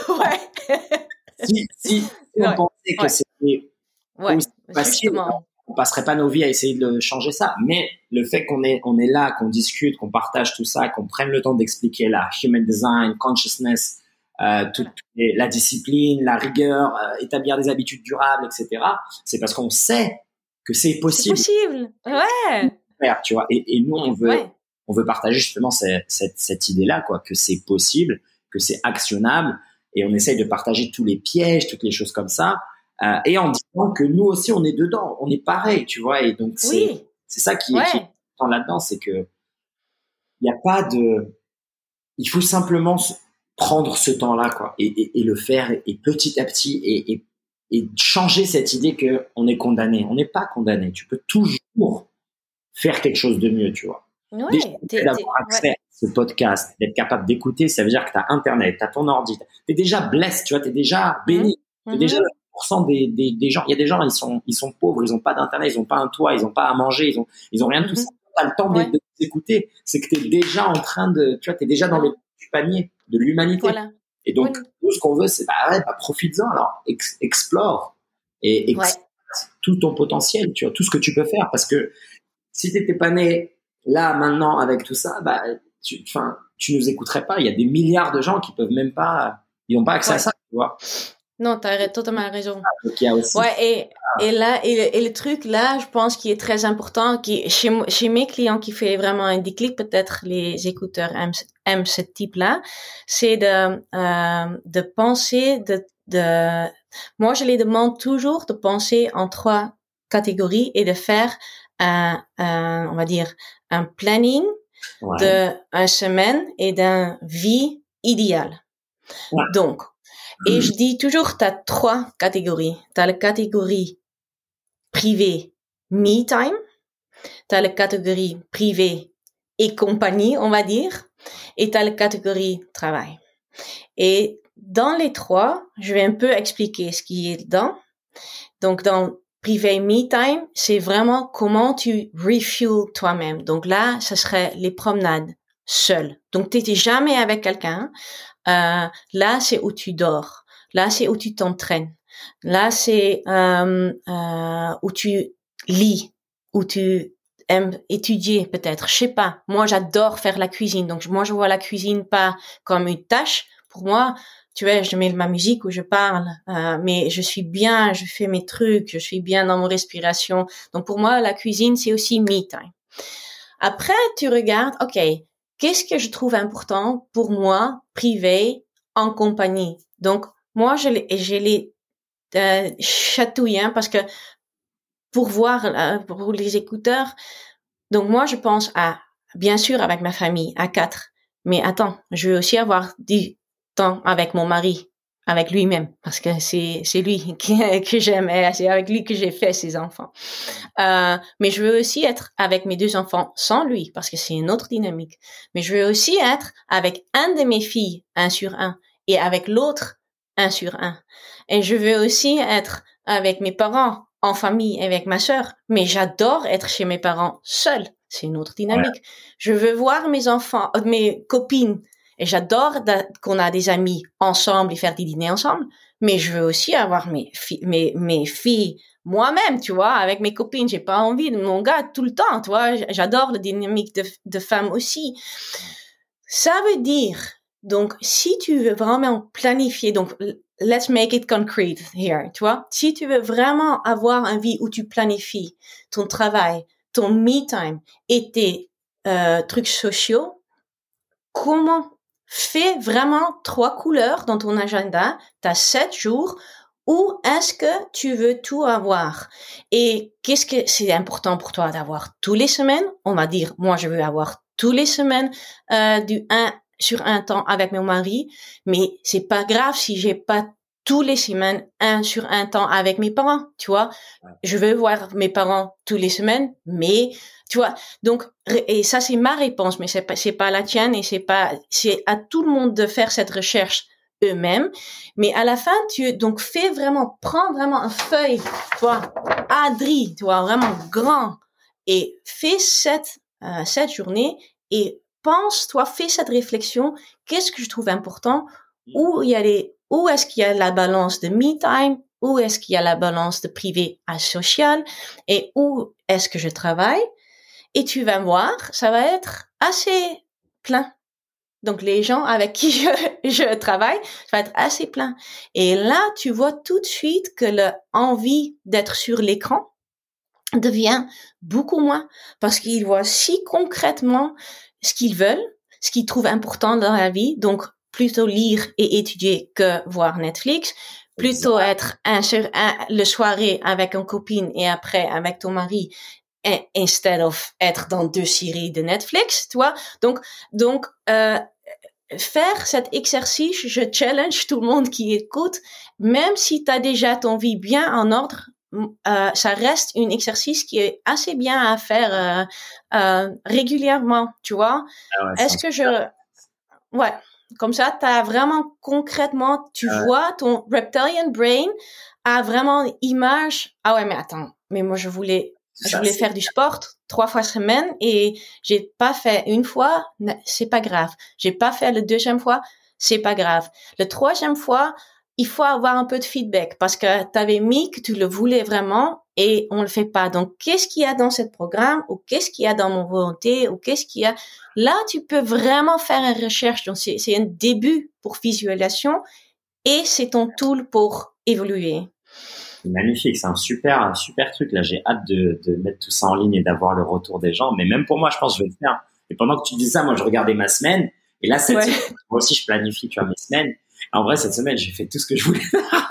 Si on pensait que c'était aussi facile, on passerait pas nos vies à essayer de changer ça. Mais le fait qu'on est là, qu'on discute, qu'on partage tout ça, qu'on prenne le temps d'expliquer la human design, consciousness, la discipline, la rigueur, établir des habitudes durables, etc. C'est parce qu'on sait que c'est possible. C'est possible, ouais. Faire, tu vois. Et nous, on veut partager justement cette idée-là, quoi, que c'est possible, que c'est actionnable, et on essaye de partager tous les pièges, toutes les choses comme ça, et en disant que nous aussi, on est dedans, on est pareil, tu vois. Et donc, c'est ça qui est important là-dedans, c'est que il n'y a pas de... Il faut simplement prendre ce temps-là, quoi, et le faire, et petit à petit, et changer cette idée que on est condamné. On n'est pas condamné. Tu peux toujours faire quelque chose de mieux, tu vois. Déjà, d'avoir accès à ce podcast, d'être capable d'écouter, ça veut dire que tu as Internet, tu as ton ordi, tu es déjà blessé, tu vois, tu es déjà béni. T'es déjà 1% des gens. Il y a des gens, ils sont pauvres, ils n'ont pas d'Internet, ils n'ont pas un toit, ils n'ont pas à manger, ils ont rien de tout ça. Tu as le temps de t'écouter. C'est que tu es déjà en train de, tu vois, tu es déjà dans le panier de l'humanité. Voilà. Et donc, tout ce qu'on veut, c'est, profites-en, alors, explore et tout ton potentiel, tu vois, tout ce que tu peux faire. Parce que si t'étais pas né là, maintenant, avec tout ça, tu nous écouterais pas. Il y a des milliards de gens qui peuvent même pas, ils n'ont pas accès à ça, tu vois. Non, t'as totalement raison. Donc, il y a aussi. Et là, et le truc là, je pense qui est très important, qui chez mes clients qui fait vraiment un déclic, peut-être les écouteurs aiment ce type-là, c'est de penser moi je les demande toujours de penser en 3 catégories et de faire on va dire un planning de une semaine et d'une vie idéale. Donc, et je dis toujours, t'as 3 catégories. T'as la catégorie privée me time, t'as la catégorie privée et compagnie, on va dire, et t'as la catégorie travail. Et dans les 3, je vais un peu expliquer ce qui est dedans. Donc, dans privé me time, c'est vraiment comment tu refuel toi-même. Donc là, ce serait les promenades seul. Donc, t'étais jamais avec quelqu'un. Là, c'est où tu dors. Là, c'est où tu t'entraînes. Là, c'est où tu lis, où tu aimes étudier peut-être. Je sais pas. Moi, j'adore faire la cuisine. Donc, moi, je vois la cuisine pas comme une tâche. Pour moi, tu vois, je mets ma musique où je parle, mais je suis bien, je fais mes trucs, je suis bien dans mon respiration. Donc, pour moi, la cuisine, c'est aussi me time. Après, tu regardes, OK, qu'est-ce que je trouve important pour moi, privé, en compagnie? Donc, moi, je les chatouille, hein, parce que pour voir, pour les écouteurs, donc moi, je pense bien sûr, avec ma famille, à 4. Mais attends, je veux aussi avoir du temps avec mon mari, avec lui-même, parce que c'est lui que j'aime, et c'est avec lui que j'ai fait ces enfants. Mais je veux aussi être avec mes 2 enfants sans lui, parce que c'est une autre dynamique. Mais je veux aussi être avec un de mes filles, 1 sur 1, et avec l'autre, 1 sur 1. Et je veux aussi être avec mes parents, en famille, avec ma sœur. Mais j'adore être chez mes parents seule. C'est une autre dynamique. Ouais. Je veux voir mes enfants, mes copines. Et j'adore qu'on a des amis ensemble et faire des dîners ensemble. Mais je veux aussi avoir mes filles moi-même, tu vois, avec mes copines. J'ai pas envie de mon gars tout le temps, tu vois. J'adore la dynamique de femmes aussi. Ça veut dire, donc, si tu veux vraiment planifier, donc, let's make it concrete here, tu vois. Si tu veux vraiment avoir une vie où tu planifies ton travail, ton me time et tes trucs sociaux, comment fais vraiment 3 couleurs dans ton agenda, t'as 7 jours, où est-ce que tu veux tout avoir? Et qu'est-ce que c'est important pour toi d'avoir tous les semaines? On va dire, moi, je veux avoir tous les semaines du 1 sur 1 temps avec mon mari, mais c'est pas grave si j'ai pas tous les semaines 1 sur 1 temps avec mes parents, tu vois. Je veux voir mes parents tous les semaines, mais tu vois. Donc, et ça c'est ma réponse, mais c'est pas la tienne et c'est à tout le monde de faire cette recherche eux-mêmes. Mais à la fin, prends vraiment un feuille, tu vois, Adri, tu vois, vraiment grand, et fais cette journée et fais cette réflexion. Qu'est-ce que je trouve important? Où est-ce qu'il y a la balance de me time? Où est-ce qu'il y a la balance de privé à social? Et où est-ce que je travaille? Et tu vas voir, ça va être assez plein. Donc, les gens avec qui je travaille, ça va être assez plein. Et là, tu vois tout de suite que l'envie d'être sur l'écran devient beaucoup moins parce qu'ils voient si concrètement ce qu'ils veulent, ce qu'ils trouvent important dans la vie. Donc, plutôt lire et étudier que voir Netflix, plutôt être le soirée avec une copine et après avec ton mari instead of être dans 2 séries de Netflix, tu vois. Donc, faire cet exercice, je challenge tout le monde qui écoute, même si tu as déjà ton vie bien en ordre, ça reste un exercice qui est assez bien à faire régulièrement, tu vois. Ah ouais, Est-ce que ouais, comme ça, t'as vraiment concrètement, tu vois ton reptilian brain a vraiment une image. Ah ouais, mais attends, mais moi je voulais faire du sport 3 fois semaine et j'ai pas fait une fois, c'est pas grave. J'ai pas fait le 2e fois, c'est pas grave. Le 3e fois, il faut avoir un peu de feedback parce que t'avais mis que tu le voulais vraiment et on le fait pas. Donc, qu'est-ce qu'il y a dans ce programme ou qu'est-ce qu'il y a dans mon volonté ou qu'est-ce qu'il y a là, tu peux vraiment faire une recherche. Donc, c'est un début pour visualisation et c'est ton tool pour évoluer. Magnifique, c'est un super truc. Là, j'ai hâte de mettre tout ça en ligne et d'avoir le retour des gens. Mais même pour moi, je pense que je vais le faire. Et pendant que tu dis ça, moi, je regardais ma semaine. Et là, cette semaine, moi aussi, je planifie, tu vois, mes semaines. En vrai, cette semaine, j'ai fait tout ce que je voulais faire.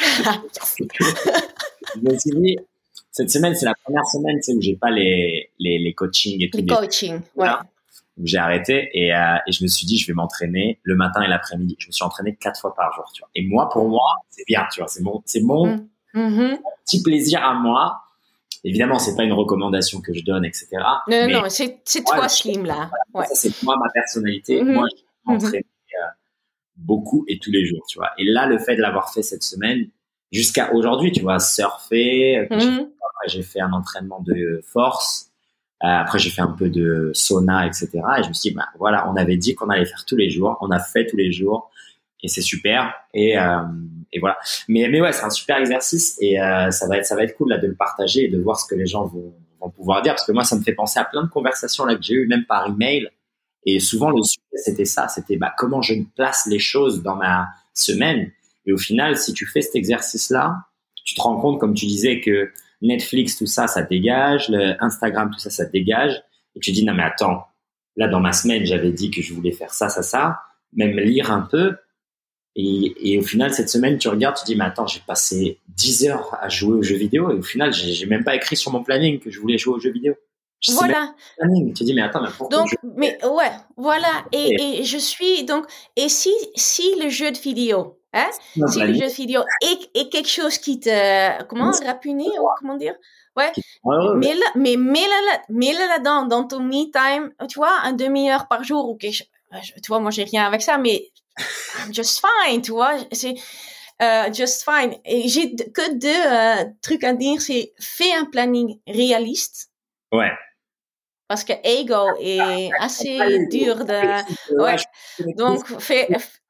Je me suis dit, cette semaine, c'est la première semaine, tu sais, où j'ai pas les coachings et tout. Les coachings, ouais. Donc, j'ai arrêté et je me suis dit, je vais m'entraîner le matin et l'après-midi. Je me suis entraîné 4 fois par jour, tu vois. Et moi, pour moi, c'est bien, tu vois. C'est mon petit plaisir à moi. Évidemment, c'est pas une recommandation que je donne, etc. Non, c'est toi, Slim, là. Ouais. Ça, c'est moi, ma personnalité. Moi, je m'entraîne beaucoup et tous les jours, tu vois. Et là, le fait de l'avoir fait cette semaine, jusqu'à aujourd'hui, tu vois, surfer. Après, j'ai fait un entraînement de force. Après, j'ai fait un peu de sauna, etc. Et je me suis dit, bah, voilà, on avait dit qu'on allait faire tous les jours. On a fait tous les jours. Et c'est super. Et voilà. Mais ouais, c'est un super exercice. Et ça va être cool là, de le partager et de voir ce que les gens vont pouvoir dire. Parce que moi, ça me fait penser à plein de conversations là, que j'ai eues, même par email. Et souvent, le sujet, c'était ça. C'était comment je place les choses dans ma semaine. Et au final, si tu fais cet exercice-là, tu te rends compte, comme tu disais, que Netflix, tout ça, ça dégage. Le Instagram, tout ça, ça dégage. Et tu dis, non, mais attends. Là, dans ma semaine, j'avais dit que je voulais faire ça, ça, ça. Même lire un peu. Et au final, cette semaine, tu regardes, tu dis, mais attends, j'ai passé 10 heures à jouer aux jeux vidéo. Et au final, j'ai même pas écrit sur mon planning que je voulais jouer aux jeux vidéo. Voilà. Tu te dis, mais attends, mais pourquoi donc, mais ouais, voilà. Et je suis donc, et si le jeu de vidéo, hein, si le jeu de vidéo est quelque chose qui te, rapunit, ou comment dire, ouais, mais là-dedans, dans ton me time, tu vois, un demi-heure par jour ou quelque chose, tu vois, moi j'ai rien avec ça, mais just fine, tu vois, c'est just fine. Et j'ai que 2 trucs à dire, c'est fais un planning réaliste. Ouais. Parce que ego est assez dur de, ouais. Donc, fais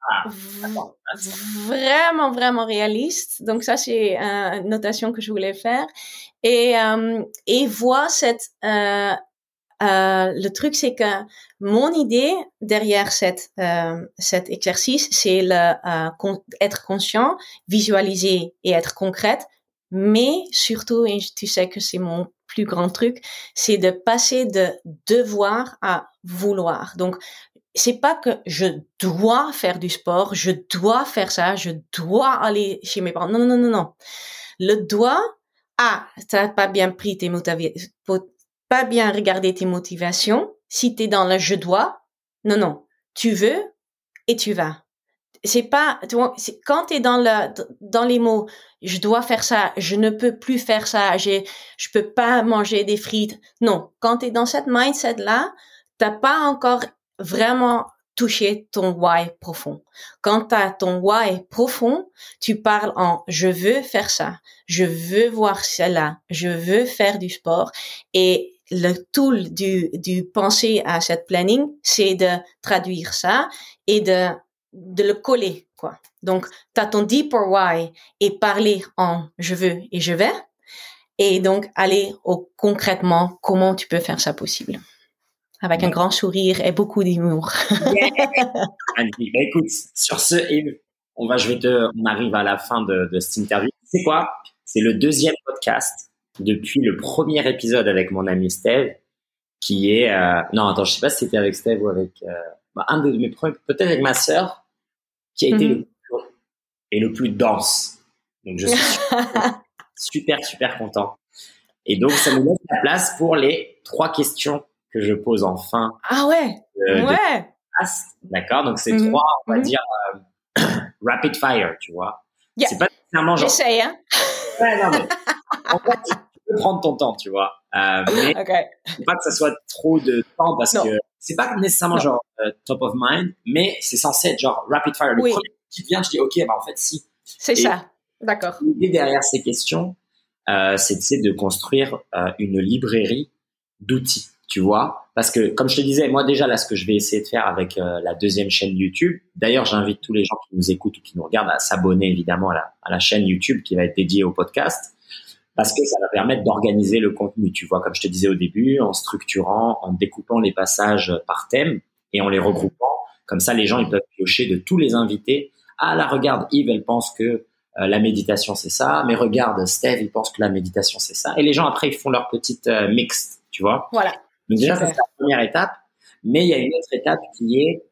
vraiment réaliste. Donc, ça, c'est une notation que je voulais faire. Et vois le truc, c'est que mon idée derrière cet exercice, c'est être conscient, visualiser et être concrète. Mais surtout, et tu sais que c'est mon plus grand truc, c'est de passer de devoir à vouloir. Donc, c'est pas que je dois faire du sport, je dois faire ça, je dois aller chez mes parents. Non. Le doit, t'as pas bien pris pas bien regardé tes motivations. Si t'es dans le je dois, non. Tu veux et tu vas. C'est pas, tu vois, quand t'es dans les mots, je dois faire ça, je ne peux plus faire ça, je peux pas manger des frites. Non. Quand t'es dans cette mindset-là, t'as pas encore vraiment touché ton why profond. Quand t'as ton why profond, tu parles en je veux faire ça, je veux voir cela, je veux faire du sport. Et le tool du penser à cette planning, c'est de traduire ça et de le coller, quoi. Donc, t'as ton deeper why et parler en je veux et je vais. Et donc, aller au concrètement comment tu peux faire ça possible. avec un grand sourire et beaucoup d'humour. Magnifique. Bah, écoute, sur ce, Yves, on arrive à la fin de cette interview. C'est quoi? C'est le deuxième podcast depuis le premier épisode avec mon ami Steve, qui est, non, attends, je sais pas si c'était avec Steve ou avec, un de mes premiers, peut-être avec ma sœur, qui a été le plus long et le plus dense. Donc, je suis super content. Et donc, ça nous laisse la place pour les 3 questions que je pose en fin. Ah ouais. De podcast. D'accord? Donc, c'est 3, on va dire, rapid fire, tu vois. Yeah. C'est pas nécessairement genre. J'essaye, hein. Ouais, non, mais en fait, tu peux prendre ton temps, tu vois. Mais faut pas que ça soit trop de temps parce que c'est pas nécessairement genre top of mind, mais c'est censé être genre rapid fire. Le premier qui vient, je dis ok, bah en fait si. C'est ça. D'accord. L'idée derrière ces questions, c'est de construire une librairie d'outils, tu vois. Parce que comme je te disais, moi déjà là, ce que je vais essayer de faire avec la deuxième chaîne YouTube. D'ailleurs, j'invite tous les gens qui nous écoutent ou qui nous regardent à s'abonner évidemment à la chaîne YouTube qui va être dédiée au podcast. Parce que ça va permettre d'organiser le contenu, tu vois, comme je te disais au début, en structurant, en découpant les passages par thème et en les regroupant. Comme ça, les gens, ils peuvent piocher de tous les invités. Ah là, regarde, Yves, elle pense que la méditation, c'est ça. Mais regarde, Steve, il pense que la méditation, c'est ça. Et les gens, après, ils font leur petite mixte, tu vois. Voilà. Donc déjà, ça, c'est la première étape. Mais il y a une autre étape qui est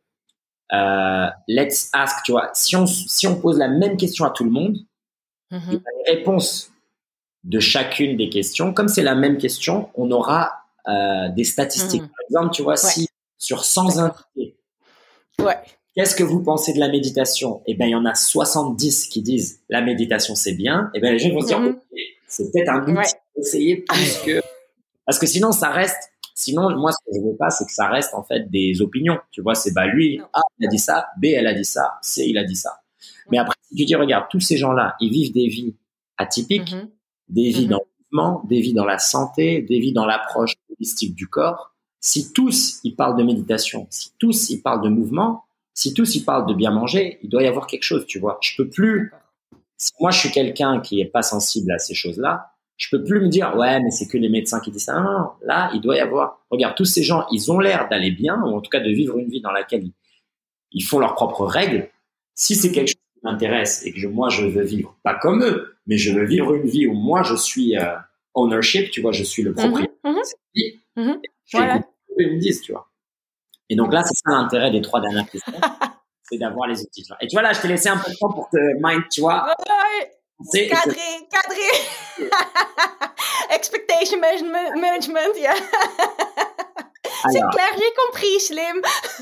let's ask, tu vois. Si on pose la même question à tout le monde, les réponses de chacune des questions, comme c'est la même question, on aura des statistiques. Par exemple, tu vois, si sur 100 invités, qu'est-ce que vous pensez de la méditation? Eh ben, il y en a 70 qui disent la méditation c'est bien. Eh ben, les gens vont se dire okay, c'est peut-être un outil d'essayer plus que parce que sinon ça reste. Sinon, moi, ce que je veux pas, c'est que ça reste en fait des opinions. Tu vois, c'est lui, A, il a dit ça, B, elle a dit ça, C, il a dit ça. Mais après, si tu dis, regarde, tous ces gens-là, ils vivent des vies atypiques, des vies dans le mouvement, des vies dans la santé, des vies dans l'approche holistique du corps. Si tous, ils parlent de méditation, si tous, ils parlent de mouvement, si tous, ils parlent de bien manger, il doit y avoir quelque chose, tu vois. Je peux plus, si moi, je suis quelqu'un qui est pas sensible à ces choses-là, je peux plus me dire, ouais, mais c'est que les médecins qui disent ça. Non, non, là, il doit y avoir, regarde, tous ces gens, ils ont l'air d'aller bien, ou en tout cas de vivre une vie dans laquelle ils font leurs propres règles. Si c'est quelque chose qui m'intéresse et que moi, je veux vivre, pas comme eux, mais je veux vivre une vie où moi, je suis ownership, tu vois, je suis le propriétaire de cette vie. Je fais ce qu'ils me disent, tu vois. Et donc là, c'est ça l'intérêt des 3 dernières questions, c'est d'avoir les outils. Et tu vois, là, je t'ai laissé un peu de temps pour te mind, tu vois. Cadré. Expectation management, yeah. C'est clair, j'ai compris, Slim.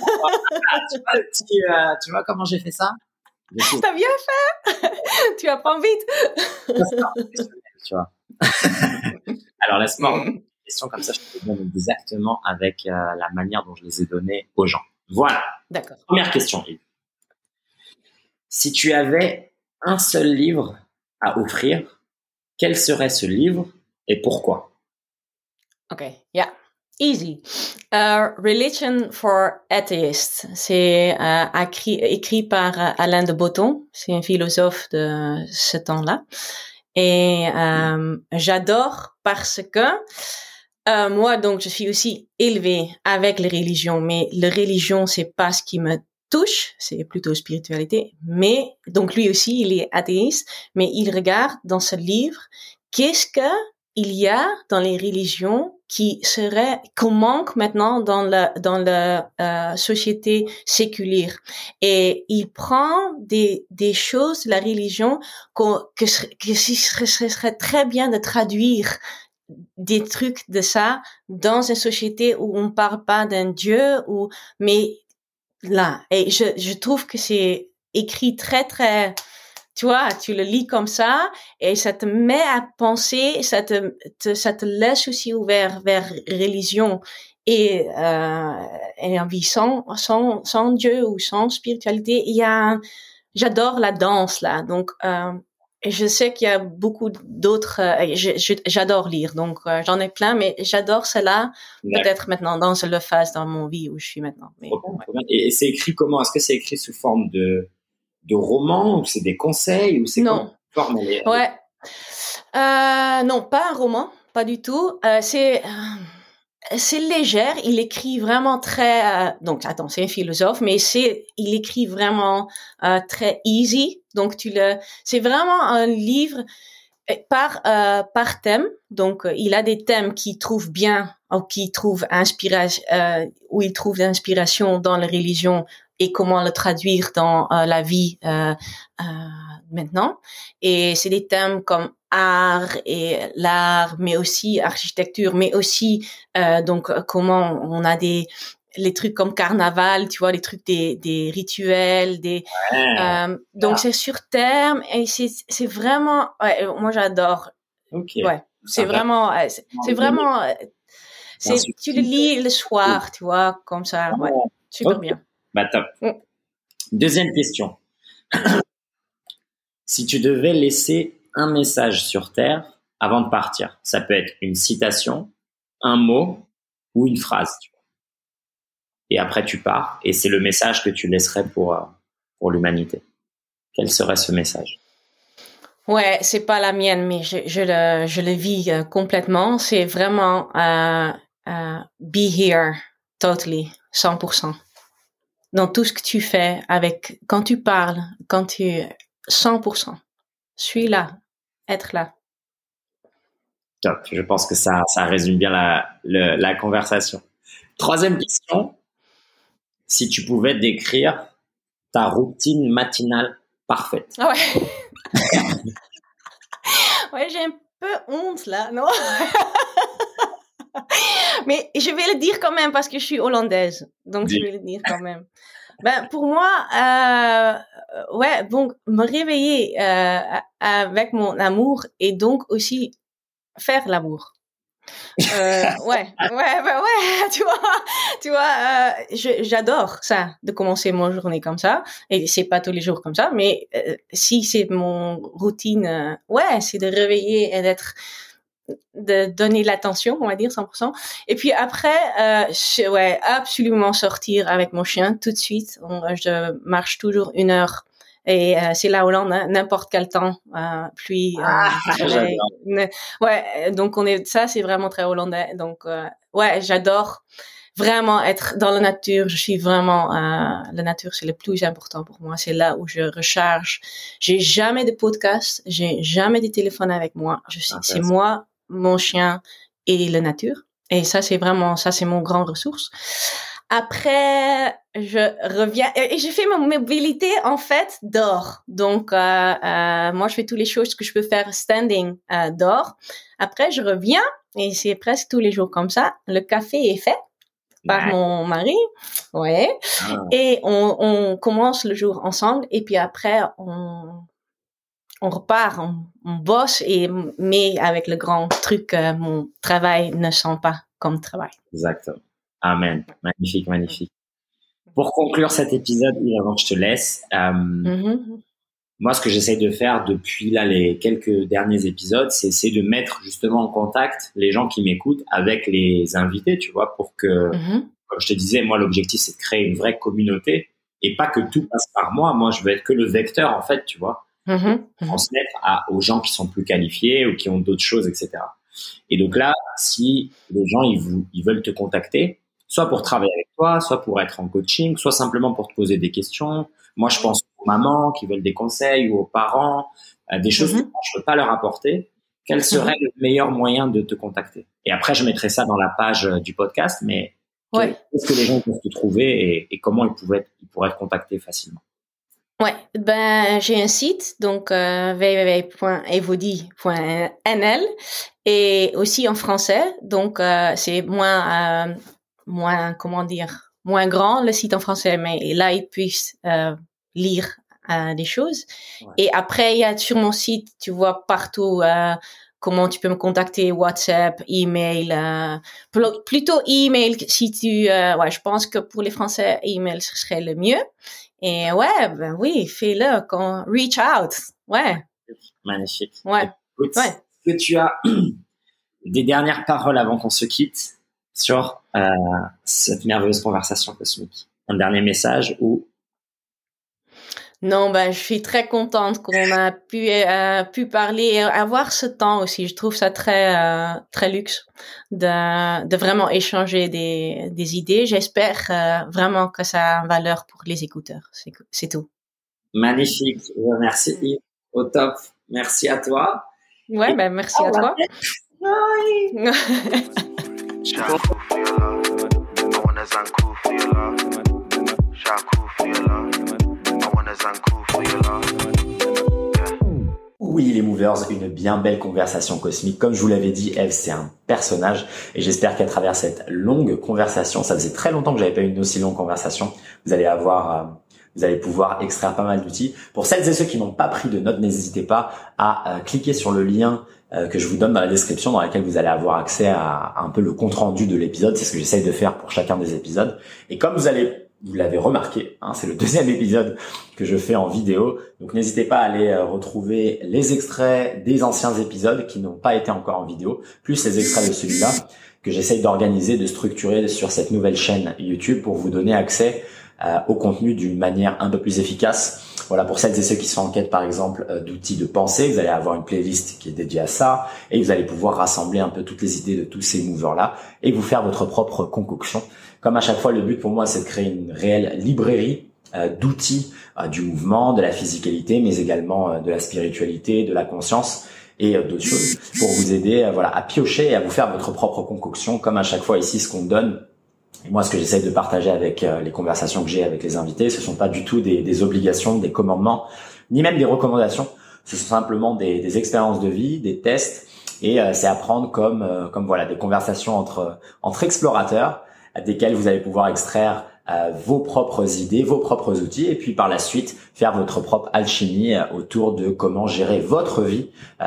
Tu vois comment j'ai fait ça? T'as bien fait. Tu apprends vite. Tu vois. Alors, laisse-moi une question comme ça, je te donne exactement avec la manière dont je les ai données aux gens. Voilà. D'accord. Première question, Yves. Si tu avais un seul livre à offrir, quel serait ce livre et pourquoi? Ok, yeah. Easy. Religion for Atheists. C'est écrit par Alain de Botton. C'est un philosophe de ce temps-là. Et j'adore parce que moi, donc, je suis aussi élevée avec les religions, mais les religions, c'est pas ce qui me touche, c'est plutôt spiritualité. Mais donc lui aussi, il est athéiste, mais il regarde dans ce livre qu'est-ce que il y a dans les religions qu'on manque maintenant dans la société séculière. Et il prend des choses de la religion que ce serait très bien de traduire des trucs de ça dans une société où on parle pas d'un Dieu mais là. Et je trouve que c'est écrit très, très, tu vois, tu le lis comme ça et ça te met à penser, ça te laisse aussi ouvert vers religion et en vie sans Dieu ou sans spiritualité. J'adore la danse, là. Donc, et je sais qu'il y a beaucoup d'autres. J'adore lire, donc j'en ai plein, mais j'adore cela. Peut-être maintenant dans le phase dans mon vie où je suis maintenant. Mais, Et c'est écrit comment? Est-ce que c'est écrit sous forme de roman ou c'est des conseils ou c'est non. Forme Ouais. Non, pas un roman, pas du tout. c'est légère. Il écrit vraiment très. Donc attends, c'est un philosophe, mais il écrit vraiment très easy. Donc c'est vraiment un livre par thème. Donc il a des thèmes qu'il trouve bien ou qu'il trouve inspiration, où il trouve l'inspiration dans la religion et comment le traduire dans la vie maintenant. Et c'est des thèmes comme l'art, mais aussi architecture, mais aussi donc comment on a les trucs comme carnaval, tu vois, les trucs des rituels, donc c'est sur terme et c'est vraiment, ouais, moi j'adore. Ok. Ouais, c'est vraiment, c'est vraiment, tu le lis le soir, tu vois, comme ça, ouais, super bien. Bah top. Deuxième question. Si tu devais laisser un message sur Terre avant de partir, ça peut être une citation, un mot ou une phrase. Tu vois. Et après, tu pars et c'est le message que tu laisserais pour l'humanité. Quel serait ce message? Ouais, c'est pas la mienne, mais je le vis complètement. C'est vraiment be here, totally, 100%. Dans tout ce que tu fais, quand tu parles, 100%. Suis là, être là. Top. Je pense que ça résume bien la conversation. Troisième question. Si tu pouvais décrire ta routine matinale parfaite. Ah ouais. Ouais, j'ai un peu honte là, non? Mais je vais le dire quand même parce que je suis hollandaise. Donc je vais le dire quand même. Ben pour moi, ouais, donc me réveiller avec mon amour et donc aussi faire l'amour. Ouais, tu vois, j'adore ça, de commencer mon journée comme ça. Et c'est pas tous les jours comme ça, mais si c'est mon routine, ouais, c'est de réveiller et de donner l'attention, on va dire 100%. Et puis après, ouais, absolument sortir avec mon chien tout de suite. Je marche toujours 1 heure. Et c'est la Hollande, hein, n'importe quel temps, pluie, soleil. Ouais, donc ça c'est vraiment très hollandais. Donc ouais, j'adore vraiment être dans la nature. Je suis vraiment la nature, c'est le plus important pour moi. C'est là où je recharge. J'ai jamais de podcast, j'ai jamais de téléphone avec moi. C'est moi, mon chien et la nature. Et ça c'est mon grand ressource. Après, je reviens et je fais ma mobilité en fait dehors. Donc moi je fais toutes les choses que je peux faire standing dehors. Après je reviens et c'est presque tous les jours comme ça. Le café est fait par mon mari, ouais. Et on commence le jour ensemble et puis après on repart, on bosse mais avec le grand truc, mon travail ne sent pas comme travail. Exactement. Amen. Magnifique, magnifique. Pour conclure cet épisode, avant que je te laisse, moi, ce que j'essaie de faire depuis là les quelques derniers épisodes, c'est essayer de mettre justement en contact les gens qui m'écoutent avec les invités, tu vois, pour que, comme je te disais, moi, l'objectif, c'est de créer une vraie communauté et pas que tout passe par moi. Moi, je veux être que le vecteur, en fait, tu vois, transmettre aux gens qui sont plus qualifiés ou qui ont d'autres choses, etc. Et donc là, si les gens ils veulent te contacter, soit pour travailler avec toi, soit pour être en coaching, soit simplement pour te poser des questions. Moi, je pense aux mamans qui veulent des conseils ou aux parents, des choses que je peux pas leur apporter. Quel serait le meilleur moyen de te contacter? Et après, je mettrai ça dans la page du podcast, mais qu'est-ce que les gens peuvent te trouver et comment ils pourraient te contacter facilement? Ouais, ben j'ai un site donc www.evody.nl et aussi en français donc c'est moins grand le site en français, mais là ils puissent lire des choses. Et après il y a sur mon site, tu vois partout comment tu peux me contacter, WhatsApp, email, plutôt email si tu ouais, je pense que pour les Français email ce serait le mieux. Et ouais, ben oui, fais-le, reach out. Ouais. Magnifique. Ouais. Écoute, est-ce que tu as des dernières paroles avant qu'on se quitte sur cette merveilleuse conversation cosmique? Un dernier message ou? Non, je suis très contente qu'on a pu parler et avoir ce temps aussi. Je trouve ça très luxe de vraiment échanger des idées. J'espère vraiment que ça a valeur pour les écouteurs. C'est tout. Magnifique. Merci Yves. Au top. Merci à toi. Ouais, merci à toi. Oui, les Movers, une bien belle conversation cosmique. Comme je vous l'avais dit, Eve, c'est un personnage et j'espère qu'à travers cette longue conversation, ça faisait très longtemps que j'avais pas eu une aussi longue conversation, vous allez pouvoir extraire pas mal d'outils. Pour celles et ceux qui n'ont pas pris de notes, n'hésitez pas à cliquer sur le lien que je vous donne dans la description, dans laquelle vous allez avoir accès à un peu le compte rendu de l'épisode. C'est ce que j'essaye de faire pour chacun des épisodes. Et comme vous l'avez remarqué, c'est le 2e épisode que je fais en vidéo. Donc n'hésitez pas à aller retrouver les extraits des anciens épisodes qui n'ont pas été encore en vidéo, plus les extraits de celui-là que j'essaye d'organiser, de structurer sur cette nouvelle chaîne YouTube pour vous donner accès au contenu d'une manière un peu plus efficace. Voilà, pour celles et ceux qui sont en quête, par exemple, d'outils de pensée, vous allez avoir une playlist qui est dédiée à ça et vous allez pouvoir rassembler un peu toutes les idées de tous ces movers-là et vous faire votre propre concoction. Comme à chaque fois, le but pour moi, c'est de créer une réelle librairie d'outils du mouvement, de la physicalité, mais également de la spiritualité, de la conscience et d'autres choses pour vous aider à piocher et à vous faire votre propre concoction. Comme à chaque fois ici, ce qu'on donne, et moi, ce que j'essaie de partager avec les conversations que j'ai avec les invités, ce sont pas du tout des obligations, des commandements, ni même des recommandations. Ce sont simplement des expériences de vie, des tests, et c'est à prendre comme des conversations entre explorateurs, desquels vous allez pouvoir extraire vos propres idées, vos propres outils, et puis par la suite faire votre propre alchimie autour de comment gérer votre vie,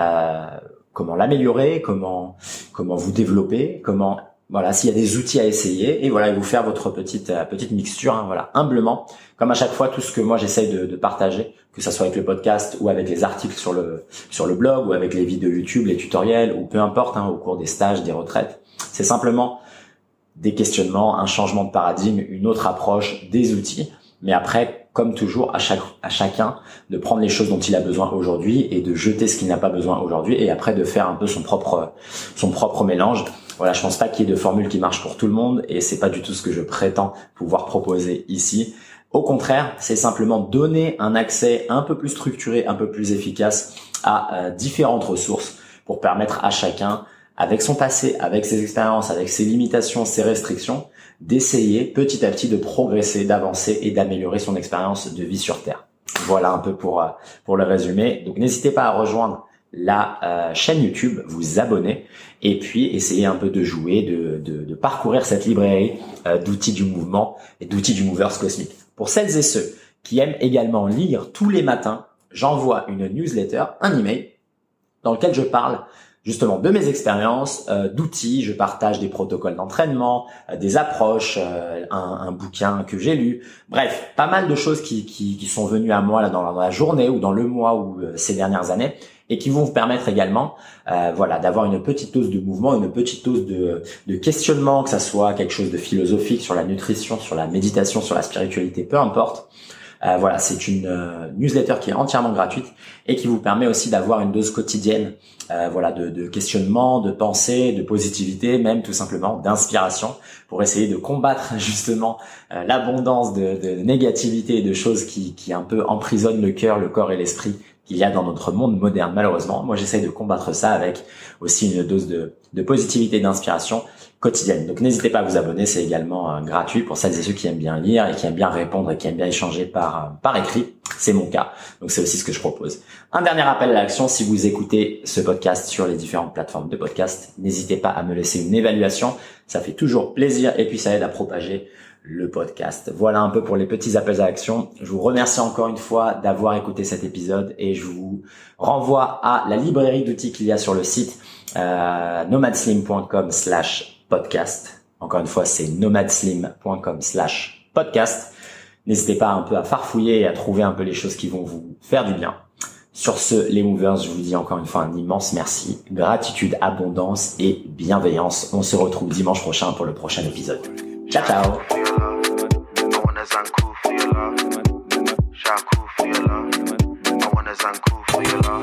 comment l'améliorer, comment vous développer, s'il y a des outils à essayer et vous faire votre petite mixture, humblement. Comme à chaque fois, tout ce que moi j'essaye de partager, que ça soit avec le podcast ou avec les articles sur le blog ou avec les vidéos YouTube, les tutoriels ou peu importe, au cours des stages, des retraites, c'est simplement des questionnements, un changement de paradigme, une autre approche, des outils. Mais après, comme toujours, à chacun de prendre les choses dont il a besoin aujourd'hui et de jeter ce qu'il n'a pas besoin aujourd'hui et après de faire un peu son propre mélange. Voilà, je pense pas qu'il y ait de formule qui marche pour tout le monde et c'est pas du tout ce que je prétends pouvoir proposer ici. Au contraire, c'est simplement donner un accès un peu plus structuré, un peu plus efficace à différentes ressources pour permettre à chacun, avec son passé, avec ses expériences, avec ses limitations, ses restrictions, d'essayer petit à petit de progresser, d'avancer et d'améliorer son expérience de vie sur Terre. Voilà un peu pour le résumé. Donc n'hésitez pas à rejoindre la chaîne YouTube, vous abonner et puis essayer un peu de jouer, de parcourir cette librairie d'outils du mouvement et d'outils du Movers cosmique. Pour celles et ceux qui aiment également lire tous les matins, j'envoie une newsletter, un email dans lequel je parle justement de mes expériences, d'outils, je partage des protocoles d'entraînement, des approches, un bouquin que j'ai lu, bref, pas mal de choses qui sont venues à moi là dans la journée ou dans le mois ou ces dernières années et qui vont vous permettre également d'avoir une petite dose de mouvement, une petite dose de questionnement, que ça soit quelque chose de philosophique sur la nutrition, sur la méditation, sur la spiritualité, peu importe. C'est une newsletter qui est entièrement gratuite et qui vous permet aussi d'avoir une dose quotidienne de questionnement, de pensée, de positivité, même tout simplement d'inspiration pour essayer de combattre justement l'abondance de négativité et de choses qui un peu emprisonnent le cœur, le corps et l'esprit qu'il y a dans notre monde moderne malheureusement. Moi j'essaye de combattre ça avec aussi une dose de positivité et d'inspiration quotidienne. Donc n'hésitez pas à vous abonner, c'est également gratuit pour celles et ceux qui aiment bien lire et qui aiment bien répondre et qui aiment bien échanger par écrit. C'est mon cas, donc c'est aussi ce que je propose. Un dernier appel à l'action, si vous écoutez ce podcast sur les différentes plateformes de podcast, n'hésitez pas à me laisser une évaluation, ça fait toujours plaisir et puis ça aide à propager le podcast. Voilà un peu pour les petits appels à l'action. Je vous remercie encore une fois d'avoir écouté cet épisode et je vous renvoie à la librairie d'outils qu'il y a sur le site nomadslim.com/podcast. Encore une fois, c'est nomadslim.com/podcast. N'hésitez pas un peu à farfouiller et à trouver un peu les choses qui vont vous faire du bien. Sur ce, les movers, je vous dis encore une fois un immense merci. Gratitude, abondance et bienveillance. On se retrouve dimanche prochain pour le prochain épisode. Ciao, ciao. prends un coup for your love.